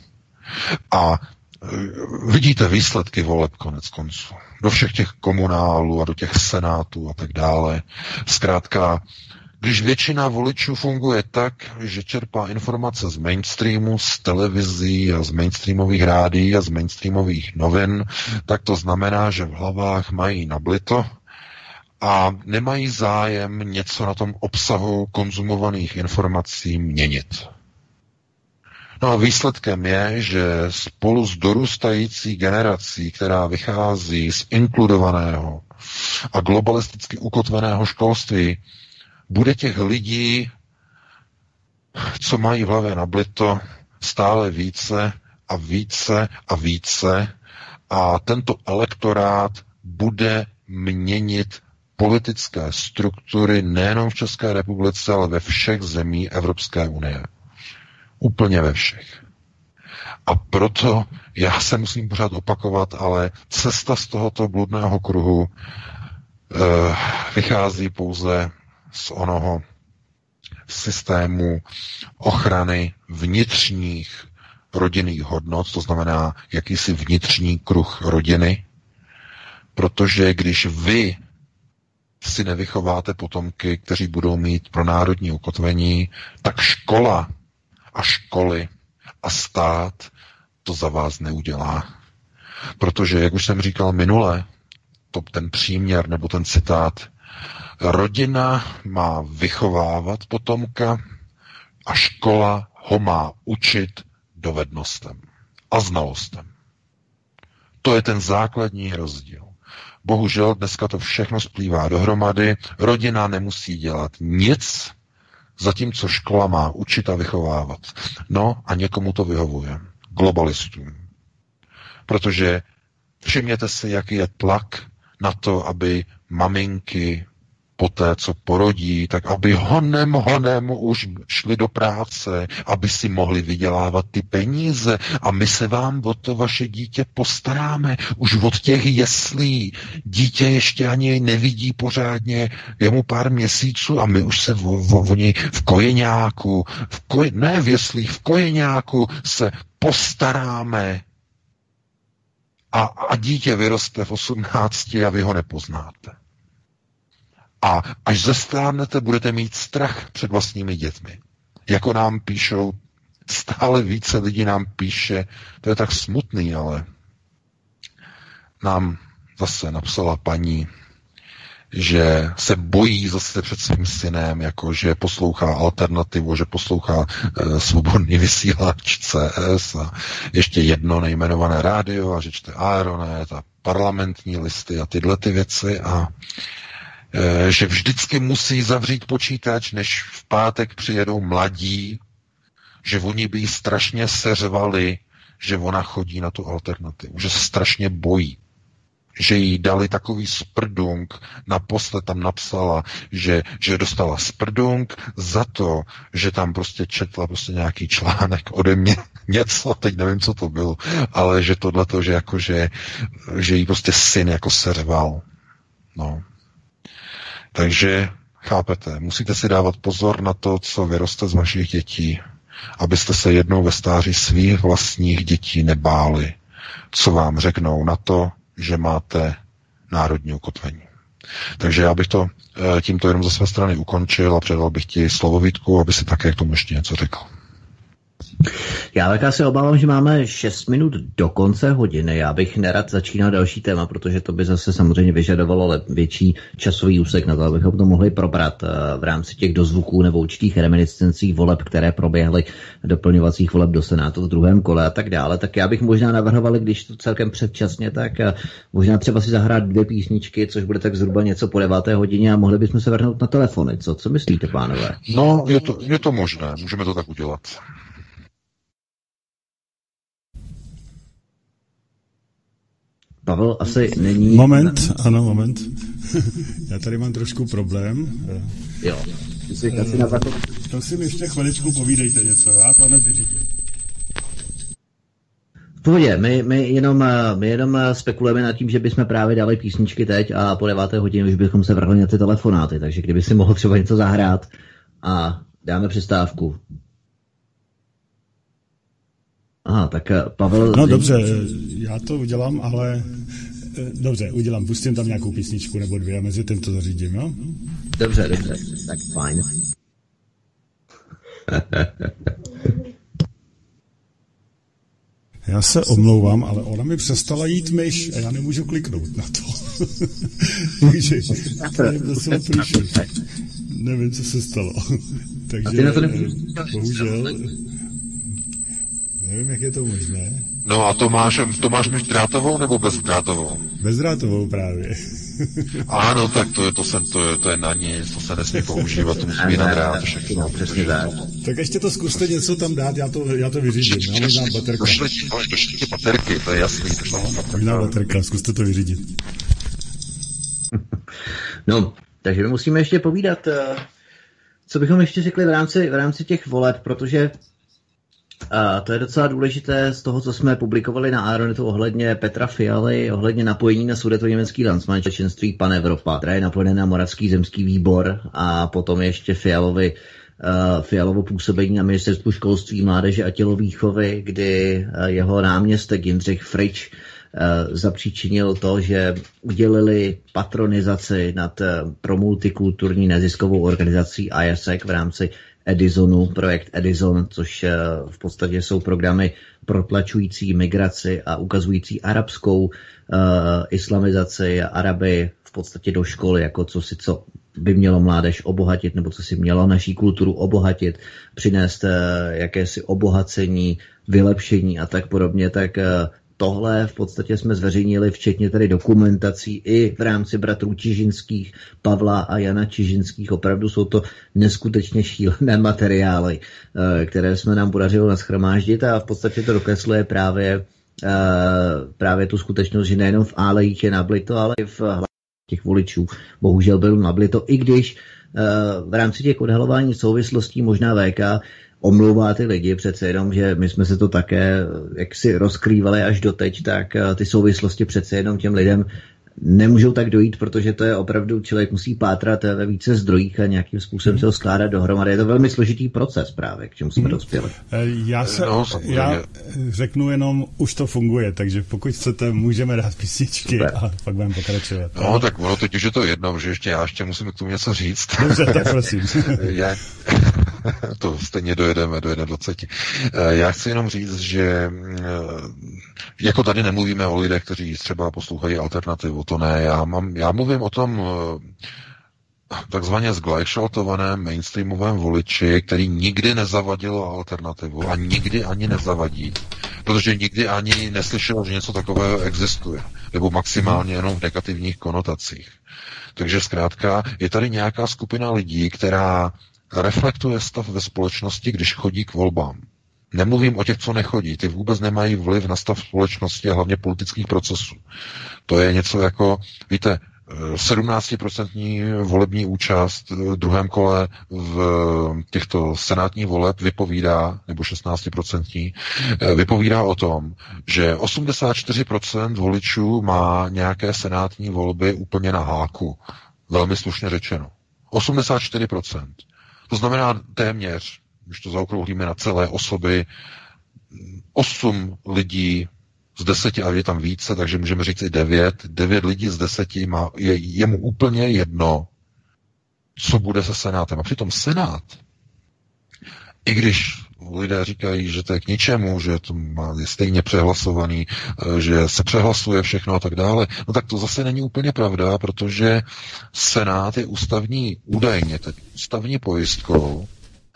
A vidíte výsledky voleb konec konců. Do všech těch komunálů a do těch senátů a tak dále. Zkrátka, když většina voličů funguje tak, že čerpá informace z mainstreamu, z televizí a z mainstreamových rádií a z mainstreamových novin, tak to znamená, že v hlavách mají nablito a nemají zájem něco na tom obsahu konzumovaných informací měnit. No a výsledkem je, že spolu s dorůstající generací, která vychází z inkludovaného a globalisticky ukotveného školství, bude těch lidí, co mají v hlavě nablito, stále více a více a více a tento elektorát bude měnit politické struktury nejenom v České republice, ale ve všech zemích Evropské unie. Úplně ve všech. A proto já se musím pořád opakovat, ale cesta z tohoto bludného kruhu e, vychází pouze z onoho systému ochrany vnitřních rodinných hodnot, to znamená jakýsi vnitřní kruh rodiny, protože když vy si nevychováte potomky, kteří budou mít pro národní ukotvení, tak škola a školy a stát to za vás neudělá. Protože, jak už jsem říkal minule, to ten příměr nebo ten citát, rodina má vychovávat potomka a škola ho má učit dovednostem. a znalostem. To je ten základní rozdíl. Bohužel dneska to všechno splývá dohromady, rodina nemusí dělat nic, zatímco škola má učit a vychovávat. No a někomu to vyhovuje. Globalistům. Protože všimněte si, jaký je tlak na to, aby maminky poté, co porodí, tak aby honem, honem už šli do práce, aby si mohli vydělávat ty peníze a my se vám o to vaše dítě postaráme. Už od těch jeslí. Dítě ještě ani nevidí pořádně, je mu pár měsíců a my už se o, o, oni v kojeňáku, v koje, ne v jeslích, v kojeňáku se postaráme. A, a dítě vyroste v osmnácti a vy ho nepoznáte. A až zestárnete, budete mít strach před vlastními dětmi. Jako nám píšou, stále více lidí nám píše, to je tak smutný, ale nám zase napsala paní, že se bojí zase před svým synem, jako že poslouchá Alternativu, že poslouchá e, svobodný vysílač C S a ještě jedno nejmenované rádio a že čte Aeronet a parlamentní listy a tyhle ty věci a e, že vždycky musí zavřít počítač, než v pátek přijedou mladí, že oni by jí strašně seřvali, že ona chodí na tu Alternativu, že se strašně bojí. Že jí dali takový sprdunk, naposled tam napsala, že, že dostala sprdunk za to, že tam prostě četla prostě nějaký článek ode mě, něco, teď nevím, co to bylo, ale že tohleto, že jako, že, že jí prostě syn jako seřval. No. Takže, chápete, musíte si dávat pozor na to, co vyroste z vašich dětí, abyste se jednou ve stáří svých vlastních dětí nebáli, co vám řeknou na to, že máte národní ukotvení. Takže já bych to tímto jenom ze své strany ukončil a předal bych ti slovo, Vítku, aby si také k tomu ještě něco řekl. Já tak asi obávám, že máme šest minut do konce hodiny. Já bych nerad začínal další téma, protože to by zase samozřejmě vyžadovalo větší časový úsek na to, abychom to mohli probrat v rámci těch dozvuků nebo určitých reminiscencí voleb, které proběhly, doplňovacích voleb do Senátu v druhém kole a tak dále. Tak já bych možná navrhoval, když to celkem předčasně, tak možná třeba si zahrát dvě písničky, což bude tak zhruba něco po deváté hodině a mohli bychom se vrhnout na telefony. Co, co myslíte, pánové? No, je to, je to možné, můžeme to tak udělat. Pavel asi není... Moment, ano, moment. Já tady mám trošku problém. Jo. Já si na to... Prosím, ještě chviličku povídejte něco, já to hned vyřídím. V pohodě, my, my, jenom, my jenom spekulujeme nad tím, že bychom právě dali písničky teď a po deváté hodině už bychom se vrhli na ty telefonáty, takže kdyby si mohl třeba něco zahrát a dáme přestávku. Aha, tak Pavel... No dobře, já to udělám, ale... Dobře, udělám, pustím tam nějakou písničku nebo dvě a mezi tím to zařídím, jo? Dobře, dobře, tak fajn. Já se omlouvám, ale ona mi přestala jít myš a já nemůžu kliknout na to. Takže to jsem průšel. Nevím, co se stalo. Takže bohužel... Nevím, jak je to možné. No a to máš, to máš myš drátovou nebo bezdrátovou? Bezdrátovou právě. Ano, tak to je, to, jsem, to, je, to je na nic, to se nesmí používat, to musí být na drát všechno. Přesně tak. Tak ještě to zkuste něco tam dát, já to, já to vyřídím. Já možná baterka. Došli ti baterky, to je jasný. Možná baterka, zkuste to vyřídit. No, takže my musíme ještě povídat, co bychom ještě řekli v rámci, v rámci těch voleb, protože a to je docela důležité z toho, co jsme publikovali na Aeronetu ohledně Petra Fialy, ohledně napojení na sudetoněmecký landsmanšaftenství Pan Evropa, která je napojené na Moravský zemský výbor a potom ještě Fialovi, uh, Fialovo působení na ministerstvu školství, mládeže a tělovýchovy, kdy uh, jeho náměstek Jindřich Frič uh, zapříčinil to, že udělili patronizaci nad uh, pro multikulturní neziskovou organizací I S E C v rámci Edisonu, projekt Edison, což v podstatě jsou programy protlačující migraci a ukazující arabskou uh, islamizaci a Araby v podstatě do školy, jako co si co by mělo mládež obohatit, nebo co si mělo naší kulturu obohatit, přinést jakési obohacení, vylepšení a tak podobně, tak tohle v podstatě jsme zveřejnili, včetně tady dokumentací i v rámci bratrů Čižinských, Pavla a Jana Čižinských. Opravdu jsou to neskutečně šílené materiály, které jsme nám podařilo nashromáždit a v podstatě to dokresluje právě, právě tu skutečnost, že nejenom v álejích je nablito, ale i v hlavě těch voličů bohužel byl nablito, i když v rámci těch odhalování souvislostí možná V K omlouvá ty lidi, přece jenom, že my jsme se to také jaksi rozkrývali až doteď, tak ty souvislosti přece jenom těm lidem nemůžou tak dojít, protože to je opravdu, člověk musí pátrat ve více zdrojích a nějakým způsobem se ho skládat dohromady. Je to velmi složitý proces právě, k čemu jsme hmm. dospěli. Já, se, no, já řeknu jenom, už to funguje, takže pokud chcete, můžeme dát písničky Super. A pak budeme pokračovat. No, tak ono teď už je to jedno, že ještě já ještě musím k tomu něco říct. Dobře, tak prosím. já, to stejně dojedeme do dvacet jedna. Já chci jenom říct, že jako tady nemluvíme o lidech, kteří třeba poslouchají alternativu, to ne. Já, mám, já mluvím o tom takzvaně zglajšaltovaném mainstreamovém voliči, který nikdy nezavadil alternativu a nikdy ani nezavadí, protože nikdy ani neslyšel, že něco takového existuje, nebo maximálně jenom v negativních konotacích. Takže zkrátka je tady nějaká skupina lidí, která reflektuje stav ve společnosti, když chodí k volbám. Nemluvím o těch, co nechodí. Ty vůbec nemají vliv na stav společnosti a hlavně politických procesů. To je něco jako, víte, sedmnáctiprocentní volební účast v druhém kole v těchto senátních voleb vypovídá, nebo šestnáctiprocentní, vypovídá o tom, že osmdesát čtyři procent voličů má nějaké senátní volby úplně na háku. Velmi slušně řečeno. osmdesát čtyři procent. To znamená téměř, když to zaokrouhlíme na celé osoby, osm lidí z deseti, a je tam více, takže můžeme říct i devět. Devět lidí z deseti má, je, je mu úplně jedno, co bude se Senátem. A přitom Senát, i když lidé říkají, že to je k ničemu, že to má, je stejně přehlasovaný, že se přehlasuje všechno a tak dále, no tak to zase není úplně pravda, protože Senát je ústavní, údajně tedy ústavní pojistkou,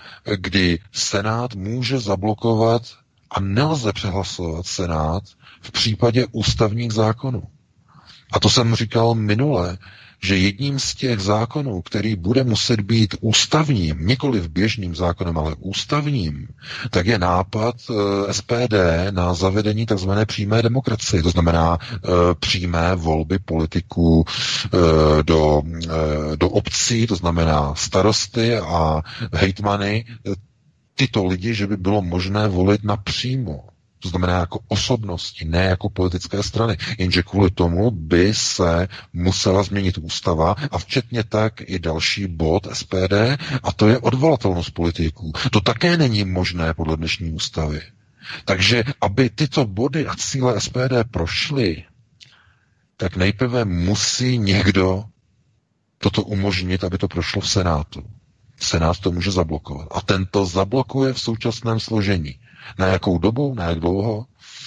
kdy Senát může zablokovat a nelze přehlasovat Senát v případě ústavních zákonů. A to jsem říkal minule, že jedním z těch zákonů, který bude muset být ústavním, nikoliv běžným zákonem, ale ústavním, tak je nápad e, S P D na zavedení tzv. Přímé demokracie, to znamená e, přímé volby politiků e, do, e, do obcí, to znamená starosty a hejtmany, e, tyto lidi, že by bylo možné volit napřímo. To znamená jako osobnosti, ne jako politické strany. Jenže kvůli tomu by se musela změnit ústava a včetně tak i další bod S P D, a to je odvolatelnost politiků. To také není možné podle dnešní ústavy. Takže aby tyto body a cíle S P D prošly, tak nejprve musí někdo toto umožnit, aby to prošlo v Senátu. Senát to může zablokovat. A ten to zablokuje v současném složení. Na jakou dobu? Na jak dlouho?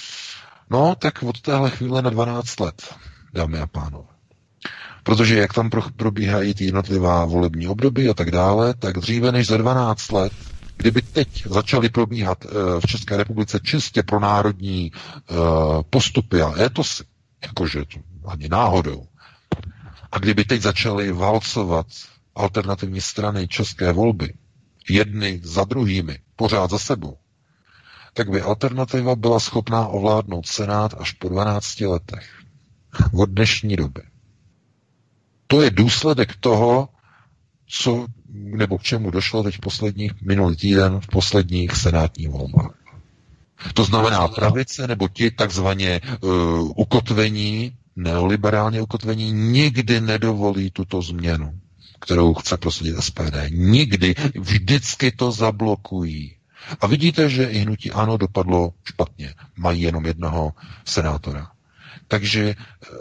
No, tak od téhle chvíle na dvanáct let, dámy a pánové. Protože jak tam probíhají ty jednotlivá volební období a tak dále, tak dříve než za dvanáct let, kdyby teď začaly probíhat v České republice čistě pro národní postupy a étosy, jakože to ani náhodou, a kdyby teď začaly válcovat alternativní strany české volby, jedny za druhými, pořád za sebou, tak by alternativa byla schopná ovládnout Senát až po dvanácti letech. Od dnešní doby. To je důsledek toho, co, nebo k čemu došlo teď v posledních, minulý týden v posledních senátních volbách. To znamená pravice, nebo ti takzvaně uh, ukotvení, neoliberálně ukotvení, nikdy nedovolí tuto změnu, kterou chce prosadit S P D. Nikdy. Vždycky to zablokují. A vidíte, že i hnutí ANO dopadlo špatně. Mají jenom jednoho senátora. Takže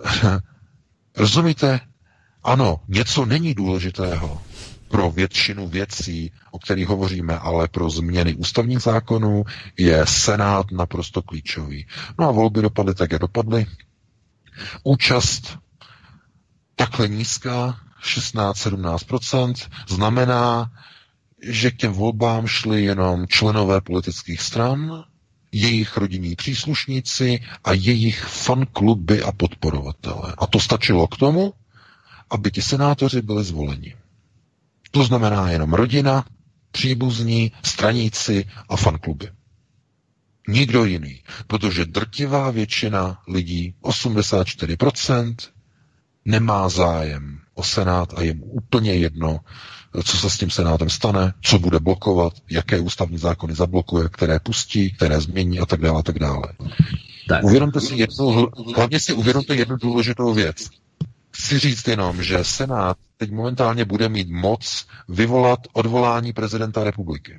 rozumíte, ano, něco není důležitého pro většinu věcí, o kterých hovoříme, ale pro změny ústavních zákonů je Senát naprosto klíčový. No a volby dopadly tak, jak dopadly. Účast takhle nízká, šestnáct sedmnáct procent, znamená, že k těm volbám šli jenom členové politických stran, jejich rodinní příslušníci a jejich fankluby a podporovatelé. A to stačilo k tomu, aby ti senátoři byli zvoleni. To znamená jenom rodina, příbuzní, straníci a fankluby. Nikdo jiný. Protože drtivá většina lidí, osmdesát čtyři procent, nemá zájem o senát a je mu úplně jedno, co se s tím senátem stane, co bude blokovat, jaké ústavní zákony zablokuje, které pustí, které změní a tak dále a tak dále. Tak. Uvědomte si jednu, hlavně si uvědomte jednu důležitou věc. Chci říct jenom, že Senát teď momentálně bude mít moc vyvolat odvolání prezidenta republiky.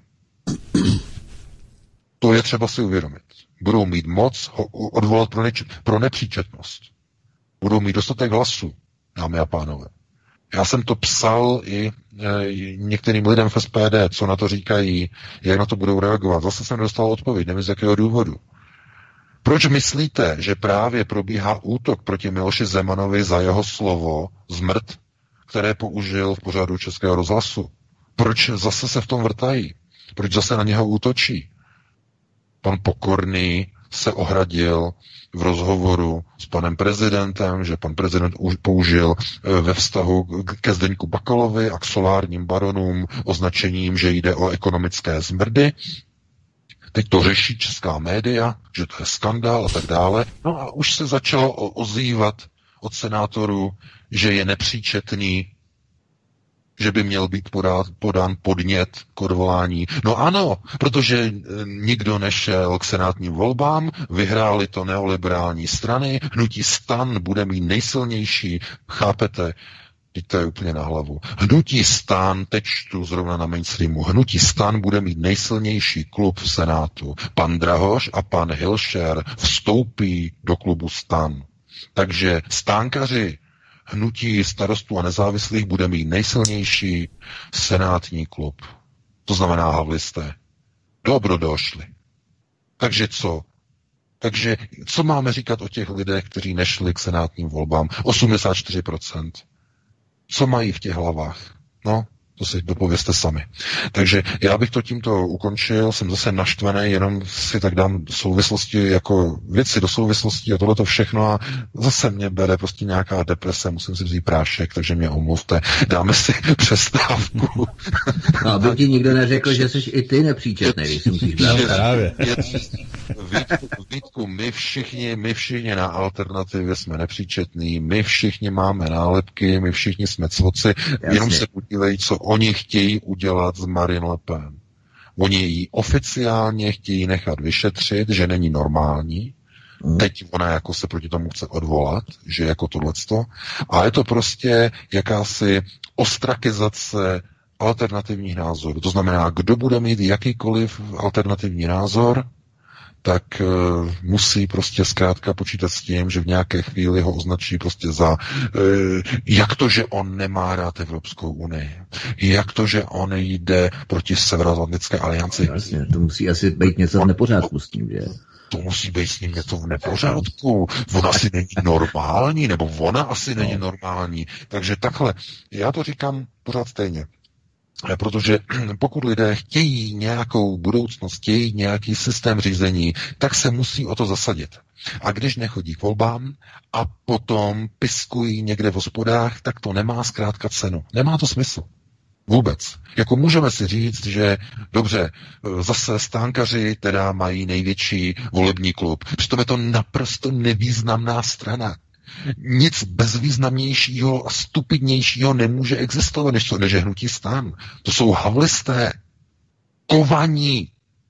To je třeba si uvědomit. Budou mít moc ho odvolat pro, neč- pro nepříčetnost. Budou mít dostatek hlasů, dámy a pánové. Já jsem to psal i e, některým lidem v S P D, co na to říkají, jak na to budou reagovat. Zase jsem dostal odpověď, nevím z jakého důvodu. Proč myslíte, že právě probíhá útok proti Miloši Zemanovi za jeho slovo zmrt, které použil v pořadu Českého rozhlasu? Proč zase se v tom vrtají? Proč zase na něho útočí? Pan Pokorný se ohradil v rozhovoru s panem prezidentem, že pan prezident už použil ve vztahu ke Zdeňku Bakalovi a k solárním baronům označením, že jde o ekonomické zmrdy. Teď to řeší česká média, že to je skandál a tak dále. No a už se začalo ozývat od senátorů, že je nepříčetný, že by měl být podán, podán podnět k odvolání. No ano, protože nikdo nešel k senátním volbám, vyhrály to neoliberální strany, hnutí STAN bude mít nejsilnější, chápete, teď to je úplně na hlavu. Hnutí STAN, teď čtu zrovna na mainstreamu, hnutí STAN bude mít nejsilnější klub v Senátu. Pan Drahoš a pan Hilšer vstoupí do klubu STAN. Takže stánkaři hnutí starostů a nezávislých bude mít nejsilnější senátní klub. To znamená havlisté. Dobro došli. Takže co? Takže co máme říkat o těch lidech, kteří nešli k senátním volbám? osmdesát čtyři procent. Co mají v těch hlavách? No, to si dopovězte sami. Takže já bych to tímto ukončil, jsem zase naštvený, jenom si tak dám souvislosti, jako věci do souvislostí a tohleto všechno a zase mě bere prostě nějaká deprese, musím si vzít prášek, takže mě omluvte. Dáme si přestávku. No, aby ti nikdo neřekl, že jsi i ty nepříčetný, když si musíš brát. Právě. Vítku, Vítku, my všichni, my všichni na alternativě jsme nepříčetní, my všichni máme nálepky, my všichni jsme cvoci, jenom se podívej, co oni chtějí udělat s Marine Le Pen. Oni ji oficiálně chtějí nechat vyšetřit, že není normální. Hmm. Teď ona jako se proti tomu chce odvolat, že jako tohleto. A je to prostě jakási ostrakizace alternativních názorů. To znamená, kdo bude mít jakýkoliv alternativní názor, tak uh, musí prostě zkrátka počítat s tím, že v nějaké chvíli ho označí prostě za uh, jak to, že on nemá rád Evropskou unii, jak to, že on jde proti Severoatlantické alianci. Jasně, to musí asi být něco v nepořádku s tím, že? To musí být s ním něco v nepořádku. Ona asi není normální, nebo ona asi není normální. Takže takhle, já to říkám pořád stejně. Protože pokud lidé chtějí nějakou budoucnost, chtějí nějaký systém řízení, tak se musí o to zasadit. A když nechodí k volbám a potom piskují někde v hospodách, tak to nemá zkrátka cenu. Nemá to smysl. Vůbec. Jako můžeme si říct, že dobře, zase stánkaři teda mají největší volební klub. Přitom je to naprosto nevýznamná strana. Nic bezvýznamnějšího a stupidnějšího nemůže existovat, než to než hnutí STAN. To jsou havlisté, kovaní.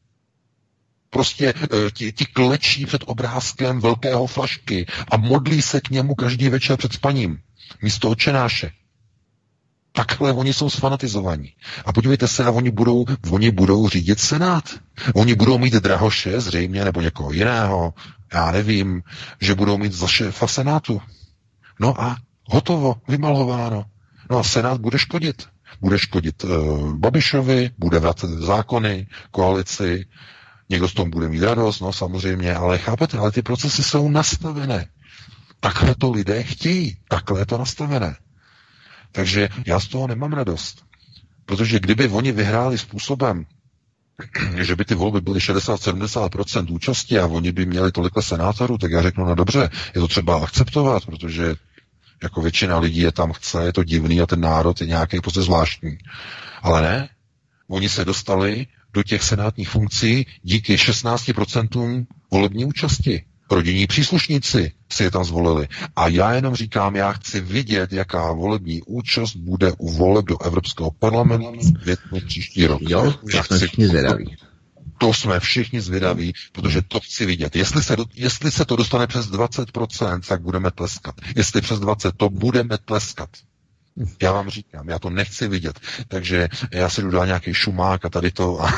Prostě ti, ti klečí před obrázkem velkého flašky a modlí se k němu každý večer před spaním. Místo Otčenáše. Takhle oni jsou sfanatizovaní. A podívejte se, a oni budou, oni budou řídit Senát. Oni budou mít Drahoše zřejmě, nebo někoho jiného, já nevím, že budou mít za šéfa Senátu. No a hotovo, vymalováno. No a Senát bude škodit. Bude škodit uh, Babišovi, bude vracet zákony, koalici, někdo z toho bude mít radost, no samozřejmě, ale chápete, ale ty procesy jsou nastavené. Takhle to lidé chtějí, takhle je to nastavené. Takže já z toho nemám radost. Protože kdyby oni vyhráli způsobem, že by ty volby byly šedesát až sedmdesát procent účasti a oni by měli tolikle senátorů, tak já řeknu, no dobře, je to třeba akceptovat, protože jako většina lidí je tam chce, je to divný a ten národ je nějaký prostě zvláštní. Ale ne, oni se dostali do těch senátních funkcí díky šestnácti procentům volební účasti. Rodinní příslušníci si je tam zvolili. A já jenom říkám, já chci vidět, jaká volební účast bude u voleb do Evropského parlamentu v květnu příští rok. Jo, já jsme všichni zvědaví. To jsme všichni zvědaví, protože to chci vidět. Jestli se, jestli se to dostane přes dvacet procent, tak budeme tleskat. Jestli přes dvacet procent, to budeme tleskat. Já vám říkám, já to nechci vidět. Takže já si jdu dát nějaký šumák a tady to... A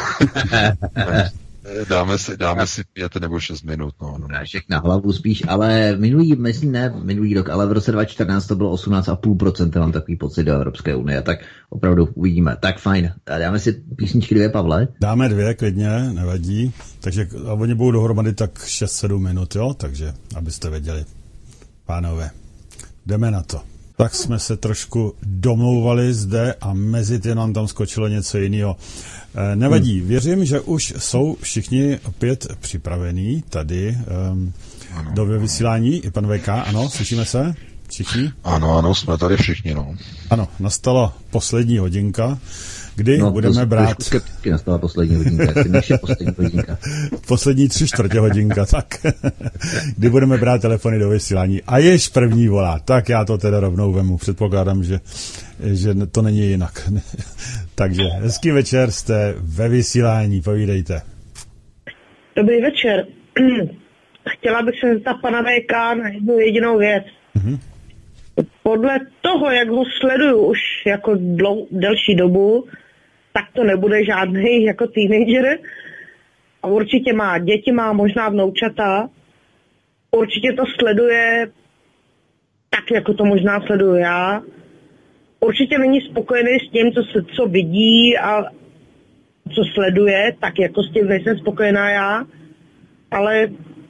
Dáme si, dáme si pět nebo šest minut. No, no. Prášek na hlavu spíš, ale minulý, myslím ne minulý rok, ale v roce dva tisíce čtrnáct to bylo osmnáct celá pět procenta, mám takový pocit do Evropské unie, tak opravdu uvidíme. Tak fajn. A dáme si písničky dvě, Pavle? Dáme dvě, klidně, nevadí. Takže a oni budou dohromady tak šest sedm minut, jo? Takže, abyste věděli. Pánové, jdeme na to. Tak jsme se trošku domlouvali zde a mezi tím nám tam skočilo něco jiného. E, nevadí, hmm. věřím, že už jsou všichni opět připravení tady um, do vysílání. I pan V K, ano, slyšíme se? Všichni? Ano, ano, jsme tady všichni, no. Ano, nastala poslední hodinka, kdy no, budeme brát... Skepticky nastala poslední hodinka, jestli naše poslední hodinka. Poslední tři čtvrtě hodinka, tak. Kdy budeme brát telefony do vysílání. A jež první volá, tak já to teda rovnou vemu. Předpokládám, že, že to není jinak. Takže hezký večer, jste ve vysílání, povídejte. Dobrý večer. Chtěla bych se zeptat pana V K na jednu jedinou věc. Mm-hmm. Podle toho, jak ho sleduju už jako dlou, delší dobu, tak to nebude žádný jako teenager. A určitě má děti, má možná vnoučata. Určitě to sleduje tak, jako to možná sleduju já. Určitě není spokojený s tím, co, se, co vidí a co sleduje, tak jako s tím nejsem spokojená já. Ale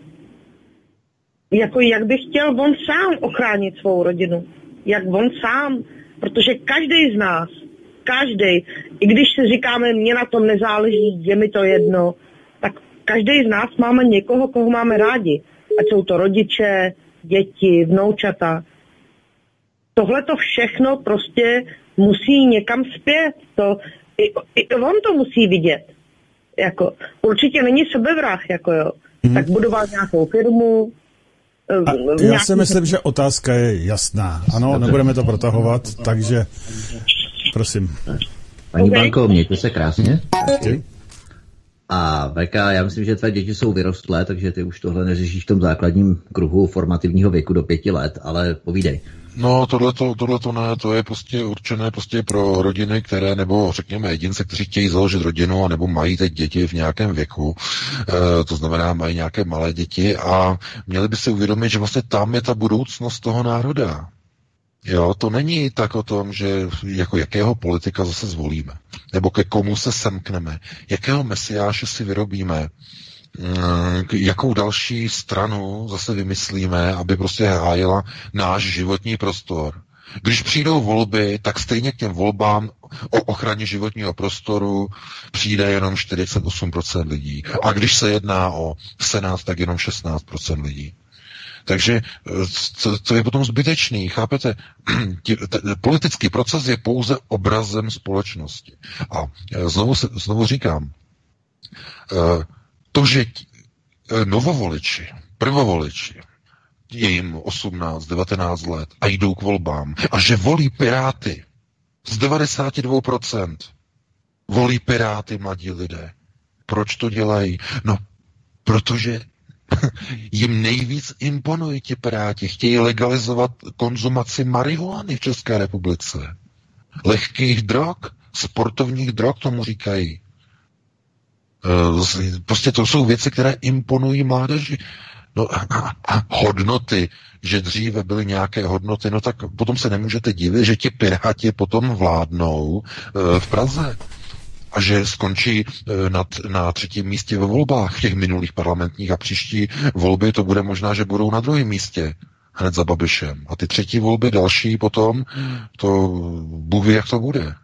jako jak by chtěl on sám ochránit svou rodinu. Jak on sám, protože každý z nás, každý, i když si říkáme, mně na tom nezáleží, je mi to jedno, tak každý z nás máme někoho, koho máme rádi. Ať jsou to rodiče, děti, vnoučata. Tohle to všechno prostě musí někam zpět. To, i, i on to musí vidět. Jako, určitě není sebevrah, jako jo. Hmm. Tak budoval nějakou firmu. A já si myslím, že otázka je jasná. Ano, nebudeme to protahovat, takže prosím. Paní okay. Banko, mějte se krásně. Okay. A V K, já myslím, že tvé děti jsou vyrostlé, takže ty už tohle neřešíš v tom základním kruhu formativního věku do pěti let, ale povídej. No, tohleto, tohleto ne, to je prostě určené prostě pro rodiny, které, nebo řekněme jedince, kteří chtějí založit rodinu, nebo mají teď děti v nějakém věku, e, to znamená, mají nějaké malé děti a měli by si uvědomit, že vlastně tam je ta budoucnost toho národa. Jo, to není tak o tom, že jako jakého politika zase zvolíme, nebo ke komu se semkneme, jakého mesiáše si vyrobíme, jakou další stranu zase vymyslíme, aby prostě hájila náš životní prostor. Když přijdou volby, tak stejně k těm volbám o ochraně životního prostoru přijde jenom čtyřicet osm procent lidí. A když se jedná o Senát, tak jenom šestnáct procent lidí. Takže to, to je potom zbytečný, chápete? Politický proces je pouze obrazem společnosti. A znovu, se, znovu říkám, to, že novovoliči, prvovoliči, je jim osmnáct, devatenáct let a jdou k volbám a že volí Piráty z devadesát dva procent volí Piráty mladí lidé. Proč to dělají? No, protože jim nejvíc imponují ti Piráti. Chtějí legalizovat konzumaci marihuany v České republice. Lehkých drog, sportovních drog tomu říkají. Prostě to jsou věci, které imponují mládeži. No a, a hodnoty, že dříve byly nějaké hodnoty, no tak potom se nemůžete divit, že ti Piráti potom vládnou e, v Praze a že skončí e, na, na třetím místě ve volbách v těch minulých parlamentních a příští volby to bude možná, že budou na druhém místě. hned za Babišem. A ty třetí volby, další potom, to Bůh ví, jak to bude.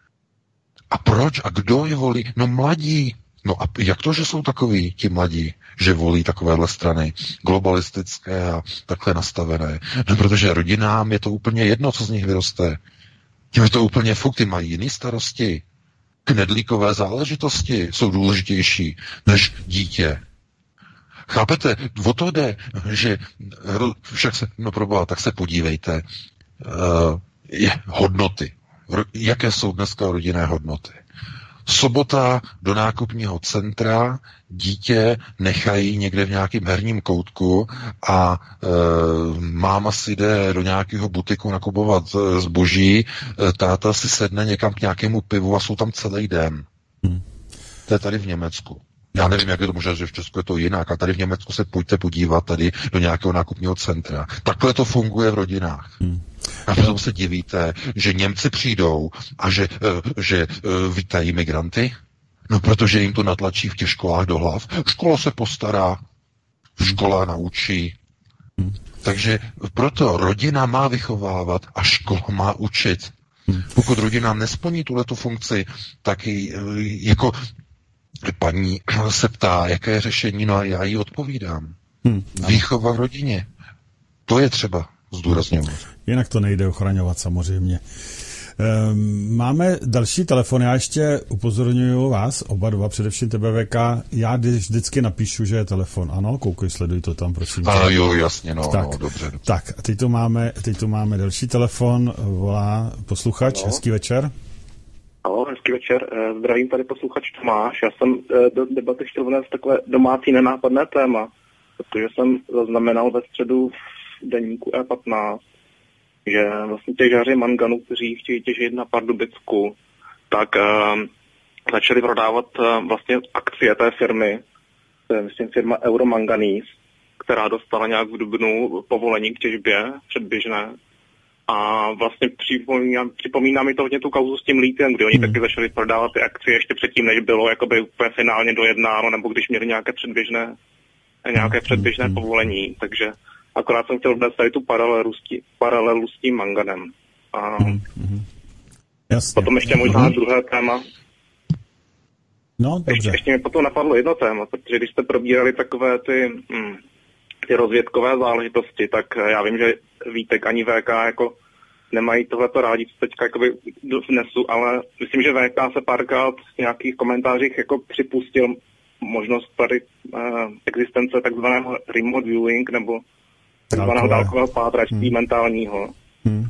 A proč? A kdo je volí? No mladí. No a jak to, že jsou takoví ti mladí, že volí takovéhle strany globalistické a takhle nastavené? No protože rodinám je to úplně jedno, co z nich vyroste. Těm je to úplně fuk, ty mají jiné starosti. Knedlíkové záležitosti jsou důležitější než dítě. Chápete? O to jde, že však se, no proboha, tak se podívejte, uh, je, hodnoty. Jaké jsou dneska rodinné hodnoty? Sobota do nákupního centra, dítě nechají někde v nějakém herním koutku a e, máma si jde do nějakého butiku nakupovat zboží, e, táta si sedne někam k nějakému pivu a jsou tam celý den. Hmm. To je tady v Německu. Já nevím, jak je to možná, že v Česku je to jinak, a tady v Německu se pojďte podívat tady do nějakého nákupního centra. Takhle to funguje v rodinách. Hmm. A potom se divíte, že Němci přijdou a že, že vítají migranty? No, protože jim to natlačí v těch školách do hlav. Škola se postará, škola naučí. Hmm. Takže proto rodina má vychovávat a škola má učit. Hmm. Pokud rodina nesplní tuhletu funkci, tak i, jako paní se ptá, jaké je řešení, no a já jí odpovídám. Hmm. Výchova v rodině. To je třeba zdůrazňovat. Jinak to nejde ochraňovat samozřejmě. Máme další telefon, já ještě upozorňuji vás, oba dva, především tebe, V K, já vždycky napíšu, že je telefon. Ano, koukej, sleduj to tam, prosím. Ano, jo, jasně, no, tak, no dobře, dobře. Tak, a teď tu máme, teď tu máme další telefon, volá posluchač, no. Hezký večer. Ahoj, hezký večer, zdravím tady posluchač Tomáš. Já jsem do debaty chtěl vnést takové domácí nenápadné téma, protože jsem zaznamenal ve středu v deníku E patnáct, že vlastně těžaři manganu, kteří chtějí těžit na Pardubicku, tak uh, začali prodávat uh, vlastně akcie té firmy, to je myslím firma Euromanganese, která dostala nějak v dubnu povolení k těžbě předběžné. A vlastně připomíná, připomíná mi to hodně tu kauzu s tím lítiem, kdy oni hmm. taky začali prodávat ty akcie ještě předtím, než bylo jakoby úplně finálně dojednáno, nebo když měli nějaké předběžné, nějaké předběžné hmm. povolení, takže akorát jsem chtěl vnést tady tu paralelu s tím, paralelu s tím manganem. A hmm. Jasně. Potom ještě možná hmm. druhé téma. No, dobře. Ještě, ještě mi potom napadlo jedno téma, protože když jste probírali takové ty, hm, ty rozvědkové záležitosti, tak já vím, že Vítek ani V K jako nemají tohleto rádi, co teďka jakoby vnesu, ale myslím, že V K se párkrát v nějakých komentářích jako připustil možnost tady uh, existence takzvaného remote viewing nebo takzvaného dálkového pátračství hmm. mentálního. Hmm.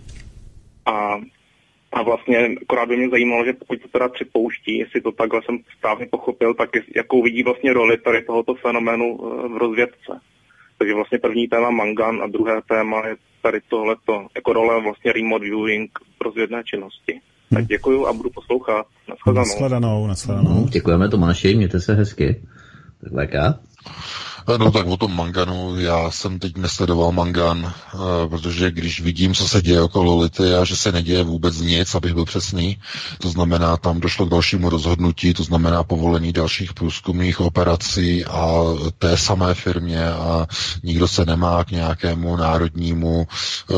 A, a vlastně akorát by mě zajímalo, že pokud to teda připouští, jestli to takhle jsem správně pochopil, tak jest, jakou vidí vlastně roli tady tohoto fenoménu uh, v rozvědce. Takže vlastně první téma mangan a druhé téma je tady tohleto, jako role vlastně remote viewing v rozvědné činnosti. Hmm. Tak děkuju a budu poslouchat. Nashledanou. Nashledanou, nashledanou. Děkujeme Tomáši, mějte se hezky. Tak V K. No tak o tom manganu, já jsem teď nesledoval mangan, protože když vidím, co se děje okolo Lity a že se neděje vůbec nic, abych byl přesný, to znamená, tam došlo k dalšímu rozhodnutí, to znamená povolení dalších průzkumných operací a té samé firmě a nikdo se nemá k nějakému národnímu e,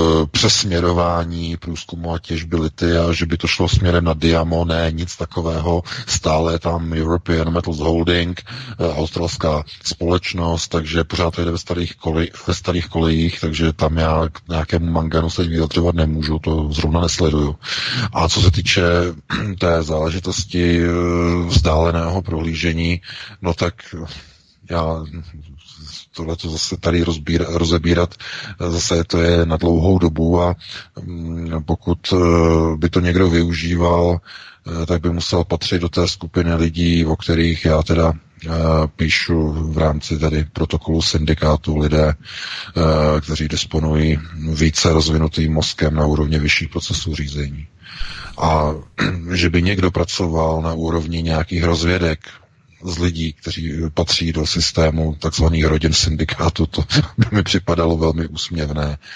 přesměrování průzkumu a těžby Lity a že by to šlo směrem na Diamo, ne, nic takového, stále je tam European Metals Holding, e, australská společnost, takže pořád to jde ve starých, kolej, ve starých kolejích, takže tam já k nějakému manganu se vyjadřovat nemůžu, to zrovna nesleduju. A co se týče té záležitosti vzdáleného prohlížení, no tak já tohleto zase tady rozbírat, rozebírat, zase to je na dlouhou dobu a pokud by to někdo využíval, tak by musel patřit do té skupiny lidí, o kterých já teda píšu v rámci tady protokolu syndikátu lidé, kteří disponují více rozvinutým mozkem na úrovni vyšších procesů řízení. A že by někdo pracoval na úrovni nějakých rozvědek z lidí, kteří patří do systému takzvaných rodin syndikátu, to by mi připadalo velmi úsměvné.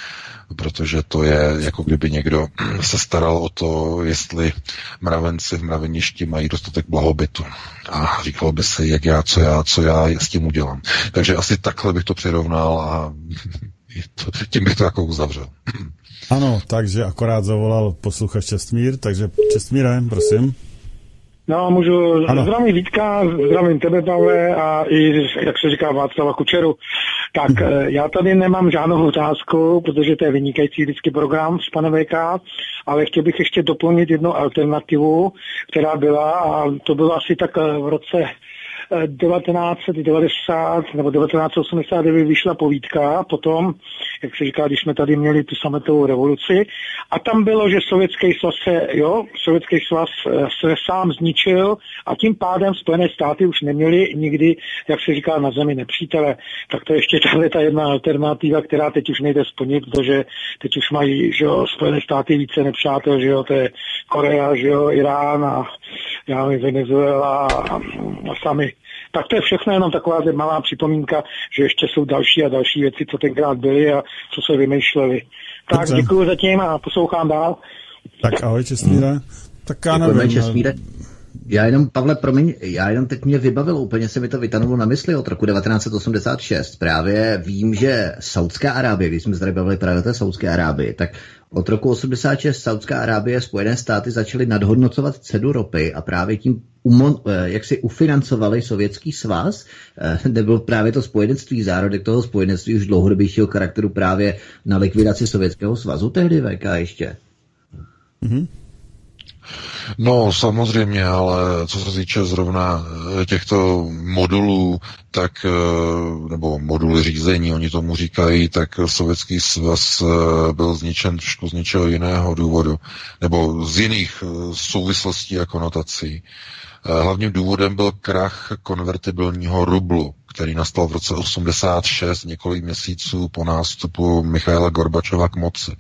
protože to je jako kdyby někdo se staral o to, jestli mravenci v mraveništi mají dostatek blahobytu. A říkalo by se, jak já, co já, co já s tím udělám. Takže asi takhle bych to přirovnal a tím bych to jako uzavřel. Ano, takže akorát zavolal posluchač Čestmír, takže Čestmíre, prosím. No, můžu, ano. Zdravím Vítka, zdravím tebe, Pavle, a i, jak se říká, Václava Kučeru. Tak, hmm. já tady nemám žádnou otázku, protože to je vynikající vždycky program s panem V K, ale chtěl bych ještě doplnit jednu alternativu, která byla, a to bylo asi tak v roce devatenáct set devadesát nebo devatenáct set osmdesát devět vyšla povídka potom, jak se říká, když jsme tady měli tu sametovou revoluci, a tam bylo, že Sovětský svaz se, jo, Sovětský svaz se sám zničil a tím pádem Spojené státy už neměly nikdy, jak se říká, na zemi nepřítele. Tak to je ještě tahle ta jedna alternativa, která teď už nejde splnit, protože teď už mají, že jo, Spojené státy více nepřátel, že jo, to je Korea, že jo, Irán a já nevím, Venezuela a, a sami. Tak to je všechno, jenom taková malá připomínka, že ještě jsou další a další věci, co tenkrát byly a co se vymýšleli. Tak dobře. Děkuji zatím a poslouchám dál. Tak ahoj, Čestmíre. Hmm. Tak já nevím. Čestmíre. Já jenom, Pavle, promiň, já jenom teď mě vybavilo, úplně se mi to vytanulo na mysli od roku devatenáct set osmdesát šest. Právě vím, že Saudská Arábie, když jsme se tady bavili právě o té Saudské Arábii, tak od roku osmdesát šest Saudská Arábie, Spojené státy začaly nadhodnocovat cenu ropy a právě tím umon, jak si ufinancovali Sovětský svaz, nebyl právě to spojenectví, zárodek toho spojenectví už dlouhodobějšího charakteru právě na likvidaci Sovětského svazu tehdy V K ještě. Mhm. No, samozřejmě, ale co se týče zrovna těchto modulů, tak, nebo moduly řízení, oni tomu říkají, tak Sovětský svaz byl zničen trošku z něčeho jiného důvodu, nebo z jiných souvislostí a konotací. Hlavním důvodem byl krach konvertibilního rublu, který nastal v roce osmdesát šest, několik měsíců po nástupu Michaila Gorbačova k moci.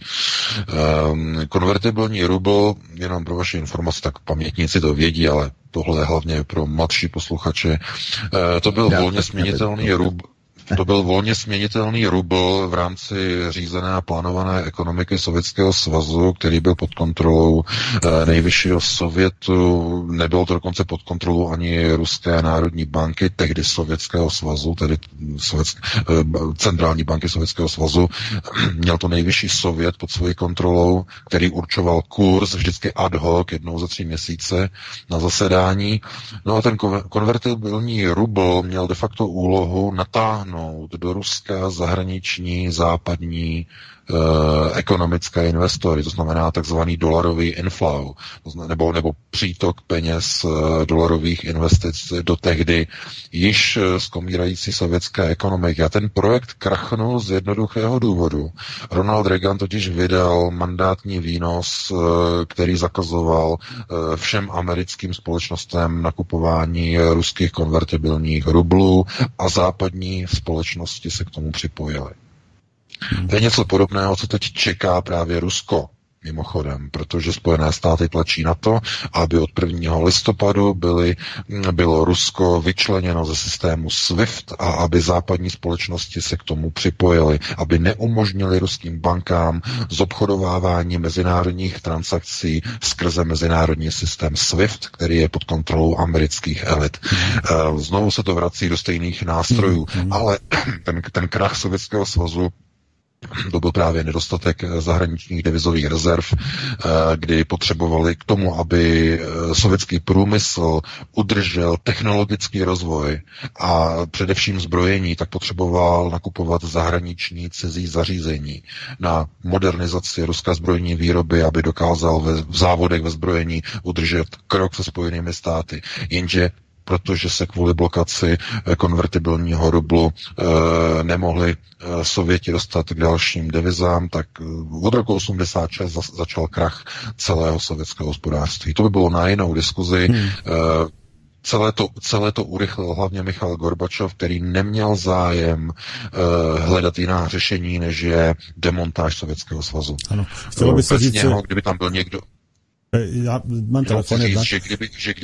Konvertibilní rubl, jenom pro vaši informaci, tak pamětníci to vědí, ale tohle je hlavně pro mladší posluchače, to byl volně směnitelný rubl. To byl volně směnitelný rubl v rámci řízené a plánované ekonomiky Sovětského svazu, který byl pod kontrolou e, nejvyššího sovětu, nebyl to dokonce pod kontrolou ani Ruské národní banky, tehdy Sovětského svazu, tedy sovětské, e, centrální banky Sovětského svazu. Měl to nejvyšší sovět pod svojí kontrolou, který určoval kurz vždycky ad hoc, jednou za tři měsíce na zasedání. No a ten konvertibilní rubl měl de facto úlohu natáhnout do Ruska zahraniční, západní e, ekonomické investory, to znamená takzvaný dolarový inflow, nebo, nebo přítok peněz e, dolarových investic do tehdy již skomírající sovětské ekonomiky. A ten projekt krachnul z jednoduchého důvodu. Ronald Reagan totiž vydal mandátní výnos, e, který zakazoval e, všem americkým společnostem nakupování ruských konvertibilních rublů a západní společnosti se k tomu připojily. To je něco podobného, co teď čeká právě Rusko, mimochodem, protože Spojené státy tlačí na to, aby od prvního listopadu byly, bylo Rusko vyčleněno ze systému SWIFT a aby západní společnosti se k tomu připojily, aby neumožnili ruským bankám zobchodovávání mezinárodních transakcí skrze mezinárodní systém SWIFT, který je pod kontrolou amerických elit. Znovu se to vrací do stejných nástrojů, ale ten, ten krach Sovětského svazu, to byl právě nedostatek zahraničních devizových rezerv, kdy potřebovali k tomu, aby sovětský průmysl udržel technologický rozvoj a především zbrojení, tak potřeboval nakupovat zahraniční cizí zařízení na modernizaci ruské zbrojní výroby, aby dokázal ve, v závodech ve zbrojení udržet krok se Spojenými státy. Jenže protože se kvůli blokaci konvertibilního rublu e, nemohli e, Sověti dostat k dalším devizám, tak od roku osmdesát šest za, začal krach celého sovětského hospodářství. To by bylo na jinou diskuzi. Hmm. E, celé, to, celé to urychlil hlavně Michail Gorbačov, který neměl zájem e, hledat jiná řešení, než je demontáž Sovětského svazu. Ano. Chtělo by se říct, něho, kdyby tam byl někdo... Já mám telefon, říct, že kdyby, že kdyby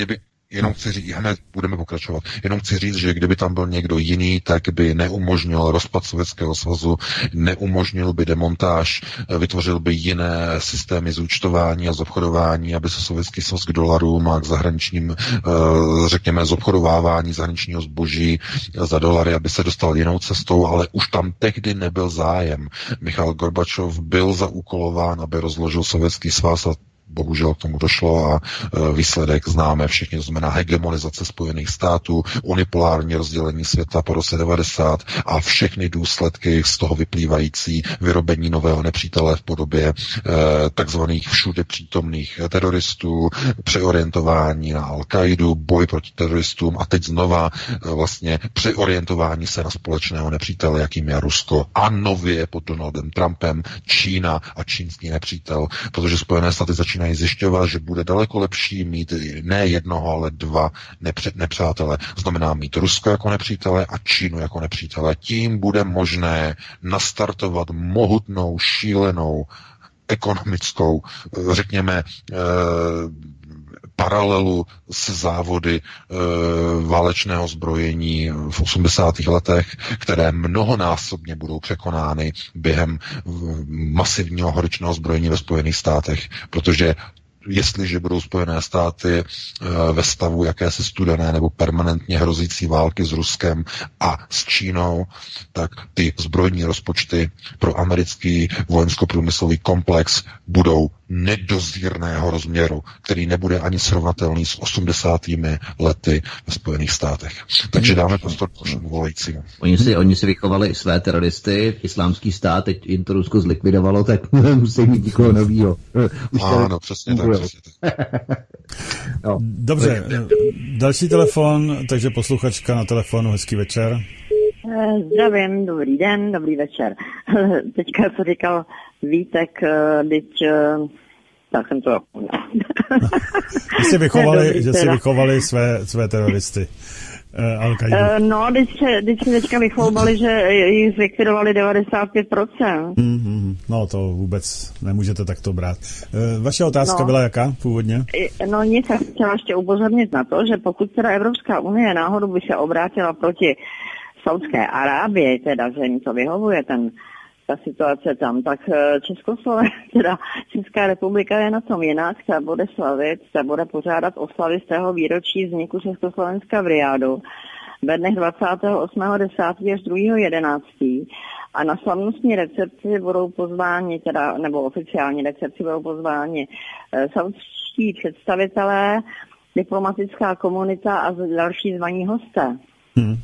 Jenom chci říct, hned budeme pokračovat, jenom chci říct, že kdyby tam byl někdo jiný, tak by neumožnil rozpad Sovětského svazu, neumožnil by demontáž, vytvořil by jiné systémy zúčtování a zobchodování, aby se Sovětský svaz k dolarům a k zahraničním, řekněme, zobchodovávání zahraničního zboží za dolary, aby se dostal jinou cestou, ale už tam tehdy nebyl zájem. Michail Gorbačov byl zaúkolován, aby rozložil Sovětský svaz a bohužel k tomu došlo a výsledek známe všichni, to znamená hegemonizace Spojených států, unipolární rozdělení světa po roce devadesát a všechny důsledky z toho vyplývající vyrobení nového nepřítele v podobě eh, takzvaných všude přítomných teroristů, přeorientování na Al-Kaidu, boj proti teroristům a teď znova eh, vlastně přeorientování se na společného nepřítele, jakým je Rusko a nově pod Donaldem Trumpem Čína a čínský nepřítel, protože Spojené státy začínají zjišťovat, že bude daleko lepší mít ne jednoho, ale dva nepře- nepřátele. Znamená mít Rusko jako nepřítele a Čínu jako nepřítele. Tím bude možné nastartovat mohutnou, šílenou, ekonomickou, řekněme, eh, paralelu s závody e, válečného zbrojení v osmdesátých letech, které mnohonásobně budou překonány během masivního horečného zbrojení ve Spojených státech, protože jestliže budou Spojené státy ve stavu jakési studené nebo permanentně hrozící války s Ruskem a s Čínou, tak ty zbrojní rozpočty pro americký vojensko-průmyslový komplex budou nedozírného rozměru, který nebude ani srovnatelný s osmdesátými lety ve Spojených státech. Takže dáme prostor našemu volajícímu. Oni si, oni si vychovali své teroristy, islámský stát, teď jim to Rusko zlikvidovalo, tak musí mít nikoho novýho. Ano, přesně tak. Přesně tak. No. Dobře, další telefon, takže posluchačka na telefonu, hezký večer. Zdravím, dobrý den, dobrý večer. Teďka, co říkal Vítek, teď, tak jsem to Že si vychovali, dobrý, že si vychovali své, své teroristy. Uh, no, když se, když se teďka vychloubali, že jich zlikvidovali devadesát pět procent. Mm-hmm. No, to vůbec nemůžete takto brát. Uh, vaše otázka no. byla jaká původně? No nic, já chtěla ještě upozornit na to, že pokud teda Evropská unie náhodou by se obrátila proti Saudské Arábii, teda, že jim to vyhovuje, ten, ta situace tam, tak Československa, teda Česká republika je na tom jinak, ta bude slavit, ta bude pořádat oslavy z tého výročí vzniku Československa v Riádu ve dnech dvacátého osmého desátého až druhého jedenáctého a na slavnostní recepci budou pozváni, teda, nebo oficiální recepci budou pozváni e, saudští představitelé, diplomatická komunita a další zvaní hosté. Hmm.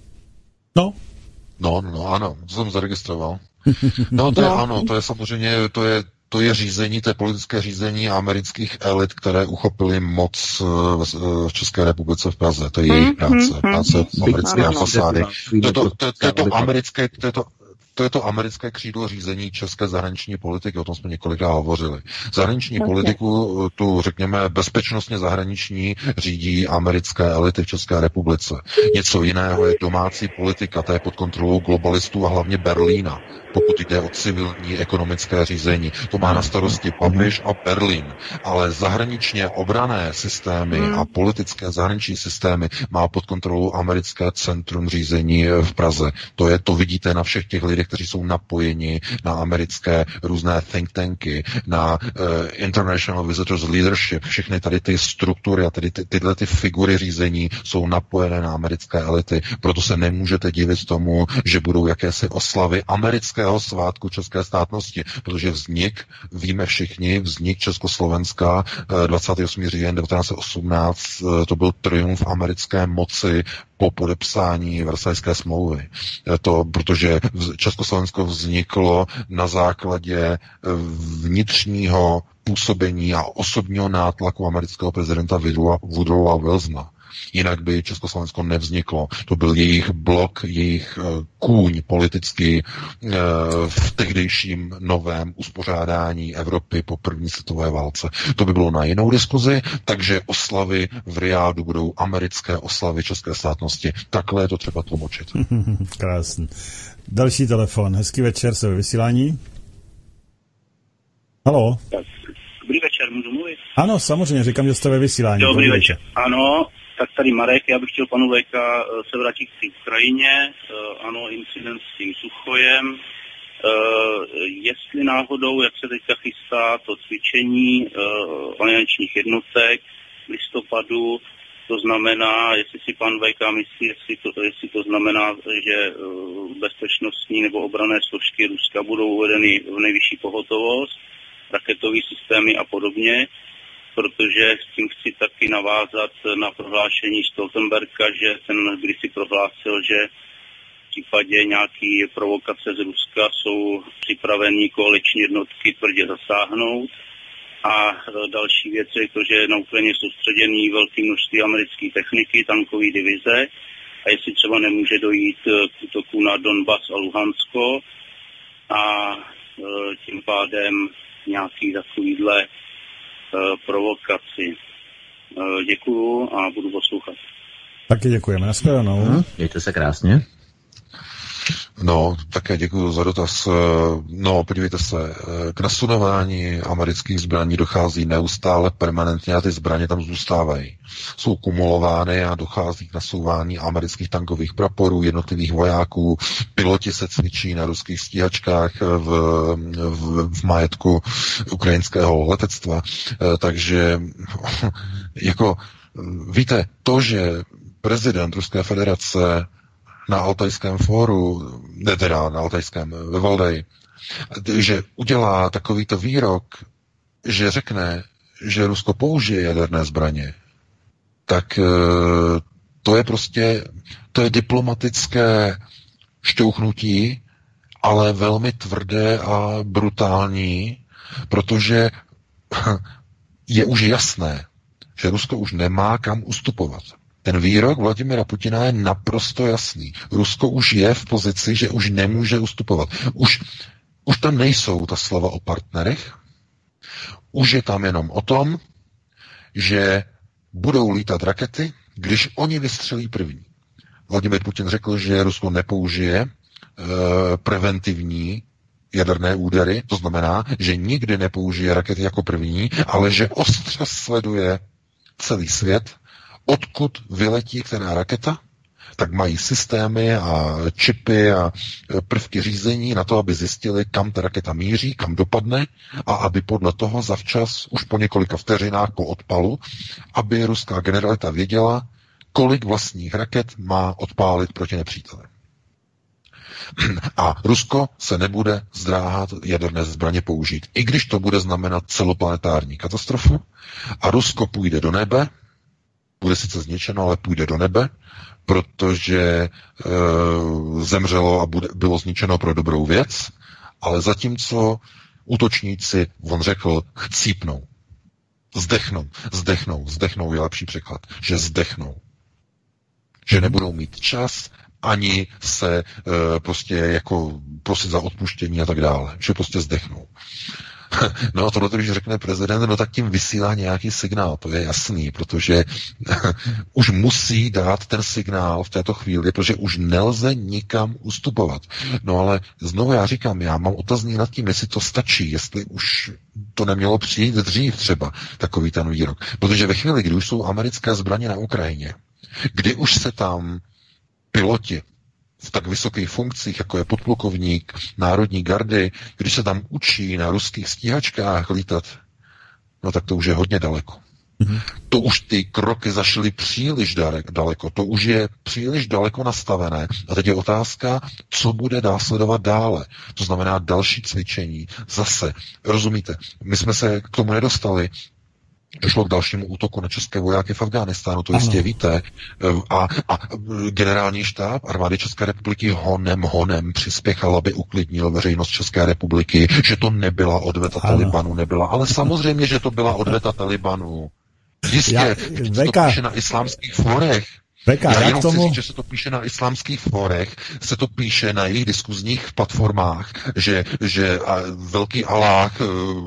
No. No, no, ano, to jsem zaregistroval. No, to je, no. ano, to je samozřejmě, to je, to je řízení, to je politické řízení amerických elit, které uchopily moc v České republice v Praze. To je jejich práce, práce americké ambasády. To je to, to, to, to, to americké, to je to, To je to americké křídlo řízení české zahraniční politiky, o tom jsme několikrát hovořili. Zahraniční okay. politiku, tu řekněme bezpečnostně zahraniční, řídí americké elity v České republice. Něco jiného je domácí politika, ta je pod kontrolou globalistů a hlavně Berlína, pokud jde o civilní ekonomické řízení. To má na starosti Paříž a Berlín. Ale zahraničně obranné systémy hmm. a politické zahraniční systémy má pod kontrolou americké centrum řízení v Praze. To je, to vidíte na všech těch lidech, kteří jsou napojeni na americké různé think tanky, na uh, International Visitors Leadership, všechny tady ty struktury a tady ty, tyhle ty figury řízení jsou napojené na americké elity. Proto se nemůžete divit tomu, že budou jakési oslavy amerického svátku české státnosti, protože vznik, víme všichni, vznik Československa dvacátého osmého října devatenáct set osmnáct, to byl triumf americké moci po podepsání Versajské smlouvy. To, protože Československo vzniklo na základě vnitřního působení a osobního nátlaku amerického prezidenta Woodrowa Wilsona. Jinak by Československo nevzniklo. To byl jejich blok, jejich kůň politický v tehdejším novém uspořádání Evropy po první světové válce. To by bylo na jinou diskuzi, takže oslavy v Riádu budou americké oslavy české státnosti. Takhle je to třeba tlumočit. Krásný. Další telefon. Hezký večer, se ve vysílání. Haló. Dobrý večer, můžu mluvit? Ano, samozřejmě, říkám, že jste ve vysílání. Dobrý večer. Ano, tak tady Marek, já bych chtěl panu Vejka se vrátit k té Ukrajině. Ano, incident s tím Suchojem. Jestli náhodou, jak se teďka chystá to cvičení aliančních jednotek v listopadu, to znamená, jestli si pan Vejka myslí, jestli to, jestli to znamená, že bezpečnostní nebo obranné složky Ruska budou uvedeny v nejvyšší pohotovost, raketové systémy a podobně, protože s tím chci taky navázat na prohlášení Stoltenberga, že ten kdysi prohlásil, že v případě nějaké provokace z Ruska jsou připraveni koaliční jednotky tvrdě zasáhnout. A další věc je to, že na Ukrajině soustředěný velké množství americké techniky, tankové divize a jestli třeba nemůže dojít k útoku na Donbas a Luhansko a tím pádem nějaký takovýhle provokaci. Děkuju a budu poslouchat. Taky děkujeme. Nashledanou. Hmm, mějte se krásně. No, také děkuji za dotaz. No, podívejte se, k nasunování amerických zbraní dochází neustále, permanentně a ty zbraně tam zůstávají. Jsou kumulovány a dochází k nasouvání amerických tankových praporů, jednotlivých vojáků, piloti se cvičí na ruských stíhačkách v, v, v majetku ukrajinského letectva. Takže, jako, víte, to, že prezident Ruské federace na Altajském fóru, ne teda na Altajském, ve Valdeji, že udělá takovýto výrok, že řekne, že Rusko použije jaderné zbraně, tak to je prostě, to je diplomatické šťouchnutí, ale velmi tvrdé a brutální, protože je už jasné, že Rusko už nemá kam ustupovat. Ten výrok Vladimira Putina je naprosto jasný. Rusko už je v pozici, že už nemůže ustupovat. Už, už tam nejsou ta slova o partnerech, už je tam jenom o tom, že budou lítat rakety, když oni vystřelí první. Vladimir Putin řekl, že Rusko nepoužije e, preventivní jaderné údery, to znamená, že nikdy nepoužije rakety jako první, ale že ostře sleduje celý svět, odkud vyletí která raketa, tak mají systémy a čipy a prvky řízení na to, aby zjistili, kam ta raketa míří, kam dopadne a aby podle toho zavčas, už po několika vteřinách po odpalu, aby ruská generalita věděla, kolik vlastních raket má odpálit proti nepříteli. A Rusko se nebude zdráhat jaderné zbraně použít, i když to bude znamenat celoplanetární katastrofu a Rusko půjde do nebe, bude sice zničeno, ale půjde do nebe, protože e, zemřelo a bude, bylo zničeno pro dobrou věc, ale zatímco útočníci, on řekl, chcípnou. Zdechnou, zdechnou, zdechnou je lepší překlad, že zdechnou. Že nebudou mít čas ani se e, prostě jako prosit za odpuštění a tak dále. Že prostě zdechnou. No a tohle, když řekne prezident, no tak tím vysílá nějaký signál, to je jasný, protože už musí dát ten signál v této chvíli, protože už nelze nikam ustupovat. No ale znovu já říkám, já mám otazník nad tím, jestli to stačí, jestli už to nemělo přijít dřív třeba, takový ten výrok. Protože ve chvíli, kdy už jsou americké zbraně na Ukrajině, kdy už se tam piloti v tak vysokých funkcích, jako je podplukovník Národní gardy, když se tam učí na ruských stíhačkách lítat, no tak to už je hodně daleko. Mm-hmm. To už ty kroky zašly příliš daleko, to už je příliš daleko nastavené. A teď je otázka, co bude následovat dále. To znamená další cvičení. Zase, rozumíte, my jsme se k tomu nedostali, došlo k dalšímu útoku na české vojáky v Afghánistánu, to jistě víte. A, a generální štáb armády České republiky honem, honem přispěchal, aby uklidnil veřejnost České republiky, že to nebyla odveta ano. Talibanu, nebyla. Ale samozřejmě, že to byla odveta Talibanu. Jistě, to píše na islámských forech. Veka, já jak tomu... říct, že se to píše na islámských forech, se to píše na jejich diskuzních platformách, že, že velký Alák,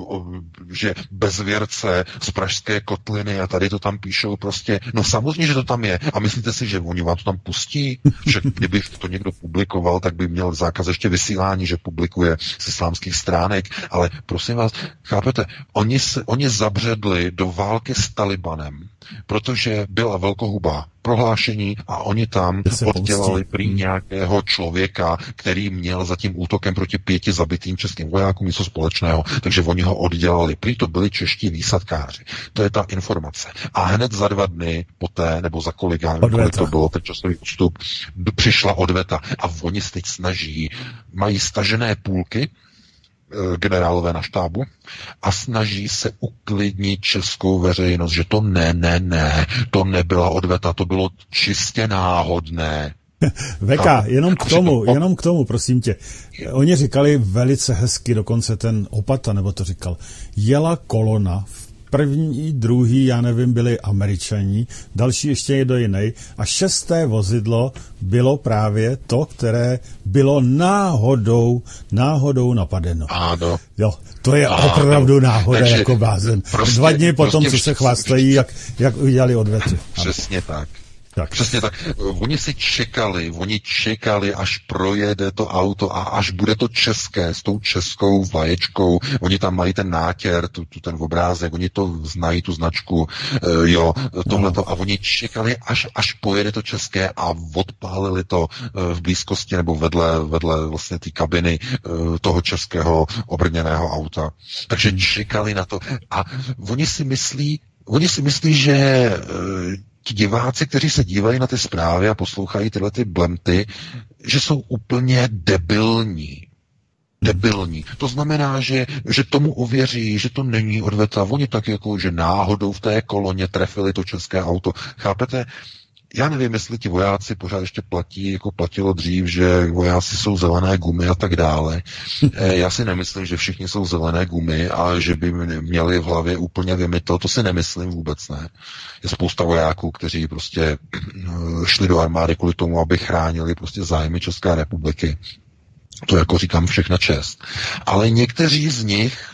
že bezvěrce z pražské kotliny a tady to tam píšou prostě. No samozřejmě, že to tam je. A myslíte si, že oni vám to tam pustí? Že kdyby to někdo publikoval, tak by měl zákaz ještě vysílání, že publikuje z islámských stránek. Ale prosím vás, chápete, oni, se, oni zabředli do války s Talibanem, protože byla velkohubá prohlášení a oni tam oddělali prý nějakého člověka, který měl za tím útokem proti pěti zabitým českým vojákům něco společného, takže oni ho oddělali. Prý to byli čeští výsadkáři. To je ta informace. A hned za dva dny poté, nebo za kolik, já nevím, kolik to bylo, ten časový odstup, přišla odveta. A oni se teď snaží, mají stažené půlky, generálové na štábu, a snaží se uklidnit českou veřejnost, že to ne, ne, ne, to nebyla odveta, to bylo čistě náhodné. Veka, jenom k tomu, jenom k tomu, prosím tě. Oni říkali velice hezky, dokonce ten Opata, nebo to říkal, jela kolona v první, druhý, já nevím, byli Američani, další ještě někdo jiný a šesté vozidlo bylo právě to, které bylo náhodou, náhodou napadeno. Ano. Jo, to je ano. Opravdu náhoda. Takže jako blázen. Prostě, Dva dny potom, prostě co se chvástají, jak, jak udělali odvetu. Přesně tak. Tak. Přesně tak. Oni si čekali, oni čekali, až projede to auto a až bude to české s tou českou vlaječkou. Oni tam mají ten nátěr, tu, tu, ten obrázek, oni to znají, tu značku, uh, jo, tohleto. No. A oni čekali, až, až pojede to české a odpálili to uh, v blízkosti nebo vedle, vedle vlastně té kabiny uh, toho českého obrněného auta. Takže hmm. čekali na to. A oni si myslí, oni si myslí, že uh, ti diváci, kteří se dívají na ty zprávy a poslouchají tyhle ty blemty, že jsou úplně debilní. Debilní. To znamená, že, že tomu uvěří, že to není odveta. Oni tak jako, že náhodou v té koloně trefili to české auto. Chápete? Já nevím, jestli ti vojáci pořád ještě platí, jako platilo dřív, že vojáci jsou zelené gumy a tak dále. Já si nemyslím, že všichni jsou zelené gumy a že by měli v hlavě úplně vymyto. To si nemyslím vůbec, ne. Je spousta vojáků, kteří prostě šli do armády kvůli tomu, aby chránili prostě zájmy České republiky. To jako říkám všechna čest. Ale někteří z nich,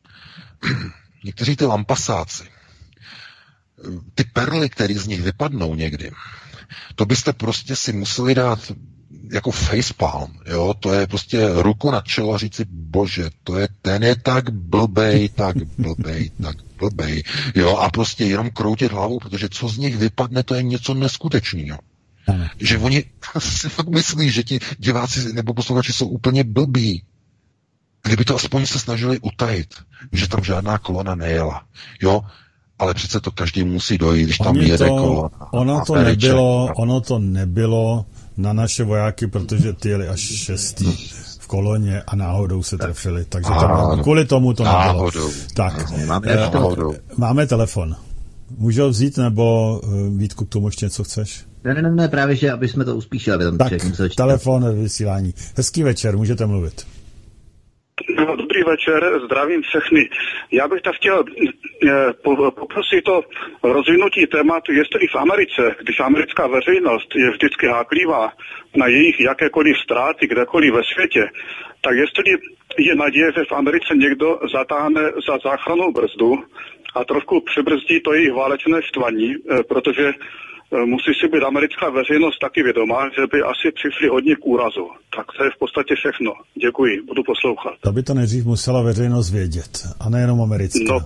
někteří ty lampasáci, ty perly, které z nich vypadnou někdy, to byste prostě si museli dát jako facepalm, jo, to je prostě ruku na čelo a říct si, bože, to je, ten je tak blbej, tak blbej, tak blbej, jo, a prostě jenom kroutit hlavou, protože co z nich vypadne, to je něco neskutečného. Že oni si fakt myslí, že ti diváci nebo posluchači jsou úplně blbí. Kdyby to aspoň se snažili utajit, že tam žádná kolona nejela, jo, ale přece to každý musí dojít, když tam jede kolona. Ono to, nebylo, ono to nebylo na naše vojáky, protože ty jeli až šestý v koloně a náhodou se trefili. Takže tam, kvůli tomu to nebylo. Náhodou. Tak, máme, náhodou. máme telefon. Můžu ho vzít, nebo Vítku, k tomu ještě něco chceš? Ne, ne, ne, ne právě, že aby jsme to uspíšili. Aby tam tak, telefon, vysílání. Hezký večer, můžete mluvit. No, dobrý večer, zdravím všechny. Já bych tak chtěl eh, poprosit o rozvinutí tématu, jestli v Americe, když americká veřejnost je vždycky háklivá na jejich jakékoliv ztráty kdekoliv ve světě, tak jestli je naděje, že v Americe někdo zatáhne za záchrannou brzdu a trošku přibrzdí to jejich válečné štvaní, eh, protože musí si být americká veřejnost taky vědomá, že by asi přišli hodně k úrazu. Tak to je v podstatě všechno. Děkuji, budu poslouchat. To by to nejdřív musela veřejnost vědět, a nejenom americká. No.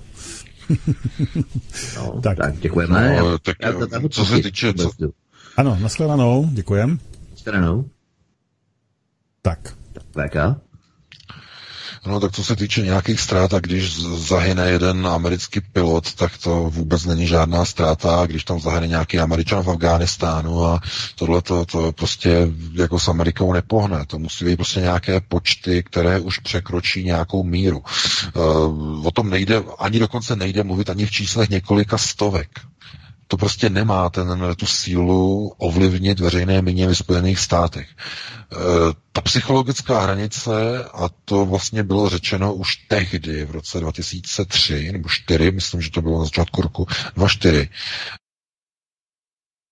no, tak. tak děkujeme. No, tak, já, já, co se týče... Co... Ano, nashledanou, děkujem. Nashledanou. Tak. V K. No tak co se týče nějakých ztrát, a když zahyne jeden americký pilot, tak to vůbec není žádná ztráta, když tam zahyne nějaký Američan v Afghánistánu a tohle to, to prostě jako s Amerikou nepohne. To musí být prostě nějaké počty, které už překročí nějakou míru. Uh, o tom nejde, ani dokonce nejde mluvit ani v číslech několika stovek. To prostě nemá ten, tu sílu ovlivnit veřejné mínění ve Spojených státech. E, ta psychologická hranice, a to vlastně bylo řečeno už tehdy, v roce dva tisíce tři nebo čtyři, myslím, že to bylo na začátku roku dva tisíce čtyři,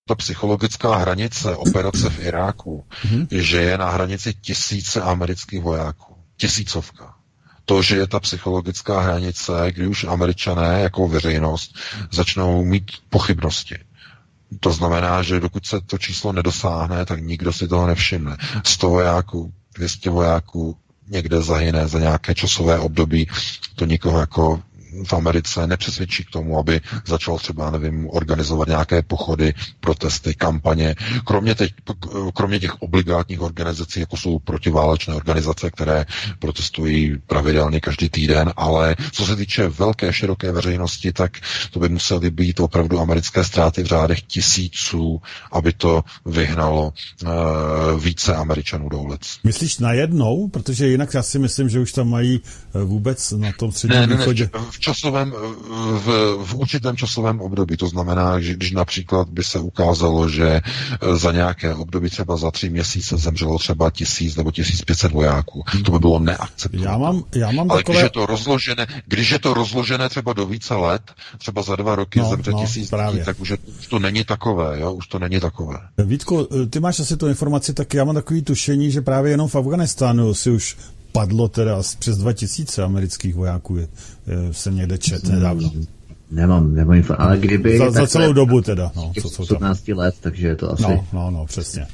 ta psychologická hranice operace v Iráku, mm-hmm. že je na hranici tisíce amerických vojáků. Tisícovka. To, že je ta psychologická hranice, kdy už Američané jako veřejnost začnou mít pochybnosti. To znamená, že dokud se to číslo nedosáhne, tak nikdo si toho nevšimne. sto vojáků, dvě stě vojáků někde zahyne za nějaké časové období, to nikoho jako v Americe nepřesvědčí k tomu, aby začal třeba, nevím, organizovat nějaké pochody, protesty, kampaně. Kromě, teď, kromě těch obligátních organizací, jako jsou protiválečné organizace, které protestují pravidelně každý týden, ale co se týče velké, široké veřejnosti, tak to by musely být opravdu americké ztráty v řádech tisíců, aby to vyhnalo uh, více Američanů do ulic. Myslíš najednou? Protože jinak já si myslím, že už tam mají vůbec na tom středním východě... V časovém, v, v určitém časovém období. To znamená, že když například by se ukázalo, že za nějaké období třeba za tři měsíce zemřelo třeba tisíc nebo tisíc pět set vojáků. To by bylo neakceptovatelné. Já mám, já mám Ale takové... když je to rozložené, když je to rozložené třeba do více let, třeba za dva roky no, zemře no, tisíc lidí, tak už, je, už to není takové, jo? Už to není takové. Vítku, ty máš asi tu informaci, tak já mám takový tušení, že právě jenom v Afghánistánu si už padlo teda přes dva tisíce amerických vojáků, je, je, jsem někde čet nedávno. Nemám, nemám info, ale kdyby... Za, za celou dobu teda. No, co jsou osmnáct let, takže je to asi... No, no, no, přesně.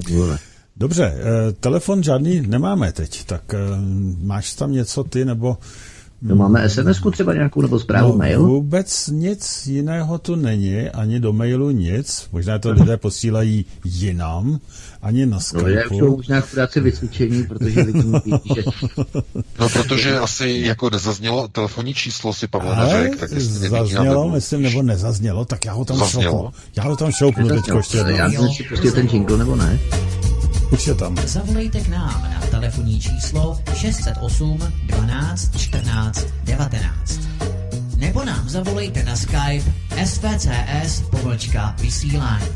Dobře, eh, telefon žádný nemáme teď, tak eh, máš tam něco ty, nebo... No máme es em esku třeba nějakou, nebo zprávu no, mail? Vůbec nic jiného tu není, ani do mailu nic, možná to lidé posílají jinam, ani na Skypeu. No lidé už jsou možná chudáci vycvičení, protože lidé že... No protože asi jako nezaznělo telefonní číslo si Pavel neřekl, tak zaznělo, myslím, nebo nezaznělo, tak já ho tam šoupnu. Já ho tam šoupnu teďko ještě jednou. Já nevím, jestli prostě ten jingle nebo ne. Už je tam. Zavolejte k nám na telefonní číslo šest set osm dvanáct čtrnáct devatenáct. Nebo nám zavolejte na Skype S V C S pomlčka vysílání.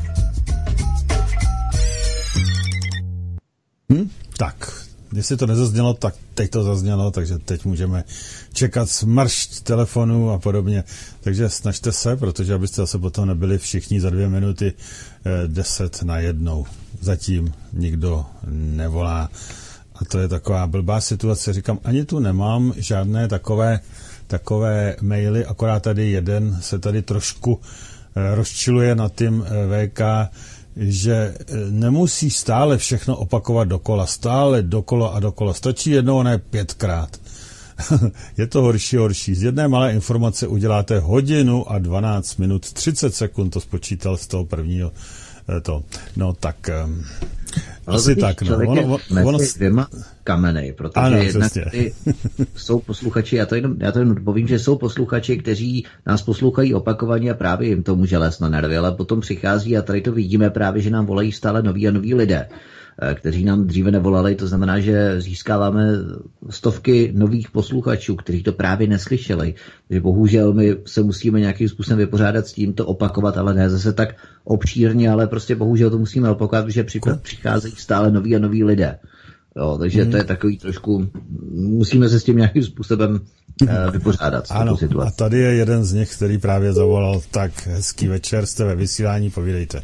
Hm? Tak, jestli to nezaznělo, tak teď to zaznělo, takže teď můžeme čekat smršť telefonu a podobně. Takže snažte se, protože abyste zase potom nebyli všichni za dvě minuty eh, deset na jednou. Zatím nikdo nevolá. A to je taková blbá situace. Říkám, ani tu nemám žádné takové, takové maily, akorát tady jeden se tady trošku eh, rozčiluje nad tím eh, V K, že nemusí stále všechno opakovat dokola, stále dokola a dokola. Stačí jednou, ne pětkrát. Je to horší, horší. Z jedné malé informace uděláte hodinu a dvanáct minut, třicet sekund, to spočítal z toho prvního to. No tak, um, asi tak. No. Ono, ono, ono... dvěma kameny, protože ano, jednak ty jsou posluchači, já to, jenom, já to jenom povím, že jsou posluchači, kteří nás poslouchají opakovaně a právě jim to může lézt na nervy, ale potom přichází a tady to vidíme právě, že nám volají stále noví a noví lidé, kteří nám dříve nevolali, to znamená, že získáváme stovky nových posluchačů, kteří to právě neslyšeli. Takže bohužel my se musíme nějakým způsobem vypořádat s tím, to opakovat, ale ne zase tak obšírně, ale prostě bohužel to musíme opakovat, protože přicházejí stále noví a noví lidé. Jo, takže mm. to je takový trošku, musíme se s tím nějakým způsobem uh, vypořádat. Ano, a tady je jeden z nich, který právě zavolal. Tak hezký večer, jste ve vysílání, povídejte.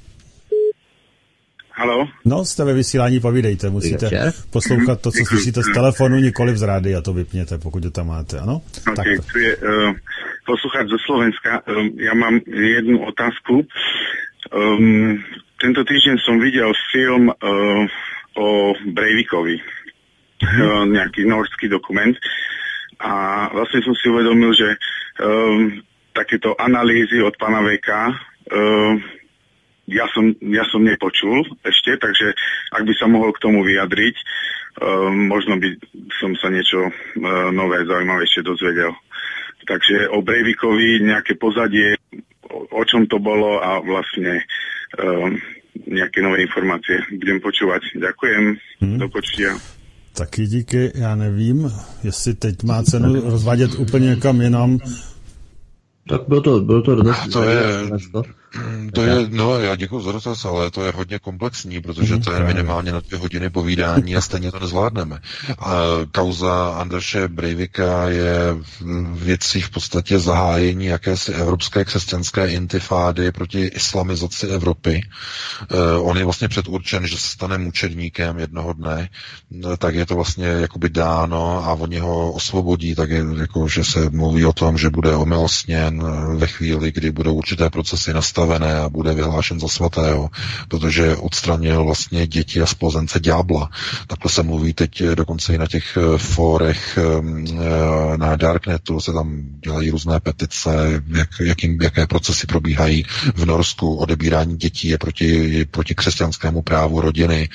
Haló? No, jste ve vysílání, povídejte. Musíte večer. poslouchat to, co slyšíte z telefonu, nikoliv z rádia, to vypněte, pokud to tam máte, ano? Ok, tak tu je uh, posluchač zo Slovenska. Um, ja mám jednu otázku. Um, tento týždeň som videl film uh, o Breivikovi. Mm-hmm. Uh, nejaký norský dokument. A vlastne som si uvedomil, že um, takéto analýzy od pána Veka uh, Ja som, ja som nepočul ešte, takže ak by sa mohol k tomu vyjadriť, uh, možno by som sa niečo uh, nové, zaujímavejšie dozvedel. Takže o Breivikovi nejaké pozadie, o, o čom to bolo a vlastne uh, nejaké nové informácie budem počúvať. Ďakujem, hmm. do počutia. Taky díky, já nevím, jestli teď má cenu rozvádět úplně někam jinam. Tak bylo to, bylo to dnes, to je, To je, no já děkuji za dotaz, ale to je hodně komplexní, protože to je minimálně na dvě hodiny povídání a stejně to nezvládneme. A kauza Anderše Breivika je věcí v podstatě zahájení jakési evropské křesťanské intifády proti islamizaci Evropy. On je vlastně předurčen, že se stane mučedníkem jednoho dne, tak je to vlastně jakoby dáno a oni ho osvobodí, tak je jako, že se mluví o tom, že bude omilostněn ve chvíli, kdy budou určité procesy nastavené a bude vyhlášen za svatého, protože odstranil vlastně děti a splozence ďábla. Takhle se mluví teď dokonce i na těch fórech na Darknetu, se tam dělají různé petice, jak, jakým, jaké procesy probíhají v Norsku, odebírání dětí je proti, je proti křesťanskému právu rodiny,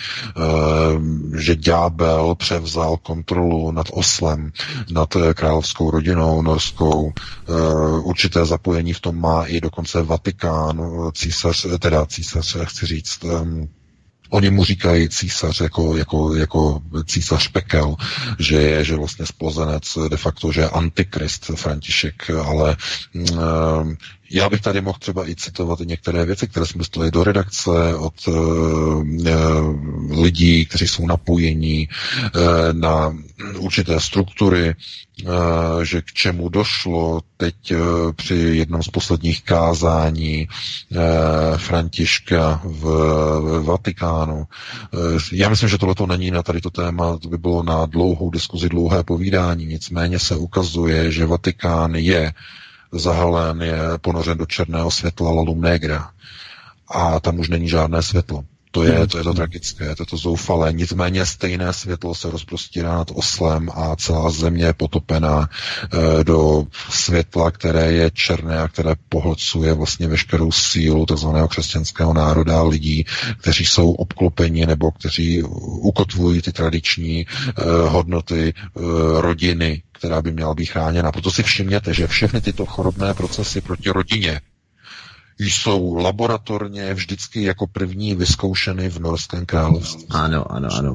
že ďábel převzal kontrolu nad oslem, nad královskou rodinou norskou, určité zapojení v tom má i dokonce Vatikán, císař, teda císař, chci říct, um, oni mu říkají císař jako, jako, jako císař pekel, že je, že vlastně splozenec de facto, že je antikrist František, ale um, já bych tady mohl třeba i citovat některé věci, které jsme dostali do redakce od uh, lidí, kteří jsou napojení uh, na určité struktury, uh, že k čemu došlo teď uh, při jednom z posledních kázání uh, Františka v, v Vatikánu. Uh, já myslím, že tohleto není na tady to téma, to by bylo na dlouhou diskuzi, dlouhé povídání, nicméně se ukazuje, že Vatikán je zahalen, je ponořen do černého světla La Lum Negra. A tam už není žádné světlo. To je, to je to tragické, to je to zoufalé. Nicméně stejné světlo se rozprostírá nad oslem a celá země je potopená e, do světla, které je černé a které pohlcuje vlastně veškerou sílu tzv. Křesťanského národa a lidí, kteří jsou obklopeni nebo kteří ukotvují ty tradiční e, hodnoty e, rodiny, která by měla být chráněna. Proto si všimněte, že všechny tyto chorobné procesy proti rodině jsou laboratorně vždycky jako první vyzkoušeny v Norském království. Ano, ano, ano.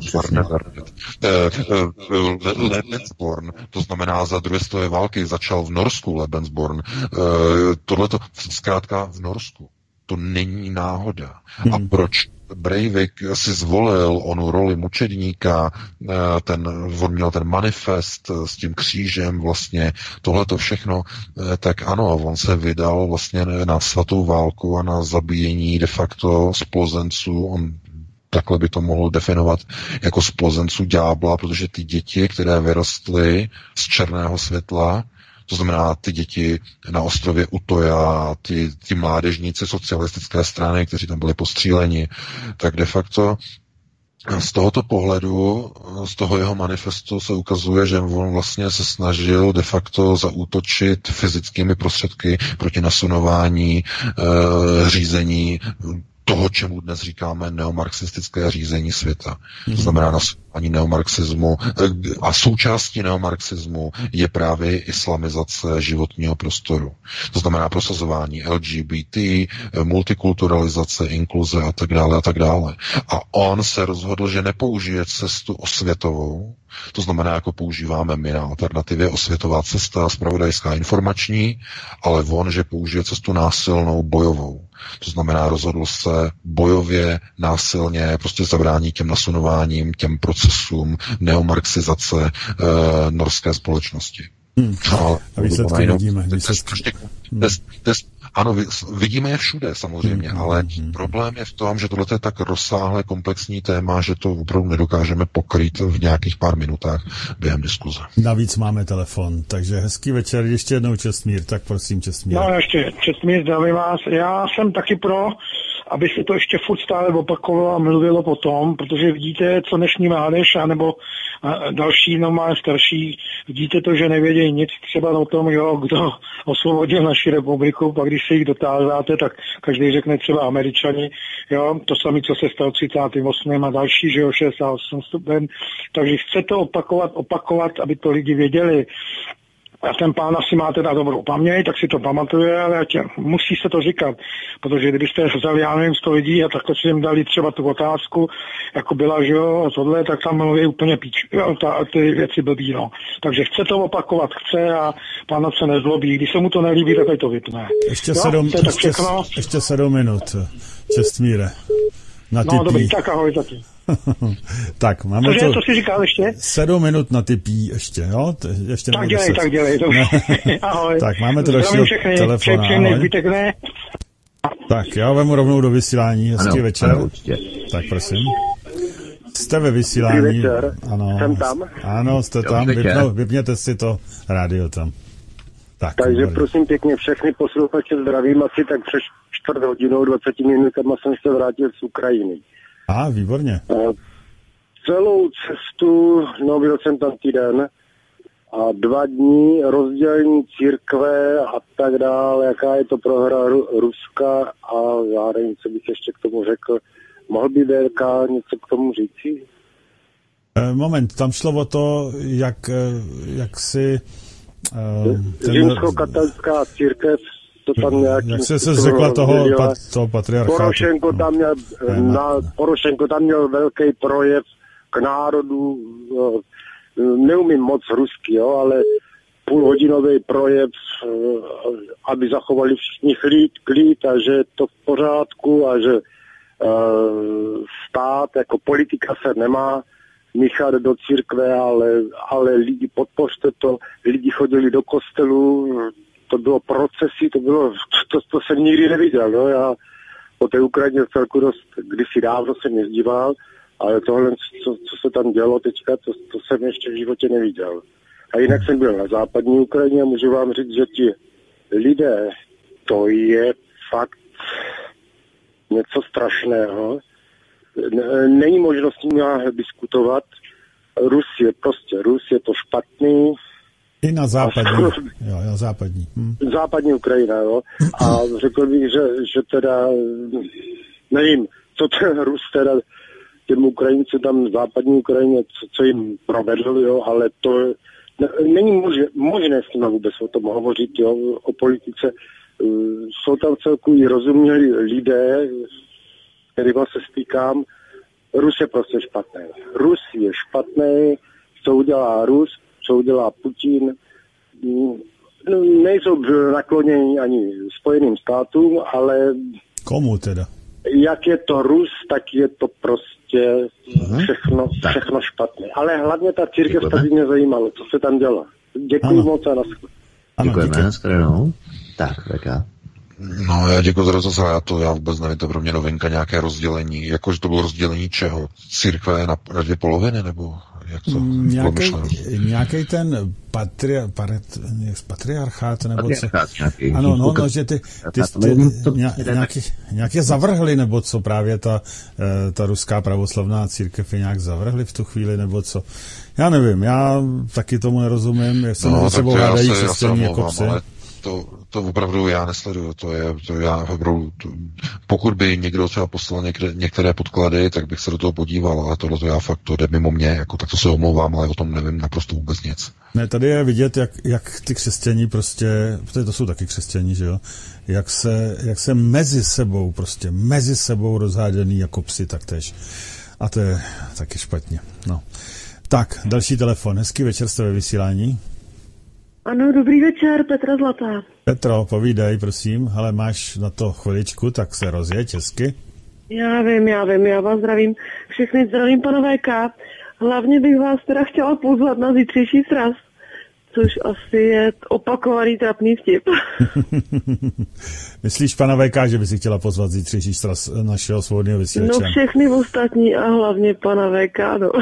Lebensborn, to znamená za druhé světové války, začal v Norsku Lebensborn. Tohleto zkrátka v Norsku. To není náhoda. A proč Breivik si zvolil onu roli mučedníka, ten, on měl ten manifest s tím křížem, vlastně tohleto všechno, tak ano, on se vydal vlastně na svatou válku a na zabíjení de facto splozenců, on takhle by to mohl definovat jako splozenců ďábla, protože ty děti, které vyrostly z černého světla, to znamená ty děti na ostrově Utoja, ty, ty mládežníci socialistické strany, kteří tam byli postříleni, tak de facto z tohoto pohledu, z toho jeho manifestu se ukazuje, že on vlastně se snažil de facto zaútočit fyzickými prostředky proti nasunování e, řízení toho, čemu dnes říkáme neomarxistické řízení světa. To znamená nasunování neomarxismu a součástí neomarxismu je právě islamizace životního prostoru. To znamená prosazování L G B T, multikulturalizace, inkluze a tak dále a tak dále. A on se rozhodl, že nepoužije cestu osvětovou, to znamená, jako používáme my na alternativě osvětová cesta, zpravodajská informační, ale on, že použije cestu násilnou, bojovou. To znamená, rozhodl se bojově, násilně, prostě zabránit těm nasunováním, těm procesům neomarxizace e, norské společnosti. Hmm. No, a výsledky vidíme. Výsledky. Ano, vidíme je všude samozřejmě, hmm. ale hmm. problém je v tom, že tohle je tak rozsáhlé komplexní téma, že to opravdu nedokážeme pokrýt v nějakých pár minutách během diskuze. Navíc máme telefon, takže hezký večer. Ještě jednou Čestmír, tak prosím Čestmír. No ještě, Čestmír, zdravím vás. Já jsem taky pro, aby se to ještě furt stále opakovalo a mluvilo potom, protože vidíte, co dnešní mládež, anebo další normálně starší, vidíte to, že nevědějí nic třeba o tom, jo, kdo osvobodil naši republiku, pak když se jich dotázáte, tak každý řekne třeba Američani, jo, to samé, co se stalo třicátým osmým a další, že jo, šedesát osm stupen, takže chce to opakovat, opakovat, aby to lidi věděli. A ten pán asi má teda dobrou paměť, tak si to pamatuje, ale tě, musí se to říkat, protože kdybyste vzali, já nevím, sto lidí a takhle si jim dali třeba tu otázku, jako byla, že jo, a tohle, tak tam mluví úplně píč, jo, ta, ty věci blbý, no. Takže chce to opakovat, chce a pán se nezlobí, když se mu to nelíbí, tak to vypne. Ještě, jo, sedm, ještě, ještě sedm minut, Čestmíre. Na no dobrý, tak ahoj taky. Tak, máme Cože, to... co jsi říkal ještě? Sedm minut na typí ještě, jo? Ještě tak dělej, deset. tak dělej. To... Ahoj. Tak, máme to dalšího telefona. Zbytek ne. Tak, já vemu rovnou do vysílání. Hezký ano, večer. Ano, určitě. Tak, prosím. Jste ve vysílání. Dobrý večer. Ano. Jsem tam. Ano, jste tam. Vypnou, vypněte si to rádio tam. Tak, Takže dobrý. Prosím pěkně všechny posluchače zdravím. Asi tak přes čtvrt hodinou, dvacet minutama jsem se vrátil z Ukrajiny. A, výborně. Uh, celou cestu, no byl jsem tam týden a dva dní rozdělení církve a tak dále, jaká je to prohra Ru- Ruska a já nevím, co bych ještě k tomu řekl. Mohl by V K něco k tomu říci? Uh, moment, tam šlo o to, jak, jak si... Uh, ten... Římskokatolická církev to tam nějaký... Jak se se řekla toho, pat, toho patriarchátu? Porošenko tam, měl, na, Porošenko tam měl velký projev k národu, neumím moc rusky, jo, ale půlhodinový projev, aby zachovali všichni klid, klid a že je to v pořádku a že uh, stát jako politika se nemá míchat do církve, ale, ale lidi podpořte to, lidi chodili do kostelu, to bylo procesy, to bylo, to, to jsem nikdy neviděl, no, já o té Ukrajině celku dost, kdysi dávno jsem jezdíval, ale tohle, co, co se tam dělo teďka, to, to jsem ještě v životě neviděl. A jinak jsem byl na západní Ukrajině a můžu vám říct, že ti lidé, to je fakt něco strašného. Není možnost s nimi diskutovat. Rus je prostě, Rus je to špatný. I na západní, jo, na západní. Hm. Západní Ukrajina, jo. A řekl bych, že, že teda, nevím, co ten Rus teda těm Ukrajincům tam v západní Ukrajině, co, co jim provedl, jo, ale to ne, není možné, možné s nimi vůbec o tom hovořit, jo, o politice. Jsou tam celku i rozumělí lidé, kterými se stýkám. Rus je prostě špatný. Rus je špatný, co udělá Rus, co udělá Putin. No, nejsou nakloněni ani Spojeným státům, ale... Komu teda? Jak je to Rus, tak je to prostě všechno, všechno špatné. Ale hlavně ta církev tady mě zajímalo, co se tam dělá. Děkuji moc a naschle. Děkujeme, naschledanou. Tak, taká. No, já děkuji za rozhlas, já to já vůbec nevím, to pro mě novinka, nějaké rozdělení. Jakože to bylo rozdělení čeho? Církve na dvě poloviny, nebo jak to nějaký, nějaký ten patri, patri, patriarchát, nebo patriarchát co? Nějaký, ano, no, no, že ty, ty, ty, ty nějaký, nějaké zavrhli, nebo co právě ta, ta ruská pravoslavná církev je nějak zavrhli v tu chvíli, nebo co? Já nevím, já taky tomu nerozumím, jak se no, mezi sebou hádají křesťané jako psy. To, to opravdu já nesleduju, to je, to já opravdu, to, pokud by někdo třeba poslal někde, některé podklady, tak bych se do toho podíval, ale tohle to já fakt, to jde mimo mě, jako tak to se omlouvám, ale o tom nevím naprosto vůbec nic. Ne, tady je vidět, jak, jak ty křesťaní prostě, protože to jsou taky křesťaní, že jo, jak se, jak se mezi sebou, prostě mezi sebou rozháděný jako psi taktéž. A to je taky špatně, no. Tak, další telefon, hezký večer, jste ve vysílání. Ano, dobrý večer, Petra Zlatá. Petro, povídej, prosím, ale máš na to chviličku, tak se rozjeď hezky. Já vím, já vím, já vás zdravím. Všechny zdravím, pana V K. Hlavně bych vás teda chtěla pozvat na zítřejší sraz, což asi je opakovaný trapný vtip. Myslíš, pana V K, že by si chtěla pozvat zítřejší sraz našeho svobodného vysílače? No všechny ostatní a hlavně pana V K, no.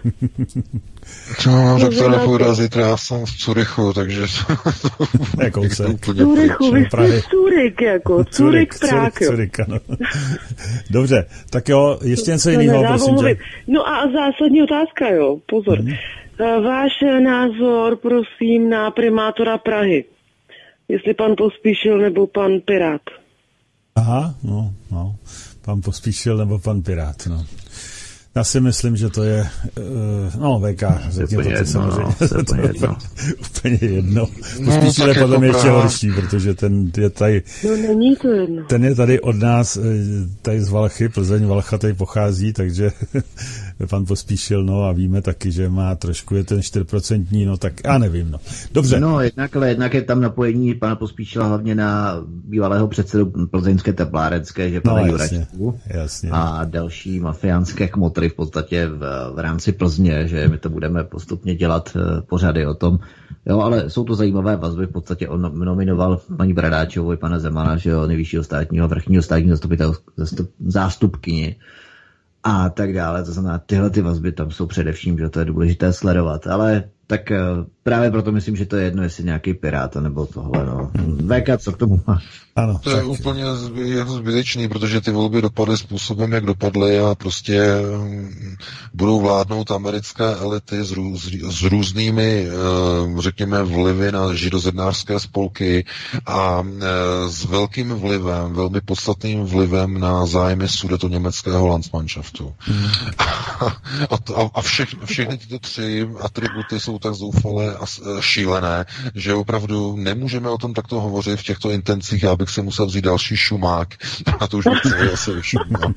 No, tak to nepůjde zítra, já jsem v Curychu, takže... Jakou se? Curychu, vy jste Curyk, jako, Curyk, Prák, jo. Curyk, ano. Dobře, tak jo, ještě něco jiného, prosím tě. No a zásadní otázka, jo, pozor. Hmm. Váš názor, prosím, na primátora Prahy. Jestli pan Pospíšil nebo pan Pirát. Aha, no, no. Pan Pospíšil nebo pan Pirát, no. Já si myslím, že to je, no V K, řekně to ty samozřejmě, no, to je jedno. úplně jedno. Pospíšil je podle mě ještě horší, protože ten je tady, no, není to jedno. Ten je tady od nás, tady z Valchy, Plzeň, Valcha tady pochází, takže pan Pospíšil, no a víme taky, že má trošku, je ten čtyři procenta, no tak já nevím, no. Dobře. No, jednak, ale jednak je tam napojení pana Pospíšila hlavně na bývalého předsedu plzeňské teplárenské, že pana no, Juračku a další mafiánské kmotry v podstatě v, v rámci Plzně, že my to budeme postupně dělat uh, pořady o tom. Jo, ale jsou to zajímavé vazby, v podstatě on nominoval paní Bradáčovou i pana Zemana, že jo, nejvyššího státního, vrchního státního zástupkyni a tak dále. To znamená, tyhle ty vazby tam jsou především, že to je důležité sledovat, ale tak uh, právě proto myslím, že to je jedno, jestli nějaký pirát nebo tohle, no. V K, co k tomu má? Ano, to je úplně zbytečný, protože ty volby dopadly způsobem, jak dopadly a prostě budou vládnout americké elity s, růz, s různými, řekněme, vlivy na židozednářské spolky a s velkým vlivem, velmi podstatným vlivem na zájmy sudetoněmeckého Landsmannschaftu. Hmm. A, a všech, všechny tyto tři atributy jsou tak zoufalé a šílené, že opravdu nemůžeme o tom takto hovořit v těchto intencích. Já bych si musel vzít další šumák a to už bych se asi vyšumil.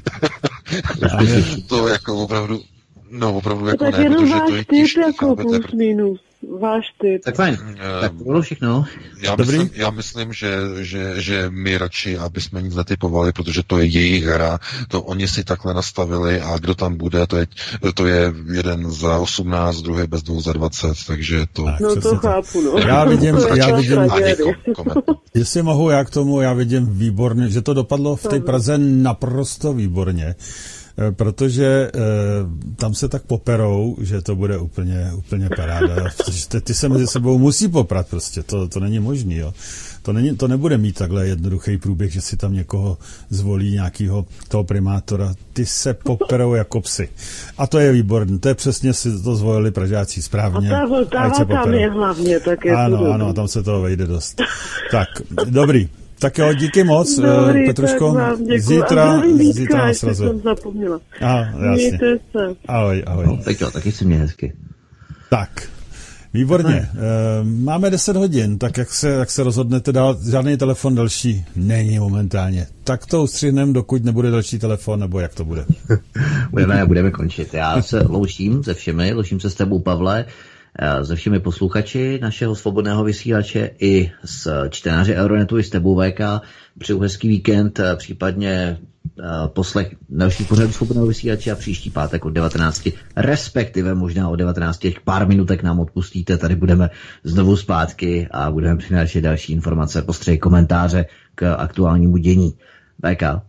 To jako opravdu, no opravdu jako tak ne, protože to je těžké, jako plus minus. Váš typ. Tak fajn, tak to bylo všechno. Já myslím, já myslím že, že, že my radši, aby jsme nic netypovali, protože to je jejich hra, to oni si takhle nastavili a kdo tam bude, to je, to je jeden za osmnáct, druhý bez dvou za dvacet, takže to... Tak, no to chápu, no. Já vidím, já vidím, jestli mohu já k tomu, já vidím výborně, že to dopadlo v té Praze naprosto výborně. Protože e, tam se tak poperou, že to bude úplně, úplně paráda. Ty, ty se mezi sebou musí poprat prostě, to, to není možný, jo. To, není, to nebude mít takhle jednoduchý průběh, že si tam někoho zvolí, nějakého toho primátora. Ty se poperou jako psy. A to je výborné, to je přesně, si to zvolili Pražáci správně. A ta Vltava tam je hlavně, tak je ano, to ano, tam se toho vejde dost. Tak, dobrý. Tak jo, díky moc, dobrý, Petruško. Zítra, zítra na srazu. Jsem zapomněla. Aha, jasně. Mějte se. Ahoj, ahoj. No, tak jo, taky si mě hezky. Tak, výborně. E, máme deset hodin, tak jak se, jak se rozhodnete dál, žádný telefon další není momentálně. Tak to ustřihneme, dokud nebude další telefon, nebo jak to bude? budeme, budeme končit. Já se loučím se všemi, loučím se s tebou, Pavle, se všemi posluchači našeho svobodného vysílače i s čtenáři Euronetu, i s tebou V K. Přeju hezký víkend, případně poslech dalších pořadů svobodného vysílače a příští pátek od devatenácti, respektive možná od devatenácti, pár minutek nám odpustíte, tady budeme znovu zpátky a budeme přinášet další informace, postřehy, komentáře k aktuálnímu dění. V K.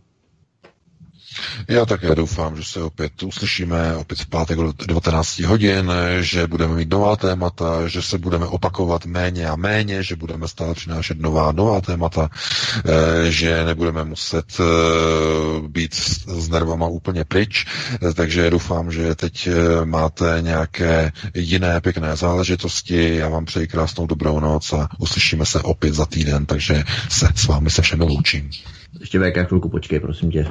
Já také doufám, že se opět uslyšíme opět v pátek od devatenácti hodin, že budeme mít nová témata, že se budeme opakovat méně a méně, že budeme stále přinášet nová nová témata, že nebudeme muset být s nervama úplně pryč, takže doufám, že teď máte nějaké jiné pěkné záležitosti. Já vám přeji krásnou dobrou noc a uslyšíme se opět za týden, takže se s vámi se všemi loučím. Ještě V K chvilku počkej, prosím tě.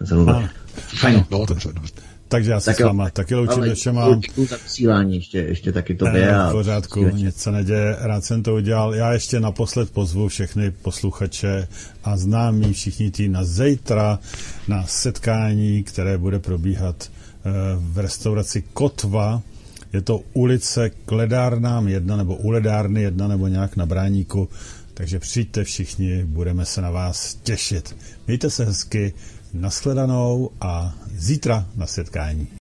Fajn. No, dobře, dobře. Takže já se tak s váma taky loučím se všema. Děkuji za vysílání, ještě, ještě taky tobě. V pořádku, nic se neděje, rád jsem to udělal. Já ještě naposled pozvu všechny posluchače a známí všichni tí na zítra na setkání, které bude probíhat v restauraci Kotva. Je to ulice k ledárnám jedna, nebo u ledárny jedna, nebo nějak na Bráníku. Takže přijďte všichni, budeme se na vás těšit. Mějte se hezky, nashledanou a zítra na setkání.